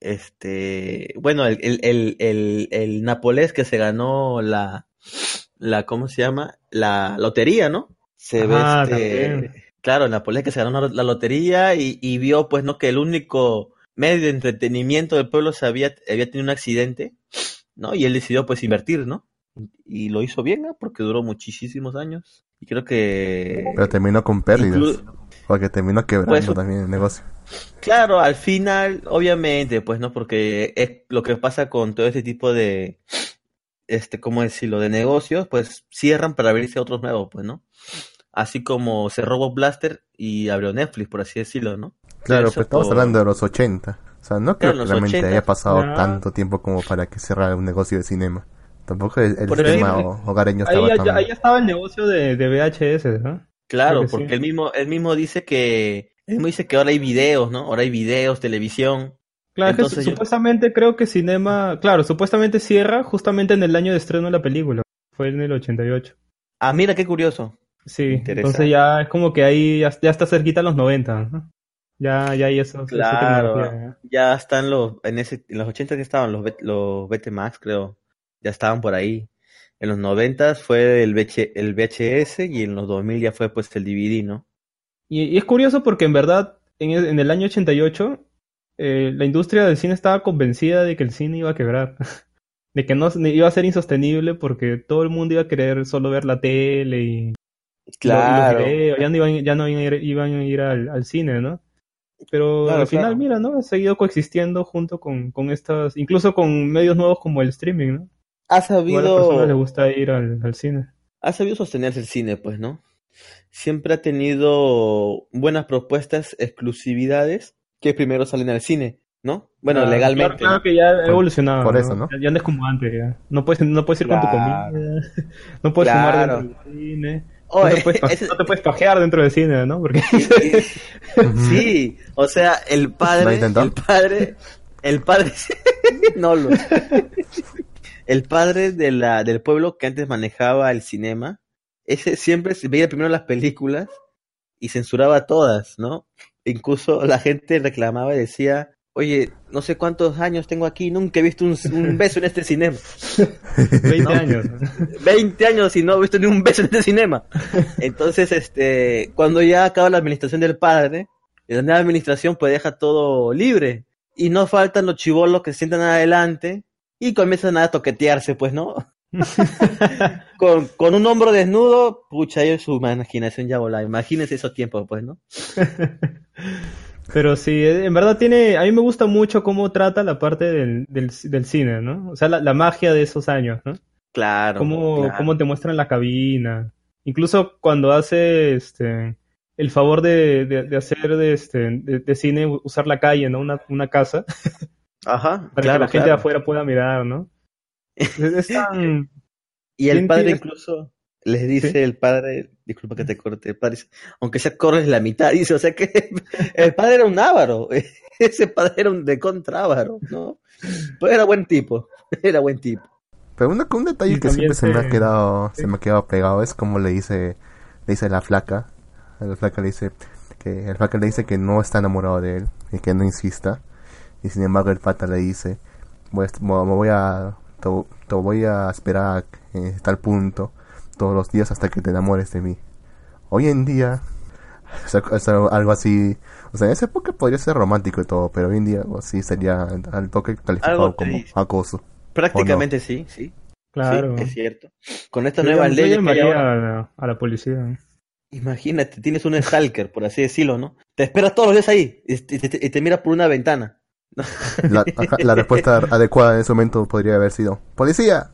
este, bueno, el, el, el, el, el napolés que se ganó la, la, ¿cómo se llama? La lotería, ¿no? Se ve, Ah, este, también. claro, el napolés que se ganó la lotería y, y vio, pues, ¿no? Que el único medio de entretenimiento del pueblo se había, había tenido un accidente, ¿no? Y él decidió, pues, invertir, ¿no? Y lo hizo bien, ¿no? Porque duró muchísimos años. Y creo que... Pero terminó con pérdidas. Inclu- Porque terminó quebrando Pues, también el negocio. Claro, al final, obviamente, pues, ¿no? Porque es lo que pasa con todo este tipo de, este, ¿cómo decirlo? De negocios, pues, cierran para abrirse otros nuevos, pues, ¿no? Así como cerró Bob Blaster y abrió Netflix, por así decirlo, ¿no? Claro, Eso pero estamos por- hablando de los ochenta. O sea, no creo Claro, que los realmente ochenta. haya pasado Ah. tanto tiempo como para que cerrara un negocio de cinema. Tampoco el, el Por sistema ahí- ho- hogareño Ahí estaba ya, tan... ya- ahí ya estaba el negocio de, de V H S, ¿no? Claro, Creo que porque sí. él mismo, él mismo dice que, él mismo dice que ahora hay videos, ¿no? Ahora hay videos, televisión. Claro, es que Entonces su- yo- supuestamente creo que Cinema, claro, supuestamente cierra justamente en el año de estreno de la película. Fue en el ochenta y ocho. Ah, mira qué curioso. Sí, Interesante. entonces ya es como que ahí ya, ya está cerquita a los noventa, ¿no? Ya, ya hay eso, esa Claro, tecnología, ya están los, en ese, en los ochenta que estaban los, B- los Betamax, creo, ya estaban por ahí. En los noventa fue el, V H, el V H S y en los dos mil ya fue pues el D V D, ¿no? Y, y es curioso porque en verdad, en el, en el año ochenta y ocho, eh, la industria del cine estaba convencida de que el cine iba a quebrar. de que no iba a ser insostenible porque todo el mundo iba a querer solo ver la tele y, Claro. y los videos, ya no iban, ya no iban a ir, iban a ir al, al cine, ¿no? Pero Claro, al final, claro. mira, ¿no? Ha seguido coexistiendo junto con, con estas, incluso con medios nuevos como el streaming, ¿no? Ha Igual a las personas les sabido, gusta ir al, al cine. ha sabido sostenerse el cine, pues, ¿no? Siempre ha tenido buenas propuestas, exclusividades, que primero salen al cine, ¿no? Bueno, Ah, legalmente. Claro, claro ¿no? que ya ha Por- evolucionado. por ¿no? eso, ¿no? Ya, ya no es como antes, ya. No puedes, no puedes ir con tu comida, Claro. no puedes fumar Claro. dentro del cine, Oh, no, te puedes, pa- ese- no te puedes pajear dentro del cine, ¿no? Porque Sí, o sea, el ¿Lo padre, intentó? el padre, el padre, no lo, el padre de la, del pueblo que antes manejaba el cinema, ese siempre se veía primero las películas y censuraba todas, ¿no? Incluso la gente reclamaba y decía, oye, no sé cuántos años tengo aquí, nunca he visto un, un beso en este cinema. veinte No. años. veinte años y no he visto ni un beso en este cinema. Entonces, este, cuando ya acaba la administración del padre, la nueva administración pues deja todo libre. Y no faltan los chibolos que se sientan adelante y comienzan a toquetearse, pues, ¿no? con, con un hombro desnudo, pucha, ellos su imaginación ya volaba. Imagínense esos tiempos, pues, ¿no? Pero sí, en verdad tiene, a mí me gusta mucho cómo trata la parte del, del, del cine, ¿no? O sea, la, la magia de esos años, ¿no? Claro. Cómo, claro. cómo te muestran la cabina. Incluso cuando hace este el favor de, de, de hacer de, este, de, de cine, usar la calle, ¿no? Una, una casa, Ajá, para claro, que la gente de claro. afuera pueda mirar, ¿no? Es, es tan... Y el bien padre tienes- incluso les dice, ¿Sí? el padre, disculpa que te corte, el padre dice, aunque sea corres la mitad, dice, o sea que el padre era un ávaro, ese padre era un de contra ávaro, ¿no? Pero era buen tipo, era buen tipo. Pero una, un detalle Y que también siempre se me ha se- quedado, sí. se me ha quedado pegado es como le dice, le dice la flaca, la flaca le dice que el flaca le dice que no está enamorado de él y que no insista, y sin embargo el pata le dice, voy a, me voy a, te, te voy a esperar en tal punto todos los días hasta que te enamores de mí. Hoy en día, o sea, o sea, algo así, o sea, en esa época podría ser romántico y todo, pero hoy en día algo así sería al toque calificado Algo como triste. acoso. Prácticamente sí, sí, Claro. sí, es cierto. Con esta Yo nueva llam- ley yo que hay llamaría ahora, a la, a la policía. ¿no? imagínate, tienes un stalker, por así decirlo, ¿no? Te espera todos los días ahí y te, te- y te mira por una ventana. La, ajá, la respuesta adecuada en ese momento podría haber sido ¡Policía!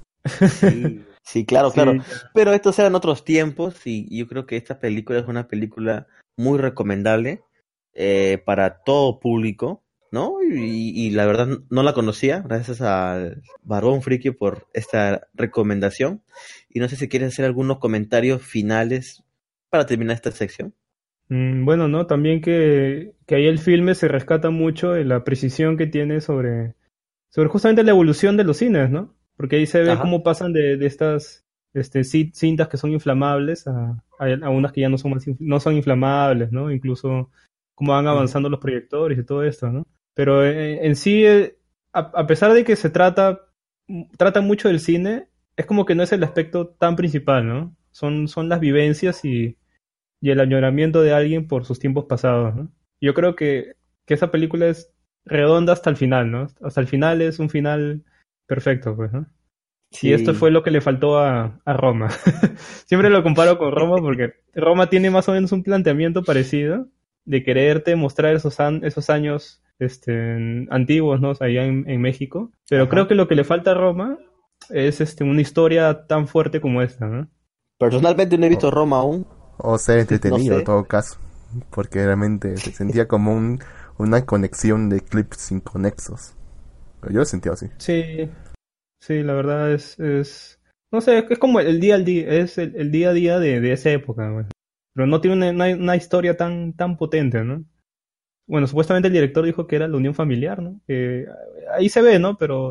Sí, sí, claro, Sí. claro. Pero estos eran otros tiempos y yo creo que esta película es una película muy recomendable eh, para todo público, ¿no? Y, y la verdad no la conocía, gracias al Barbón Friki por esta recomendación. Y no sé si quieres hacer algunos comentarios finales para terminar esta sección. Mm, Bueno, ¿no? También que, que ahí el filme se rescata mucho de la precisión que tiene sobre, sobre justamente la evolución de los cines, ¿no? Porque ahí se ve Ajá. cómo pasan de, de estas este, ci- cintas que son inflamables a, a, a unas que ya no son, más inf- no son inflamables, ¿no? Incluso cómo van avanzando los proyectores y todo esto, ¿no? Pero eh, en sí, eh, a, a pesar de que se trata, trata mucho del cine, es como que no es el aspecto tan principal, ¿no? Son, son las vivencias y y el añoramiento de alguien por sus tiempos pasados, ¿no? Yo creo que, que esa película es redonda hasta el final, ¿no? Hasta el final es un final perfecto, pues, ¿no? Sí. Y esto fue lo que le faltó a, a Roma. Siempre lo comparo con Roma porque Roma tiene más o menos un planteamiento parecido de quererte mostrar esos, an- esos años este, antiguos, ¿no? Allá en, en México. Pero Ajá. creo que lo que le falta a Roma es este, una historia tan fuerte como esta, ¿no? Personalmente no he visto Roma aún. O ser entretenido No sé. en todo caso, porque realmente se sentía como un, una conexión de clips inconexos. Yo lo sentía así. Sí, sí, la verdad es, es no sé, es como el día al día, es el, el día a día de, de esa época, güey. Pero no tiene una, una, una historia tan, tan potente, ¿no? Bueno, supuestamente el director dijo que era la unión familiar, ¿no? Que ahí se ve, ¿no? Pero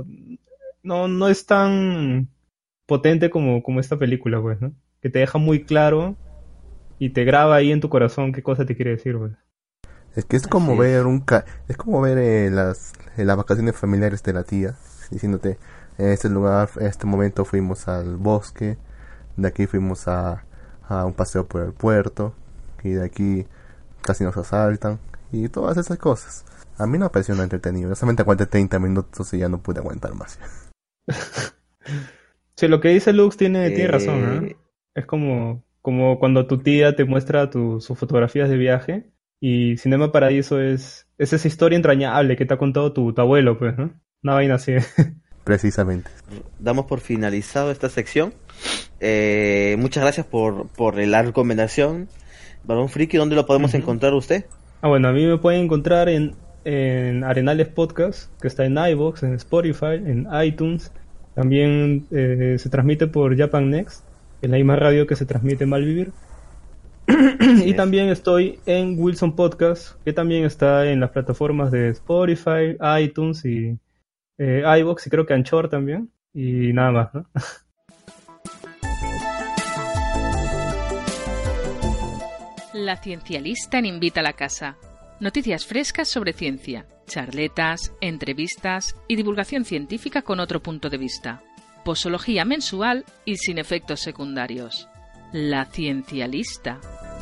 no, no es tan potente como, como esta película, pues, ¿no? Que te deja muy claro y te graba ahí en tu corazón qué cosa te quiere decir, pues. Es que es como Así ver es. un ca es como ver eh, las eh, las vacaciones familiares de la tía, diciéndote en este lugar, en este momento fuimos al bosque, de aquí fuimos a, a un paseo por el puerto y de aquí casi nos asaltan y todas esas cosas. A mí no me pareció nada entretenido, solamente aguanté treinta minutos y ya no pude aguantar más. Sí, lo que dice Lux tiene, tiene razón, Eh, ¿eh? Es como, como cuando tu tía te muestra tu- sus fotografías de viaje y Cinema Paradiso es, es esa historia entrañable que te ha contado tu, tu abuelo, pues, ¿no? Una vaina así. Precisamente. Damos por finalizado esta sección. Eh, muchas gracias por, por la recomendación. Balón Friki, ¿dónde lo podemos Ujú. encontrar usted? Ah, bueno, a mí me pueden encontrar en, en Arenales Podcast, que está en iVoox, en Spotify, en iTunes. También eh, se transmite por Japan Next, en la misma radio que se transmite Malvivir. Así Y es. también estoy en Wilson Podcast, que también está en las plataformas de Spotify, iTunes y eh, iVoox y creo que Anchor también. Y nada más, ¿no? La Ciencialista en Invita a la Casa. Noticias frescas sobre ciencia, charletas, entrevistas y divulgación científica con otro punto de vista. Posología mensual y sin efectos secundarios. La Ciencialista.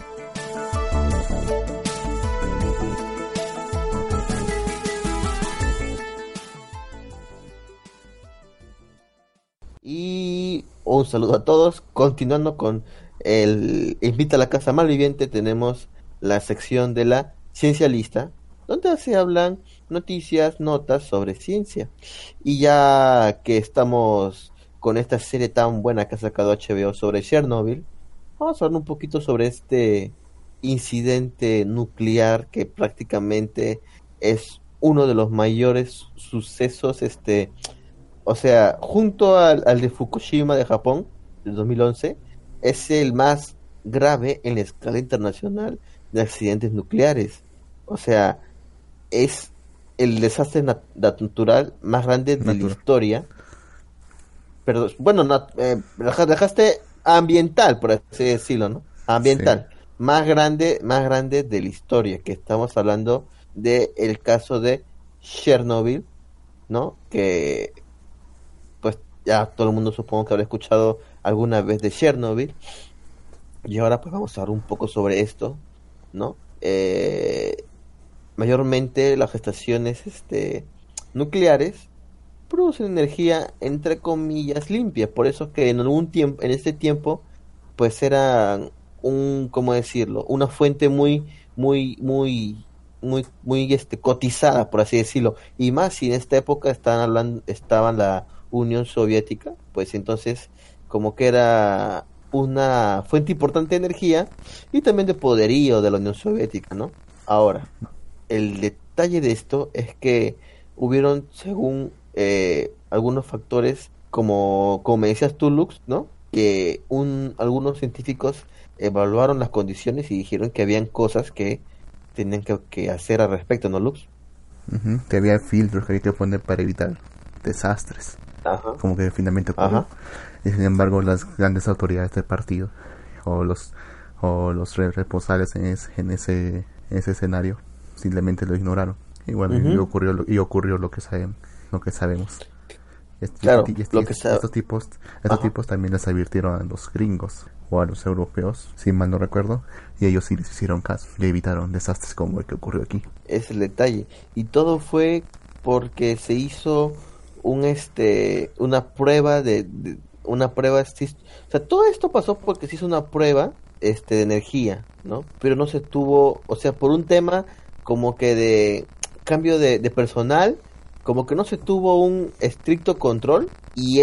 Y un saludo a todos. Continuando con el Invita a la Casa Malviviente, tenemos la sección de la Ciencialista, donde se hablan noticias, notas sobre ciencia. Y ya que estamos con esta serie tan buena que ha sacado H B O sobre Chernobyl, vamos a hablar un poquito sobre este incidente nuclear que prácticamente es uno de los mayores sucesos, este, o sea, junto al, al de Fukushima de Japón, del dos mil once, es el más grave en la escala internacional de accidentes nucleares. O sea, es el desastre nat- natural más grande de la Natural. historia. Pero, bueno, nat- eh, deja- dejaste ambiental, por así decirlo, ¿no? Ambiental. Más grande, más grande de la historia, que estamos hablando de el caso de Chernobyl, ¿no? Que pues ya todo el mundo supongo que habrá escuchado alguna vez de Chernobyl. Y ahora pues vamos a hablar un poco sobre esto, ¿no? Eh, mayormente las estaciones este, nucleares producen energía entre comillas limpia, por eso que en algún tiempo, en este tiempo, pues eran un, ¿cómo decirlo? Una fuente muy, muy, muy, muy, muy este, cotizada, por así decirlo. Y más si en esta época estaban hablando, estaba la Unión Soviética, pues entonces como que era una fuente importante de energía y también de poderío de la Unión Soviética, ¿no? Ahora, el detalle de esto es que hubieron, según eh, algunos factores, como, como me decías tú, Lux, ¿no? Que un, algunos científicos evaluaron las condiciones y dijeron que habían cosas que tenían que, que hacer al respecto, ¿no, Lux? Ujú, que había filtros que había que poner para evitar desastres, Ajá. como que finalmente ocurrió. Ajá. Y sin embargo, las grandes autoridades del partido o los o los re- responsables en ese, en ese en ese escenario simplemente lo ignoraron. Y bueno, Ujú. y ocurrió lo, y ocurrió lo que sabemos, lo que sabemos. Est- Claro, y- y- lo y- que sa- estos tipos estos Ajá. tipos también les advirtieron a los gringos o a los europeos, si mal no recuerdo, y ellos sí les hicieron caso y evitaron desastres como el que ocurrió aquí. Es el detalle. Y todo fue porque se hizo un este una prueba de, de- una prueba sis- o sea, todo esto pasó porque se hizo una prueba este de energía, ¿no? Pero no se tuvo, o sea, por un tema como que de cambio de, de personal, como que no se tuvo un estricto control y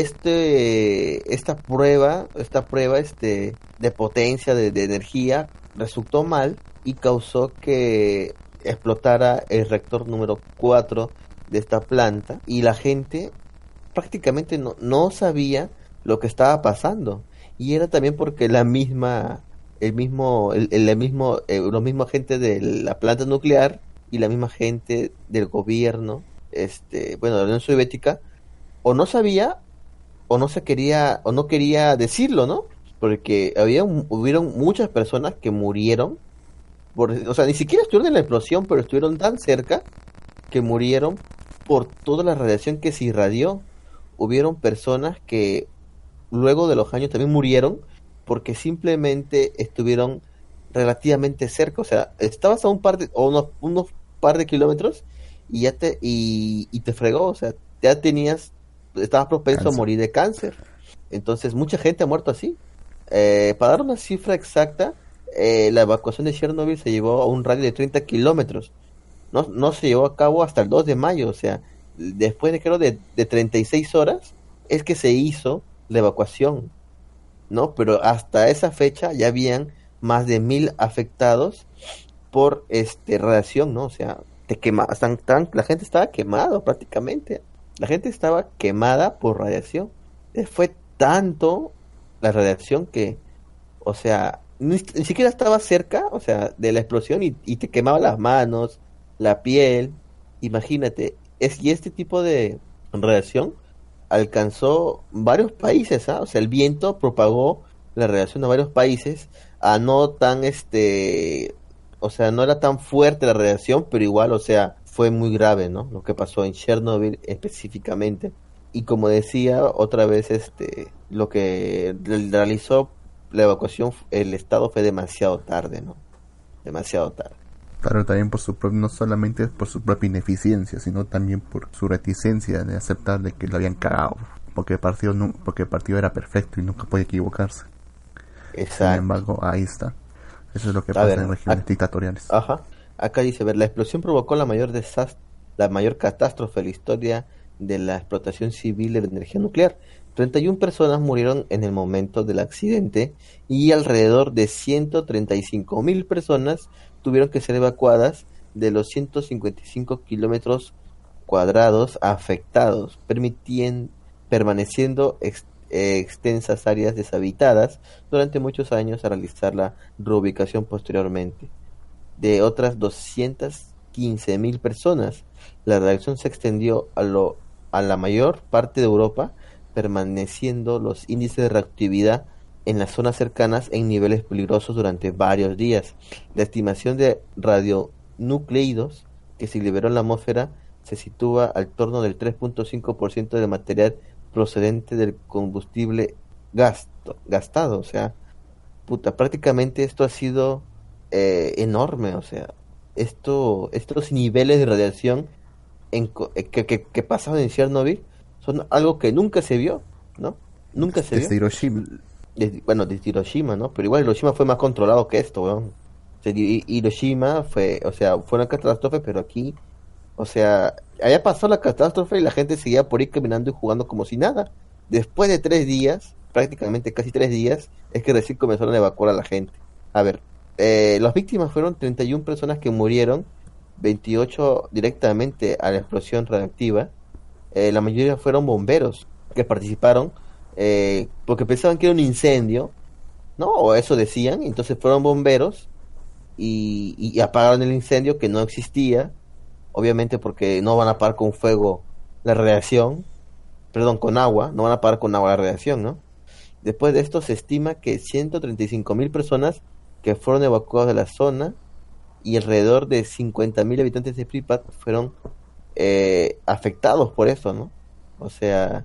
este esta prueba, esta prueba este de potencia de, de energía resultó mal y causó que explotara el reactor número cuatro de esta planta y la gente prácticamente no, no sabía lo que estaba pasando y era también porque la misma el mismo el, el mismo eh, los mismos gente de la planta nuclear y la misma gente del gobierno este bueno de la Unión Soviética o no sabía o no se quería o no quería decirlo, ¿no? Porque había un- hubieron muchas personas que murieron por, o sea, ni siquiera estuvieron en la explosión, pero estuvieron tan cerca que murieron por toda la radiación que se irradió. Hubieron personas que luego de los años también murieron porque simplemente estuvieron relativamente cerca, o sea, estabas a un par de, o unos, unos par de kilómetros y ya te, y, y te fregó, o sea, ya tenías estabas propenso Cáncer. a morir de cáncer. Entonces, mucha gente ha muerto así. Eh, para dar una cifra exacta, eh, la evacuación de Chernobyl se llevó a un radio de treinta kilómetros. No, no se llevó a cabo hasta el dos de mayo, o sea, después de creo de, de treinta y seis horas es que se hizo la evacuación, ¿no? Pero hasta esa fecha ya habían más de mil afectados por este radiación, ¿no? O sea, te quema, están, tan, la gente estaba quemada prácticamente, la gente estaba quemada por radiación. Eh, Fue tanto la radiación que, o sea, ni, ni siquiera estaba cerca, o sea, de la explosión y, y te quemaba las manos, la piel, imagínate, es, y este tipo de radiación alcanzó varios países, ¿ah? O sea, el viento propagó la radiación a varios países, a no tan, este, o sea, no era tan fuerte la radiación, pero igual, o sea, fue muy grave, ¿no? Lo que pasó en Chernobyl específicamente. Y como decía, otra vez, este, lo que realizó la evacuación, el Estado fue demasiado tarde, ¿no? Demasiado tarde. Claro, también por su propio, no solamente por su propia ineficiencia, sino también por su reticencia de aceptar de que lo habían cagado, porque el partido no, porque el partido era perfecto y nunca podía equivocarse. Exacto. Sin embargo, ahí está. Eso es lo que A pasa ver, en regiones ac- dictatoriales. Ajá. Acá dice, ver, la explosión provocó la mayor desastre, la mayor catástrofe de la historia de la explotación civil de la energía nuclear. treinta y una personas murieron en el momento del accidente y alrededor de ciento treinta y cinco mil personas tuvieron que ser evacuadas de los ciento cincuenta y cinco kilómetros cuadrados afectados, permitien- permaneciendo ex- eh, extensas áreas deshabitadas durante muchos años a realizar la reubicación posteriormente de otras doscientas quince mil personas. La radiación se extendió a, lo, a la mayor parte de Europa, permaneciendo los índices de reactividad en las zonas cercanas en niveles peligrosos durante varios días. La estimación de radionucleidos que se liberó en la atmósfera se sitúa al torno del tres punto cinco por ciento del material procedente del combustible gasto, gastado. O sea, puta, prácticamente esto ha sido eh, enorme. O sea, esto, estos niveles de radiación en, co- eh, que, que, que pasaban en Chernobyl son algo que nunca se vio, ¿no? Nunca se Desde vio. Hiroshima. Desde- bueno, desde Hiroshima, ¿no? Pero igual Hiroshima fue más controlado que esto, weón. O sea, Hi- Hiroshima fue, o sea, fue una catástrofe, pero aquí, o sea, allá pasó la catástrofe y la gente seguía por ir caminando y jugando como si nada. Después de tres días, prácticamente casi tres días, es que recién comenzaron a evacuar a la gente. A ver, eh, las víctimas fueron treinta y una personas que murieron, veintiocho directamente a la explosión radiactiva. Eh, la mayoría fueron bomberos que participaron eh, porque pensaban que era un incendio, ¿no? O eso decían, entonces fueron bomberos y, y apagaron el incendio que no existía, obviamente porque no van a apagar con fuego la radiación, perdón, con agua, no van a apagar con agua la radiación, ¿no? Después de esto se estima que ciento treinta y cinco mil personas que fueron evacuadas de la zona y alrededor de cincuenta mil habitantes de Pripyat fueron eh, afectados por eso, ¿no? O sea,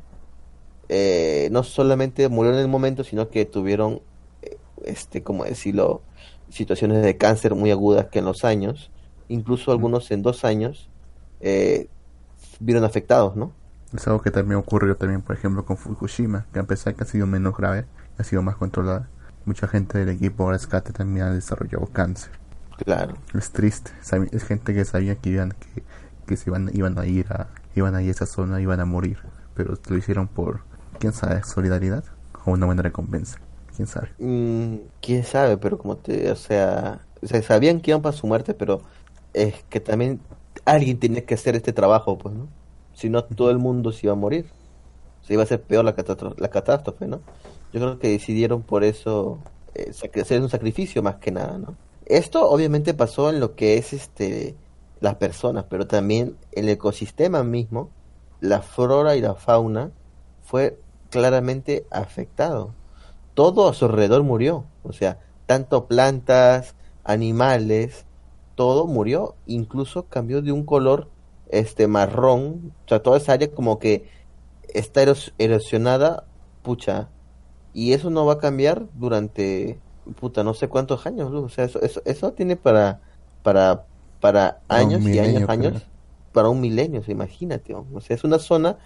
eh, no solamente murieron en el momento, sino que tuvieron, eh, este, como decirlo, situaciones de cáncer muy agudas que en los años, incluso algunos en dos años, eh, vieron afectados, ¿no? Es algo que también ocurrió también, por ejemplo, con Fukushima, que a pesar que ha sido menos grave, ha sido más controlada. Mucha gente del equipo de rescate también ha desarrollado cáncer. Claro. Es triste, sabi- es gente que sabía que iban, que, que se iban, iban a ir a, iban a ir a esa zona, iban a morir, pero lo hicieron por, quién sabe, solidaridad o una buena recompensa, quién sabe. Mm, quién sabe, pero como te, o sea, o sea, sabían que iban para su muerte, pero es que también alguien tenía que hacer este trabajo, pues, ¿no? Si no, todo el mundo se iba a morir. Se iba a hacer peor la catástrofe, la catástrofe, ¿no? Yo creo que decidieron por eso eh, sac- hacer un sacrificio más que nada, ¿no? Esto obviamente pasó en lo que es este las personas, pero también el ecosistema mismo, la flora y la fauna fue claramente afectado. Todo a su alrededor murió, o sea, tanto plantas, animales, todo murió, incluso cambió de un color este marrón, o sea, toda esa área como que está eros- erosionada, pucha, y eso no va a cambiar durante, puta, no sé cuántos años, Luz. O sea, eso, eso, eso tiene para, para, para Para un años y años, milenio, años, creo. para un milenio, o sea, imagínate, ¿no? O sea, es una zona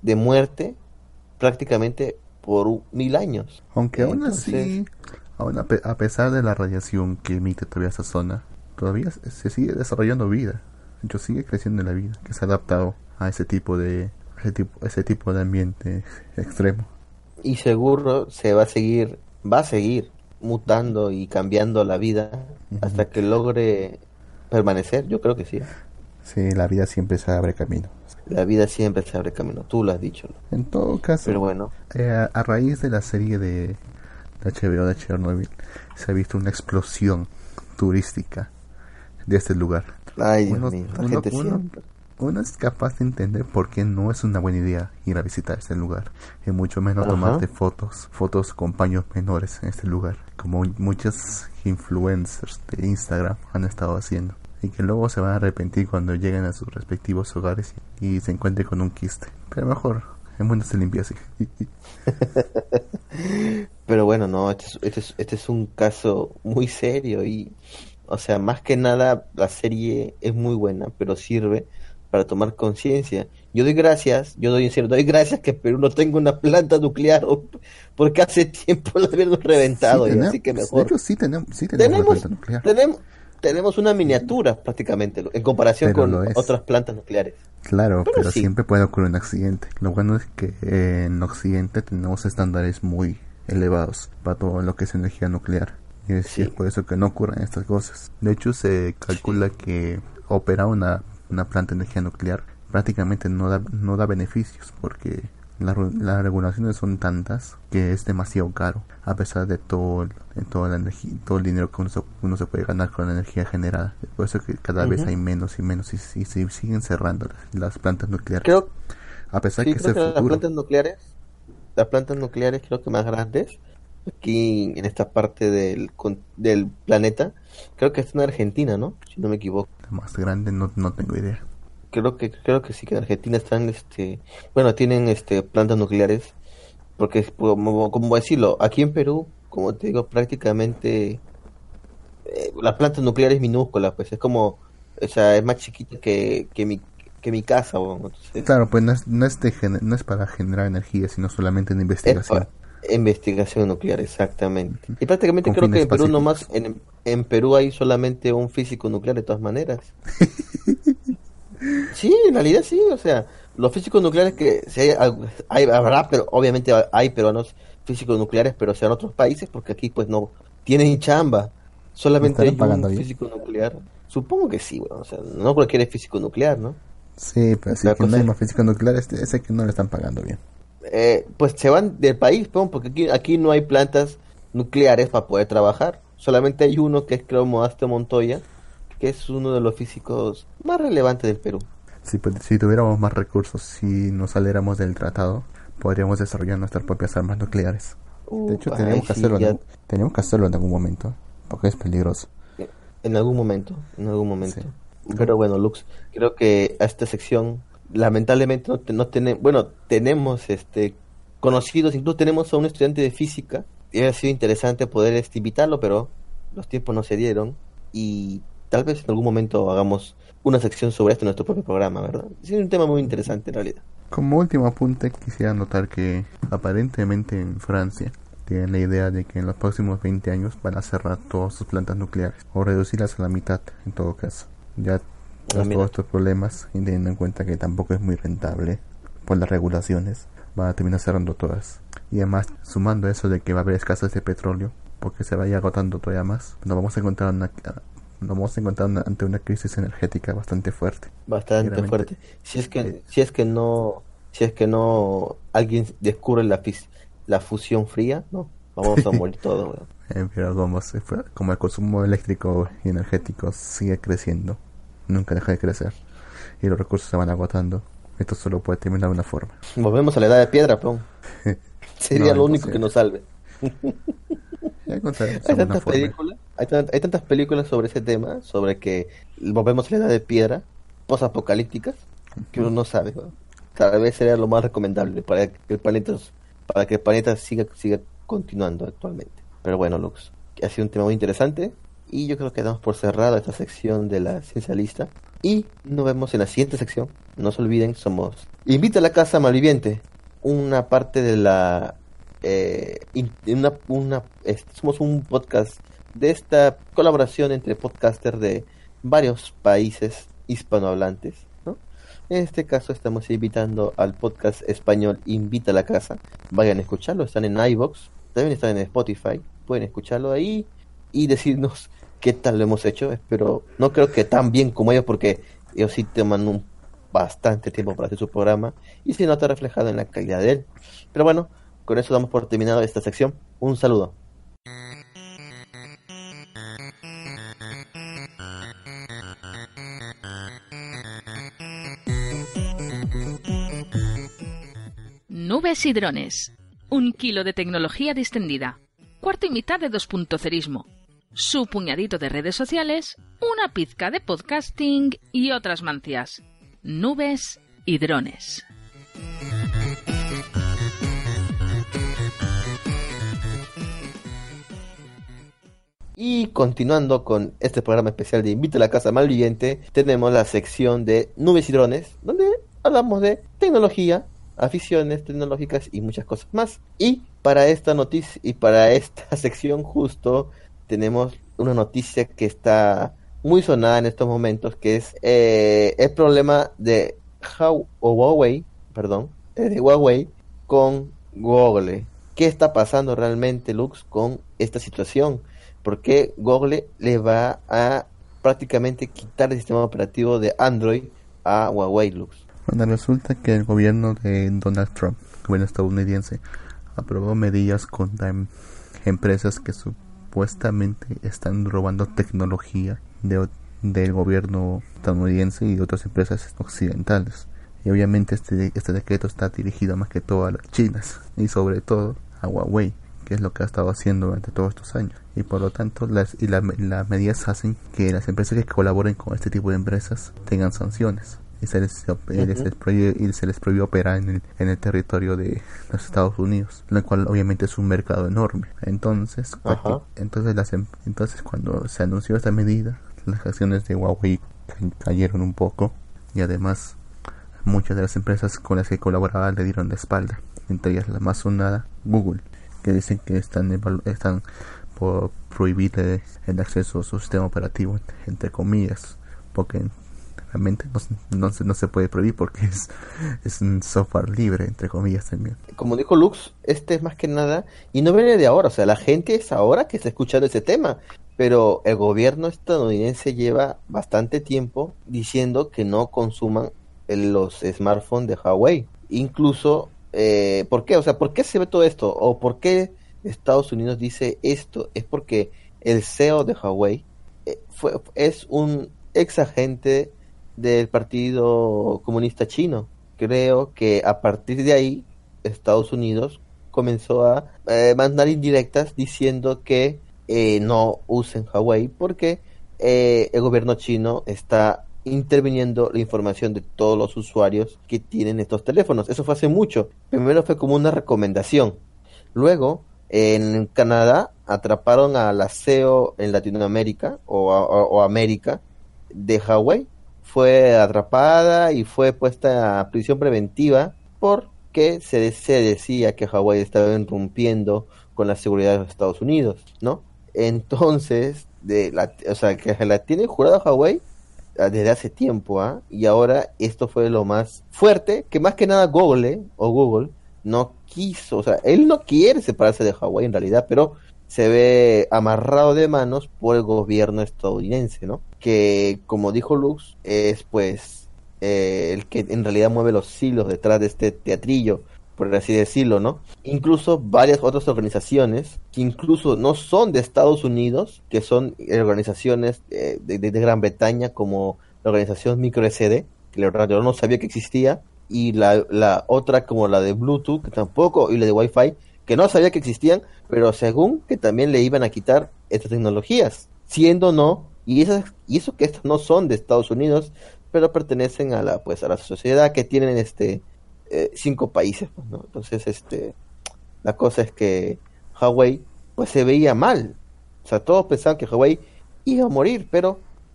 de muerte prácticamente por un, mil años. Aunque aún Entonces, así, aún a, pe- a pesar de la radiación que emite todavía esa zona, todavía se se sigue desarrollando vida. De hecho, sigue creciendo la vida, que se ha adaptado a ese tipo de ese tipo, ese tipo de ambiente extremo. y seguro se va a seguir, va a seguir mutando y cambiando la vida hasta que logre permanecer. Yo creo que sí. Sí, la vida siempre se abre camino. La vida siempre se abre camino. Tú lo has dicho, ¿no? En todo caso, Pero bueno, eh, a, a raíz de la serie de, de H B O de Chernobyl, se ha visto una explosión turística de este lugar. ay Dios Uno, mío, la uno- gente uno- siempre. uno es capaz de entender por qué no es una buena idea ir a visitar este lugar, y mucho menos Ajá. tomarte fotos, fotos con paños menores en este lugar, como muchos influencers de Instagram han estado haciendo, y que luego se van a arrepentir cuando lleguen a sus respectivos hogares y, y se encuentren con un quiste. Pero mejor, el mundo se limpia así. Pero bueno, no, este es, este es, este es un caso muy serio y, o sea, más que nada la serie es muy buena, pero sirve para tomar conciencia. Yo doy gracias, yo doy en serio, doy gracias que Perú no tenga una planta nuclear, o- porque hace tiempo la habíamos reventado, Sí, y tenemos- así que De mejor. hecho, sí tenemos, sí tenemos, una Tenemos, planta nuclear. tenemos, tenemos una miniatura prácticamente en comparación Pero con lo es. otras plantas nucleares. Claro, Pero pero, sí. siempre puede ocurrir un accidente. Lo bueno es que eh, en Occidente tenemos estándares muy elevados para todo lo que es energía nuclear. Y es, Sí. es por eso que no ocurren estas cosas. De hecho, se calcula que operar una, una planta de energía nuclear prácticamente no da, no da beneficios, porque la ru- las regulaciones son tantas que es demasiado caro, a pesar de todo, el- de toda la energía, todo el dinero que uno se, uno se puede ganar con la energía generada. Es por eso que cada vez Ujú. hay menos y menos y, y se siguen cerrando las, las plantas nucleares. Creo, A pesar sí, que es creo el que las futuro. plantas nucleares, las plantas nucleares creo que más grandes aquí en esta parte del, con- del planeta, creo que está en Argentina, ¿no? Si no me equivoco. La más grande no, no tengo idea. Creo que creo que sí que en Argentina están, este, bueno, tienen este plantas nucleares, porque es como, como decirlo, aquí en Perú, como te digo, prácticamente eh, la planta nuclear es minúscula, pues es como, o sea, es más chiquita que, que mi que mi casa, bueno, entonces, Claro, pues no es, no es, de gener- no es para generar energía, sino solamente en es investigación. para investigación nuclear, exactamente. Y prácticamente Con creo que fines en Perú pacíficos. nomás, en, en Perú hay solamente un físico nuclear de todas maneras. Sí, en realidad sí, o sea, los físicos nucleares que si hay, hay habrá, pero obviamente hay peruanos físicos nucleares, pero sean otros países, porque aquí pues no tienen chamba. Solamente ¿Estarán hay pagando un bien? físico nuclear. Supongo que sí, bueno, o sea, no cualquiera es físico nuclear, ¿no? Sí, pero si La que no cosa hay es- más física nuclear, este, ese que no le están pagando bien. Eh, pues se van del país, pues, porque aquí, aquí no hay plantas nucleares para poder trabajar. Solamente hay uno que es creo Modesto Montoya, que es uno de los físicos más relevantes del Perú. Si, pues, si tuviéramos más recursos, si nos saliéramos del tratado, podríamos desarrollar nuestras propias armas nucleares. De hecho, Upa, tenemos ahí que sí, hacerlo, ya- en, tenemos que hacerlo en algún momento, porque es peligroso. En algún momento, en algún momento. Sí. Pero bueno, Lux, creo que a esta sección, lamentablemente no, te- no tenemos, bueno, tenemos este conocidos, incluso tenemos a un estudiante de física, y hubiera sido interesante poder este, invitarlo, pero los tiempos no se dieron, y tal vez en algún momento hagamos una sección sobre esto en nuestro propio programa, ¿verdad? Es un tema muy interesante en realidad. Como último apunte, quisiera notar que aparentemente en Francia tienen la idea de que en los próximos veinte años van a cerrar todas sus plantas nucleares, o reducirlas a la mitad en todo caso. Ya tras mira. todos estos problemas, y teniendo en cuenta que tampoco es muy rentable por las regulaciones, van a terminar cerrando todas. Y además, sumando eso de que va a haber escasez de petróleo, porque se vaya agotando todavía más, nos vamos a encontrar una, nos vamos a encontrar una- ante una crisis energética bastante fuerte. Bastante Claramente. fuerte. Si es que, Eh. si es que no, si es que no alguien descubre la fis- la fusión fría, no, vamos a morir todos, weón. Eh, pero como, se fue- como el consumo eléctrico y energético sigue creciendo, nunca deja de crecer, y los recursos se van agotando, esto solo puede terminar de una forma. Volvemos a la edad de piedra, peón. Sería No, lo único imposible. que nos salve. Ya encontraremos Hay alguna tantas forma. películas, hay, tan- hay tantas películas sobre ese tema, sobre que volvemos a la edad de piedra, posapocalípticas, que uno no sabe, weón. Tal vez sería lo más recomendable para que el planeta, para que el planeta siga, siga continuando actualmente. Pero bueno, Lux, ha sido un tema muy interesante y yo creo que damos por cerrada esta sección de la ciencia lista. y nos vemos en la siguiente sección. No se olviden, somos Invita a la Casa Malviviente, una parte de la eh, in, una, una eh, somos un podcast de esta colaboración entre podcasters de varios países hispanohablantes, ¿no? En este caso estamos invitando al podcast español Invita a la Casa. Vayan a escucharlo, están en iVoox, también están en Spotify, pueden escucharlo ahí y decirnos qué tal lo hemos hecho. Espero, no creo que tan bien como ellos, porque ellos sí toman un bastante tiempo para hacer su programa y se nota reflejado en la calidad de él. Pero bueno, con eso damos por terminado esta sección. Un saludo. Nubes y drones. Un kilo de tecnología distendida. Cuarto y mitad de dos punto cerismo. Su puñadito de redes sociales, una pizca de podcasting y otras mancias. Nubes y drones. Y continuando con este programa especial de Invita a la Casa Malviviente, tenemos la sección de Nubes y Drones, donde hablamos de tecnología, aficiones tecnológicas y muchas cosas más. Y para esta noticia y para esta sección justo tenemos una noticia que está muy sonada en estos momentos, que es eh, el problema de How, o Huawei, perdón, de Huawei con Google. ¿Qué está pasando realmente, Lux, con esta situación? ¿Por qué Google le va a prácticamente quitar el sistema operativo de Android a Huawei, Lux? Bueno, resulta que el gobierno de Donald Trump, el gobierno estadounidense, aprobó medidas contra em- empresas que supuestamente están robando tecnología de, del gobierno estadounidense y de otras empresas occidentales. Y obviamente este, este decreto está dirigido más que todo a las chinas y sobre todo a Huawei, que es lo que ha estado haciendo durante todos estos años. Y por lo tanto las, y la, las medidas hacen que las empresas que colaboren con este tipo de empresas tengan sanciones. Y se les, uh-huh. y se les prohíbe, y se les prohíbe operar en el, en el territorio de los Estados Unidos, lo cual obviamente es un mercado enorme. Entonces, uh-huh. entonces, las, entonces cuando se anunció esta medida, las acciones de Huawei cayeron un poco y además muchas de las empresas con las que colaboraba le dieron la espalda, entre ellas la más sonada, Google, que dicen que están, están por prohibir el acceso a su sistema operativo, entre comillas, porque realmente no, no, se, no se puede prohibir porque es, es un software libre, entre comillas también. Como dijo Lux, este es más que nada, y no viene de ahora, o sea, la gente es ahora que está escuchando ese tema, pero el gobierno estadounidense lleva bastante tiempo diciendo que no consuman los smartphones de Huawei. Incluso, eh, ¿por qué? O sea, ¿por qué se ve todo esto? ¿O por qué Estados Unidos dice esto? Es porque el C E O de Huawei eh, fue, es un ex agente del Partido Comunista Chino. Creo que a partir de ahí Estados Unidos comenzó a eh, mandar indirectas diciendo que eh, no usen Huawei porque eh, el gobierno chino está interviniendo la información de todos los usuarios que tienen estos teléfonos. Eso fue hace mucho. Primero fue como una recomendación. Luego, en Canadá, atraparon a la C E O en Latinoamérica o, o, o América de Huawei. Fue atrapada y fue puesta a prisión preventiva porque se, se decía que Huawei estaba irrumpiendo con la seguridad de los Estados Unidos, ¿no? Entonces, de la, o sea, que la tiene jurada Huawei desde hace tiempo, ¿ah? ¿eh? Y ahora esto fue lo más fuerte, que más que nada Google, ¿eh? o Google, no quiso, o sea, él no quiere separarse de Huawei en realidad, pero se ve amarrado de manos por el gobierno estadounidense, ¿no? Que, como dijo Lux, es pues eh, el que en realidad mueve los hilos detrás de este teatrillo, por así decirlo, ¿no? Incluso varias otras organizaciones que incluso no son de Estados Unidos, que son organizaciones eh, de, de, de Gran Bretaña, como la organización MicroSD, que la verdad yo no sabía que existía, y la, la otra como la de Bluetooth, que tampoco, y la de Wi-Fi, que no sabía que existían, pero según que también le iban a quitar estas tecnologías, siendo no, y esas, y eso que estas no son de Estados Unidos, pero pertenecen a la, pues, a la sociedad que tienen este eh, cinco países, pues, ¿no? Entonces, este, la cosa es que Huawei, pues, se veía mal, o sea, todos pensaban que Huawei iba a morir, pero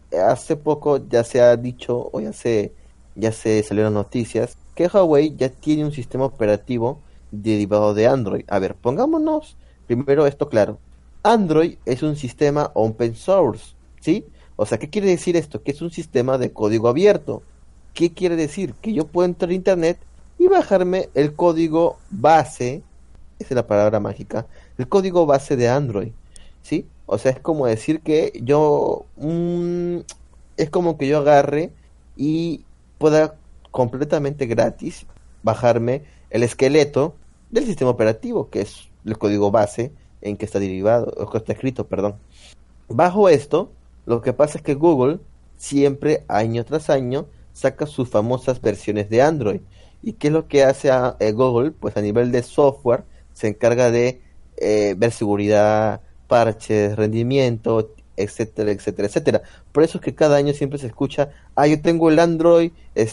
hace poco ya se ha dicho, o ya se, ya se salieron noticias, que Huawei ya tiene un sistema operativo derivado de Android. A ver, pongámonos primero esto claro. Android es un sistema open source, ¿sí? O sea, ¿qué quiere decir esto? Que es un sistema de código abierto. ¿Qué quiere decir? Que yo puedo entrar a internet y bajarme el código base, esa es la palabra mágica, el código base de Android, ¿sí? O sea, es como decir que yo, mmm, es como que yo agarre y pueda completamente gratis bajarme el esqueleto del sistema operativo, que es el código base en que está derivado, o que está escrito, perdón. Bajo esto, lo que pasa es que Google siempre, año tras año, saca sus famosas versiones de Android. ¿Y qué es lo que hace a, a Google? Pues a nivel de software se encarga de eh, ver seguridad, parches, rendimiento, etcétera, etcétera, etcétera. Por eso es que cada año siempre se escucha, ah, yo tengo el Android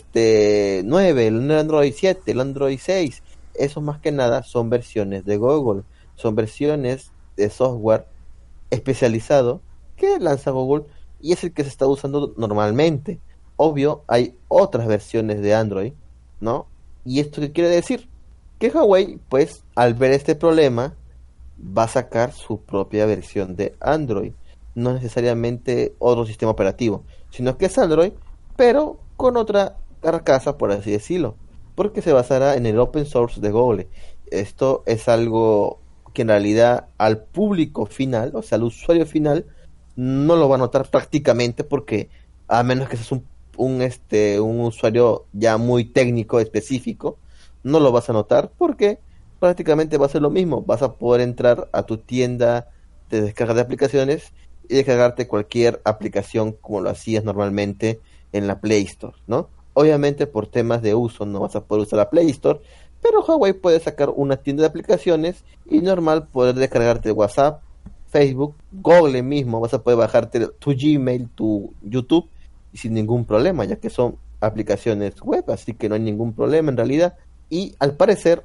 este nueve, el Android siete, el Android seis. Eso más que nada son versiones de Google, son versiones de software especializado que lanza Google y es el que se está usando normalmente. Obvio, hay otras versiones de Android, ¿no? ¿Y esto qué quiere decir? Que Huawei, pues, al ver este problema, va a sacar su propia versión de Android. No necesariamente otro sistema operativo, sino que es Android, pero con otra carcasa, por así decirlo, porque se basará en el open source de Google. Esto es algo que en realidad al público final, o sea, al usuario final, no lo va a notar prácticamente, porque a menos que seas un, un, este, un usuario ya muy técnico, específico, no lo vas a notar, porque prácticamente va a ser lo mismo. Vas a poder entrar a tu tienda de descarga de aplicaciones y descargarte cualquier aplicación como lo hacías normalmente en la Play Store, ¿no? Obviamente por temas de uso no vas a poder usar la Play Store, pero Huawei puede sacar una tienda de aplicaciones y normal poder descargarte WhatsApp, Facebook, Google mismo, vas a poder bajarte tu Gmail, tu YouTube y sin ningún problema, ya que son aplicaciones web, así que no hay ningún problema en realidad. Y al parecer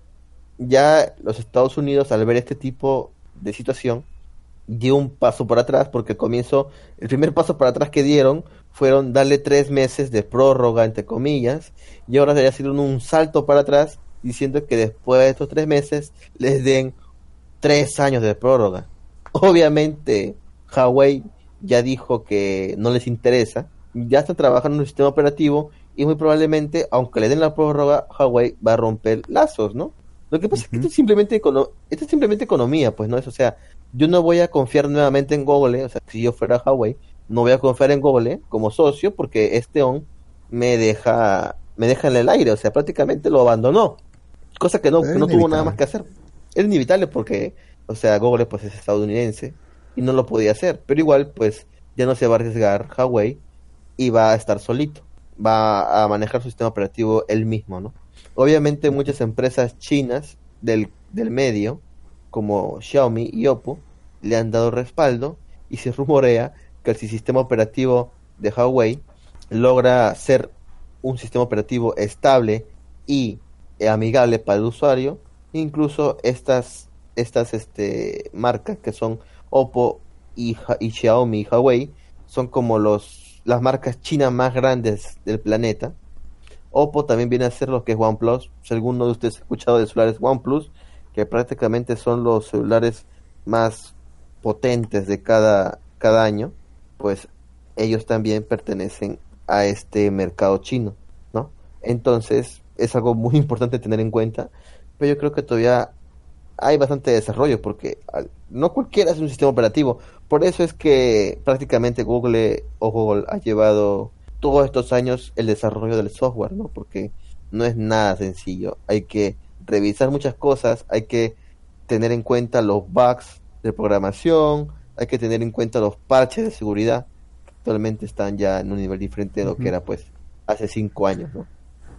ya los Estados Unidos, al ver este tipo de situación, dio un paso para atrás, porque el comienzo, el primer paso para atrás que dieron fueron darle tres meses de prórroga, entre comillas, y ahora ya hicieron un salto para atrás diciendo que después de estos tres meses les den tres años de prórroga. Obviamente Huawei ya dijo que no les interesa, ya están trabajando en un sistema operativo y muy probablemente, aunque le den la prórroga, Huawei va a romper lazos, ¿no? Lo que pasa uh-huh. es que esto es simplemente econo- esto es simplemente economía, pues, ¿no? Es, o sea, yo no voy a confiar nuevamente en Google, o sea, si yo fuera Huawei, no voy a confiar en Google como socio porque este on me deja me deja en el aire, o sea, prácticamente lo abandonó. Cosa que no, que no tuvo nada más que hacer. Es inevitable porque, o sea, Google pues es estadounidense y no lo podía hacer, pero igual pues ya no se va a arriesgar Huawei y va a estar solito, va a manejar su sistema operativo él mismo, ¿no? Obviamente muchas empresas chinas del, del medio, como Xiaomi y Oppo, le han dado respaldo y se rumorea que el sistema operativo de Huawei logra ser un sistema operativo estable y amigable para el usuario. Incluso estas estas este marcas que son Oppo y, y Xiaomi y Huawei son como los las marcas chinas más grandes del planeta. Oppo también viene a ser lo que es OnePlus. Si alguno de ustedes ha escuchado de celulares OnePlus, que prácticamente son los celulares más potentes de cada, cada año, pues ellos también pertenecen a este mercado chino, ¿no? Entonces es algo muy importante tener en cuenta, pero yo creo que todavía hay bastante desarrollo porque no cualquiera hace un sistema operativo. Por eso es que prácticamente Google o Google ha llevado todos estos años el desarrollo del software, ¿no? Porque no es nada sencillo. Hay que revisar muchas cosas, hay que tener en cuenta los bugs de programación, hay que tener en cuenta los parches de seguridad que actualmente están ya en un nivel diferente de lo uh-huh. que era pues hace cinco años, ¿no?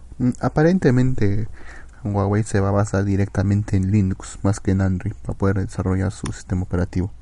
Aparentemente Huawei se va a basar directamente en Linux más que en Android para poder desarrollar su sistema operativo.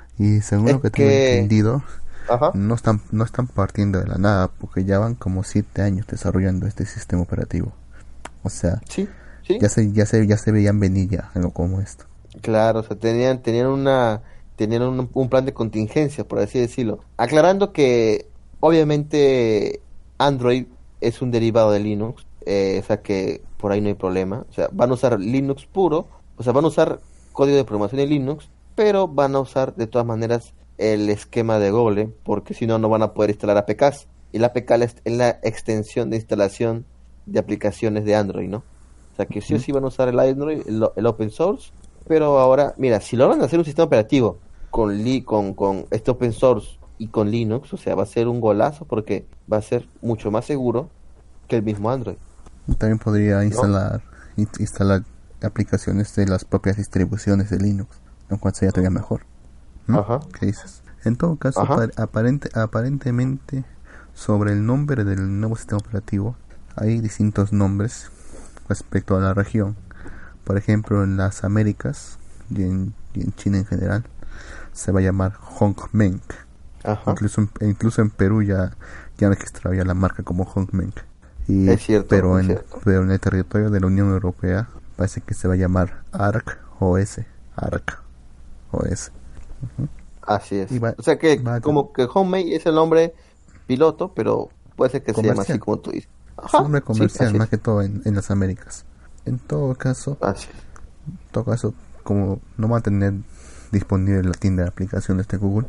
Y según es lo que, que tengo entendido, Ajá. no están no están partiendo de la nada, porque ya van como siete años desarrollando este sistema operativo. O sea, sí, sí. ya se ya se ya se veían venir ya algo como esto. Claro, o sea, tenían tenían una tenían un, un plan de contingencia, por así decirlo. Aclarando que obviamente Android es un derivado de Linux, eh, o sea que por ahí no hay problema. O sea, van a usar Linux puro, o sea, van a usar código de programación en Linux, pero van a usar de todas maneras el esquema de Google, porque si no, no van a poder instalar A P Ks. Y la A P K es la extensión de instalación de aplicaciones de Android, ¿no? O sea que sí o sí van a usar el Android, el, el open source, pero ahora, mira, si logran hacer un sistema operativo con, li, con, con este open source y con Linux, o sea, va a ser un golazo porque va a ser mucho más seguro que el mismo Android. También podría instalar ¿no? instalar aplicaciones de las propias distribuciones de Linux, lo cual sería todavía mejor. ¿Mm? Ajá. ¿Qué dices? En todo caso, apar- aparente, aparentemente, sobre el nombre del nuevo sistema operativo, hay distintos nombres respecto a la región. Por ejemplo, en las Américas y en, y en China en general, se va a llamar Hongmeng. Ajá. Incluso, en, incluso en Perú ya, ya registrado ya la marca como Hongmeng. Y, es cierto, pero, es en, cierto. pero en el territorio de la Unión Europea parece que se va a llamar Arc O S. Arc O S. Uh-huh. Así es. Va, o sea que va, como que Homemade es el nombre piloto, pero puede ser que se llame así como tú dices. Ajá, es un nombre comercial, sí, más que todo en, en las Américas. En todo caso, así es. En todo caso, como no va a tener disponible la tienda de aplicaciones de Google,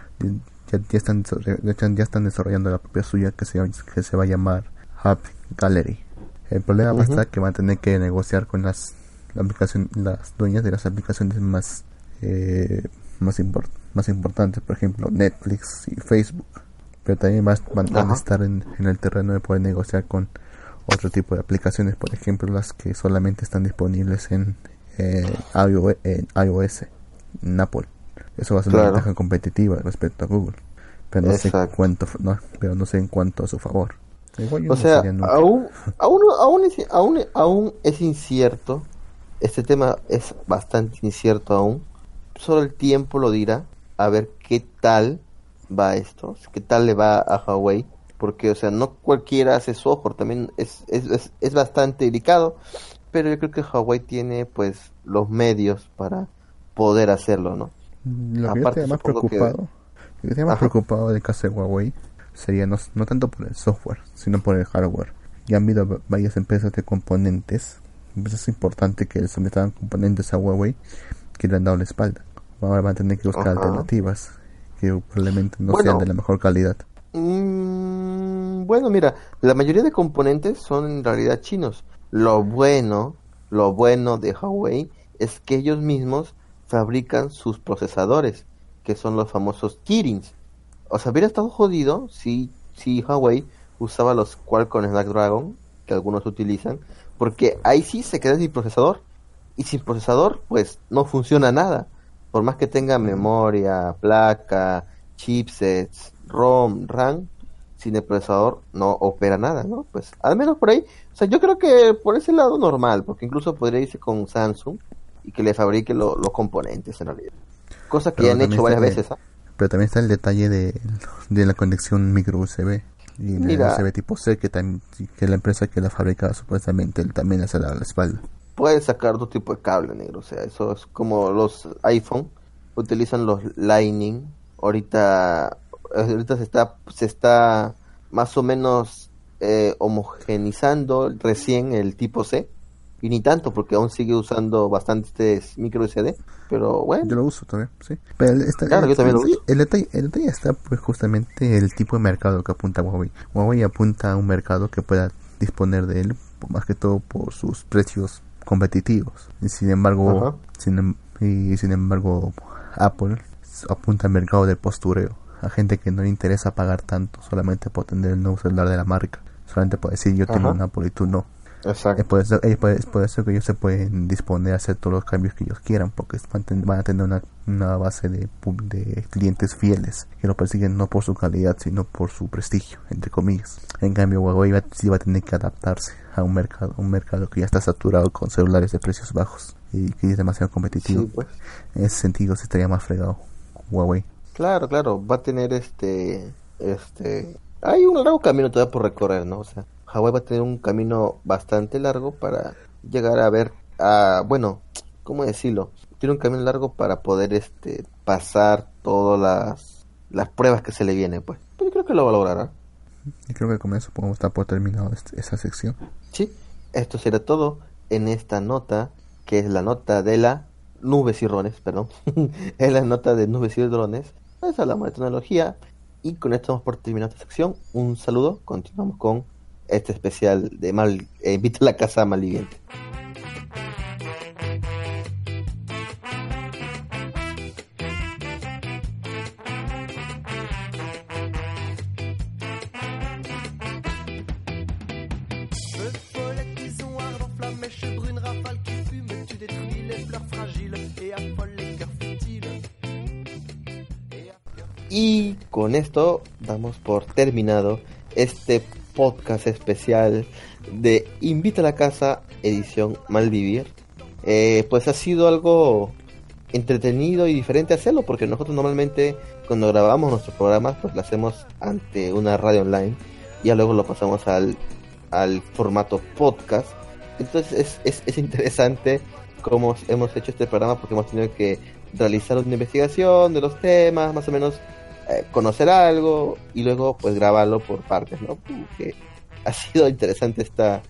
ya, ya, están, ya están desarrollando la propia suya que se, que se va a llamar App Gallery. El problema uh-huh. va a estar que van a tener que negociar con las, la aplicación, las dueñas de las aplicaciones más eh, más, import, más importantes, por ejemplo Netflix y Facebook, pero también más van, van a estar en, en el terreno de poder negociar con otro tipo de aplicaciones, por ejemplo las que solamente están disponibles en, eh, iOS, en iOS, en Apple. Eso va a ser claro. una ventaja competitiva respecto a Google, pero no Exacto. sé cuánto, no, pero no sé en cuanto a su favor. Igual yo o no sea, aún, aún, aún, es, aún, aún es incierto. Este tema es bastante incierto aún. Solo el tiempo lo dirá. A ver qué tal va esto. Qué tal le va a Huawei. Porque, o sea, no cualquiera hace software. También es, es, es, es bastante delicado. Pero yo creo que Huawei tiene, pues, los medios para poder hacerlo, ¿no? Lo que Aparte, yo estoy más preocupado. Que... Lo que estoy más Ajá. preocupado del caso de Huawei sería no, no tanto por el software, sino por el hardware. Ya han habido varias empresas de componentes, empresas importantes que le sometieron componentes a Huawei que le han dado la espalda. Ahora van a tener que buscar Ajá. alternativas que probablemente no bueno, sean de la mejor calidad. Mmm, bueno, mira, la mayoría de componentes son en realidad chinos. Lo bueno, lo bueno de Huawei es que ellos mismos fabrican sus procesadores, que son los famosos Kirins. O sea, hubiera estado jodido si, si Huawei usaba los Qualcomm Snapdragon, que algunos utilizan, porque ahí sí se queda sin procesador, y sin procesador, pues, no funciona nada. Por más que tenga memoria, placa, chipsets, ROM, RAM, sin el procesador no opera nada, ¿no? Pues, al menos por ahí, o sea, yo creo que por ese lado normal, porque incluso podría irse con Samsung y que le fabrique lo, los componentes, en realidad. Cosa que ya han hecho varias veces, ¿ah? Pero también está el detalle de, de la conexión micro U S B y la Mira, U S B tipo C, que también que la empresa que la fabrica supuestamente también le sale a la espalda. Puedes sacar otro tipo de cable, negro. O sea, eso es como los iPhone utilizan los Lightning. Ahorita, ahorita se está, se está más o menos eh, homogenizando recién el tipo C. Y ni tanto, porque aún sigue usando bastantes micro U S B, pero bueno. Yo lo uso también, sí. Pero esta, claro, el, yo también lo el, uso. El detalle, el detalle está pues justamente el tipo de mercado que apunta Huawei. Huawei apunta a un mercado que pueda disponer de él, más que todo por sus precios competitivos. Y sin embargo, sin, y sin embargo, Apple apunta al mercado del postureo, a gente que no le interesa pagar tanto solamente por tener el nuevo celular de la marca, solamente por decir yo tengo un Apple y tú no. Exacto. Es por, eso, es, por, es por eso que ellos se pueden disponer a hacer todos los cambios que ellos quieran, porque van, ten, van a tener una, una base de, de clientes fieles que lo persiguen no por su calidad sino por su prestigio, entre comillas. En cambio Huawei va, sí va a tener que adaptarse a un mercado un mercado que ya está saturado con celulares de precios bajos y que es demasiado competitivo. Sí, pues. En ese sentido se estaría más fregado Huawei. Claro, claro, va a tener este este hay un largo camino todavía por recorrer, ¿no? O sea, Huawei va a tener un camino bastante largo para llegar a ver, a, bueno, ¿cómo decirlo? Tiene un camino largo para poder este pasar todas las las pruebas que se le vienen, pues. Pero yo creo que lo valorará. Y creo que con eso podemos dar por terminado este, esa sección. Sí, esto será todo en esta nota, que es la nota de la nubes y drones, perdón. Es la nota de nubes y drones. Pues hablamos de tecnología. Y con esto vamos por terminar esta sección. Un saludo. Continuamos con este especial de Mal, eh, Invita a la Casa Malviviente. Y con esto damos por terminado este podcast especial de Invita a la Casa, edición Malvivir. Eh, pues ha sido algo entretenido y diferente hacerlo, porque nosotros normalmente cuando grabamos nuestros programas pues lo hacemos ante una radio online y ya luego lo pasamos al, al formato podcast. Entonces es, es, es interesante cómo hemos hecho este programa, porque hemos tenido que realizar una investigación de los temas, más o menos eh, conocer algo y luego pues grabarlo por partes, ¿no? Porque ha sido interesante esta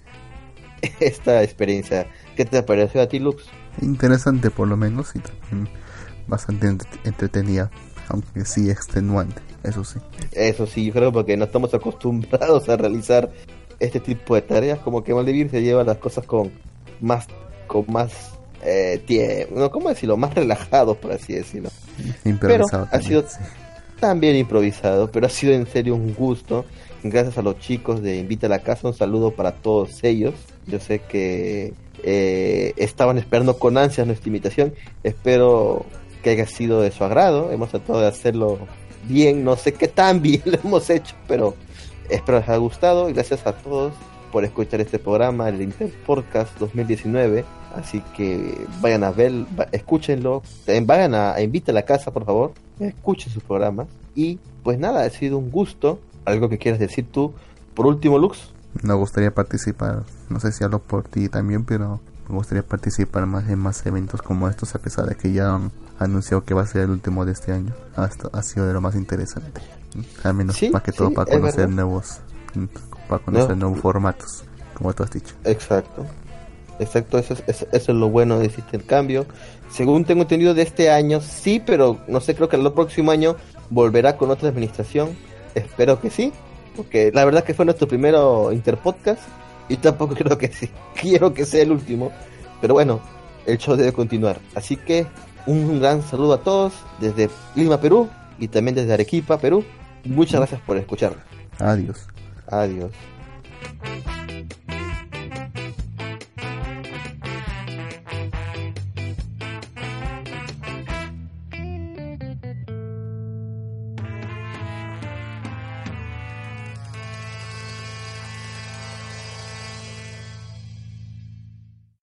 esta experiencia. ¿Qué te pareció a ti, Lux? Interesante por lo menos, y también bastante ent- entretenida, aunque sí extenuante, eso sí. Eso sí, yo creo, porque no estamos acostumbrados a realizar este tipo de tareas. Como que Malvivir se lleva las cosas con más con más eh, tiempo, no, ¿cómo decirlo? Más relajados, por así decirlo. Improvisado Pero ha sido sí. también improvisado, pero ha sido en serio un gusto. Gracias a los chicos de Invita a la Casa, un saludo para todos ellos. Yo sé que eh, estaban esperando con ansias nuestra invitación. Espero que haya sido de su agrado. Hemos tratado de hacerlo bien, no sé qué tan bien lo hemos hecho, pero espero les haya gustado. Y gracias a todos por escuchar este programa, el Interpodcast dos mil diecinueve. Así que vayan a ver, escúchenlo, vayan a, a Invita a la Casa, por favor, escuchen sus programas. Y pues nada, ha sido un gusto. ¿Algo que quieras decir tú? Por último, Lux. Me gustaría participar, no sé si hablo por ti también, pero me gustaría participar más en más eventos como estos, a pesar de que ya han anunciado que va a ser el último de este año. Hasta ha sido de lo más interesante, al menos sí, más que todo sí, para conocer nuevos para conocer no. nuevos formatos, como tú has dicho. Exacto, exacto, eso es, eso, eso es lo bueno de este intercambio. Según tengo entendido, de este año sí, pero no sé, creo que el próximo año volverá con otra administración. Espero que sí, porque la verdad que fue nuestro primero Interpodcast y tampoco creo que sí, quiero que sea el último, pero bueno, el show debe continuar. Así que un gran saludo a todos desde Lima, Perú, y también desde Arequipa, Perú. Muchas gracias por escuchar. Adiós. Adiós.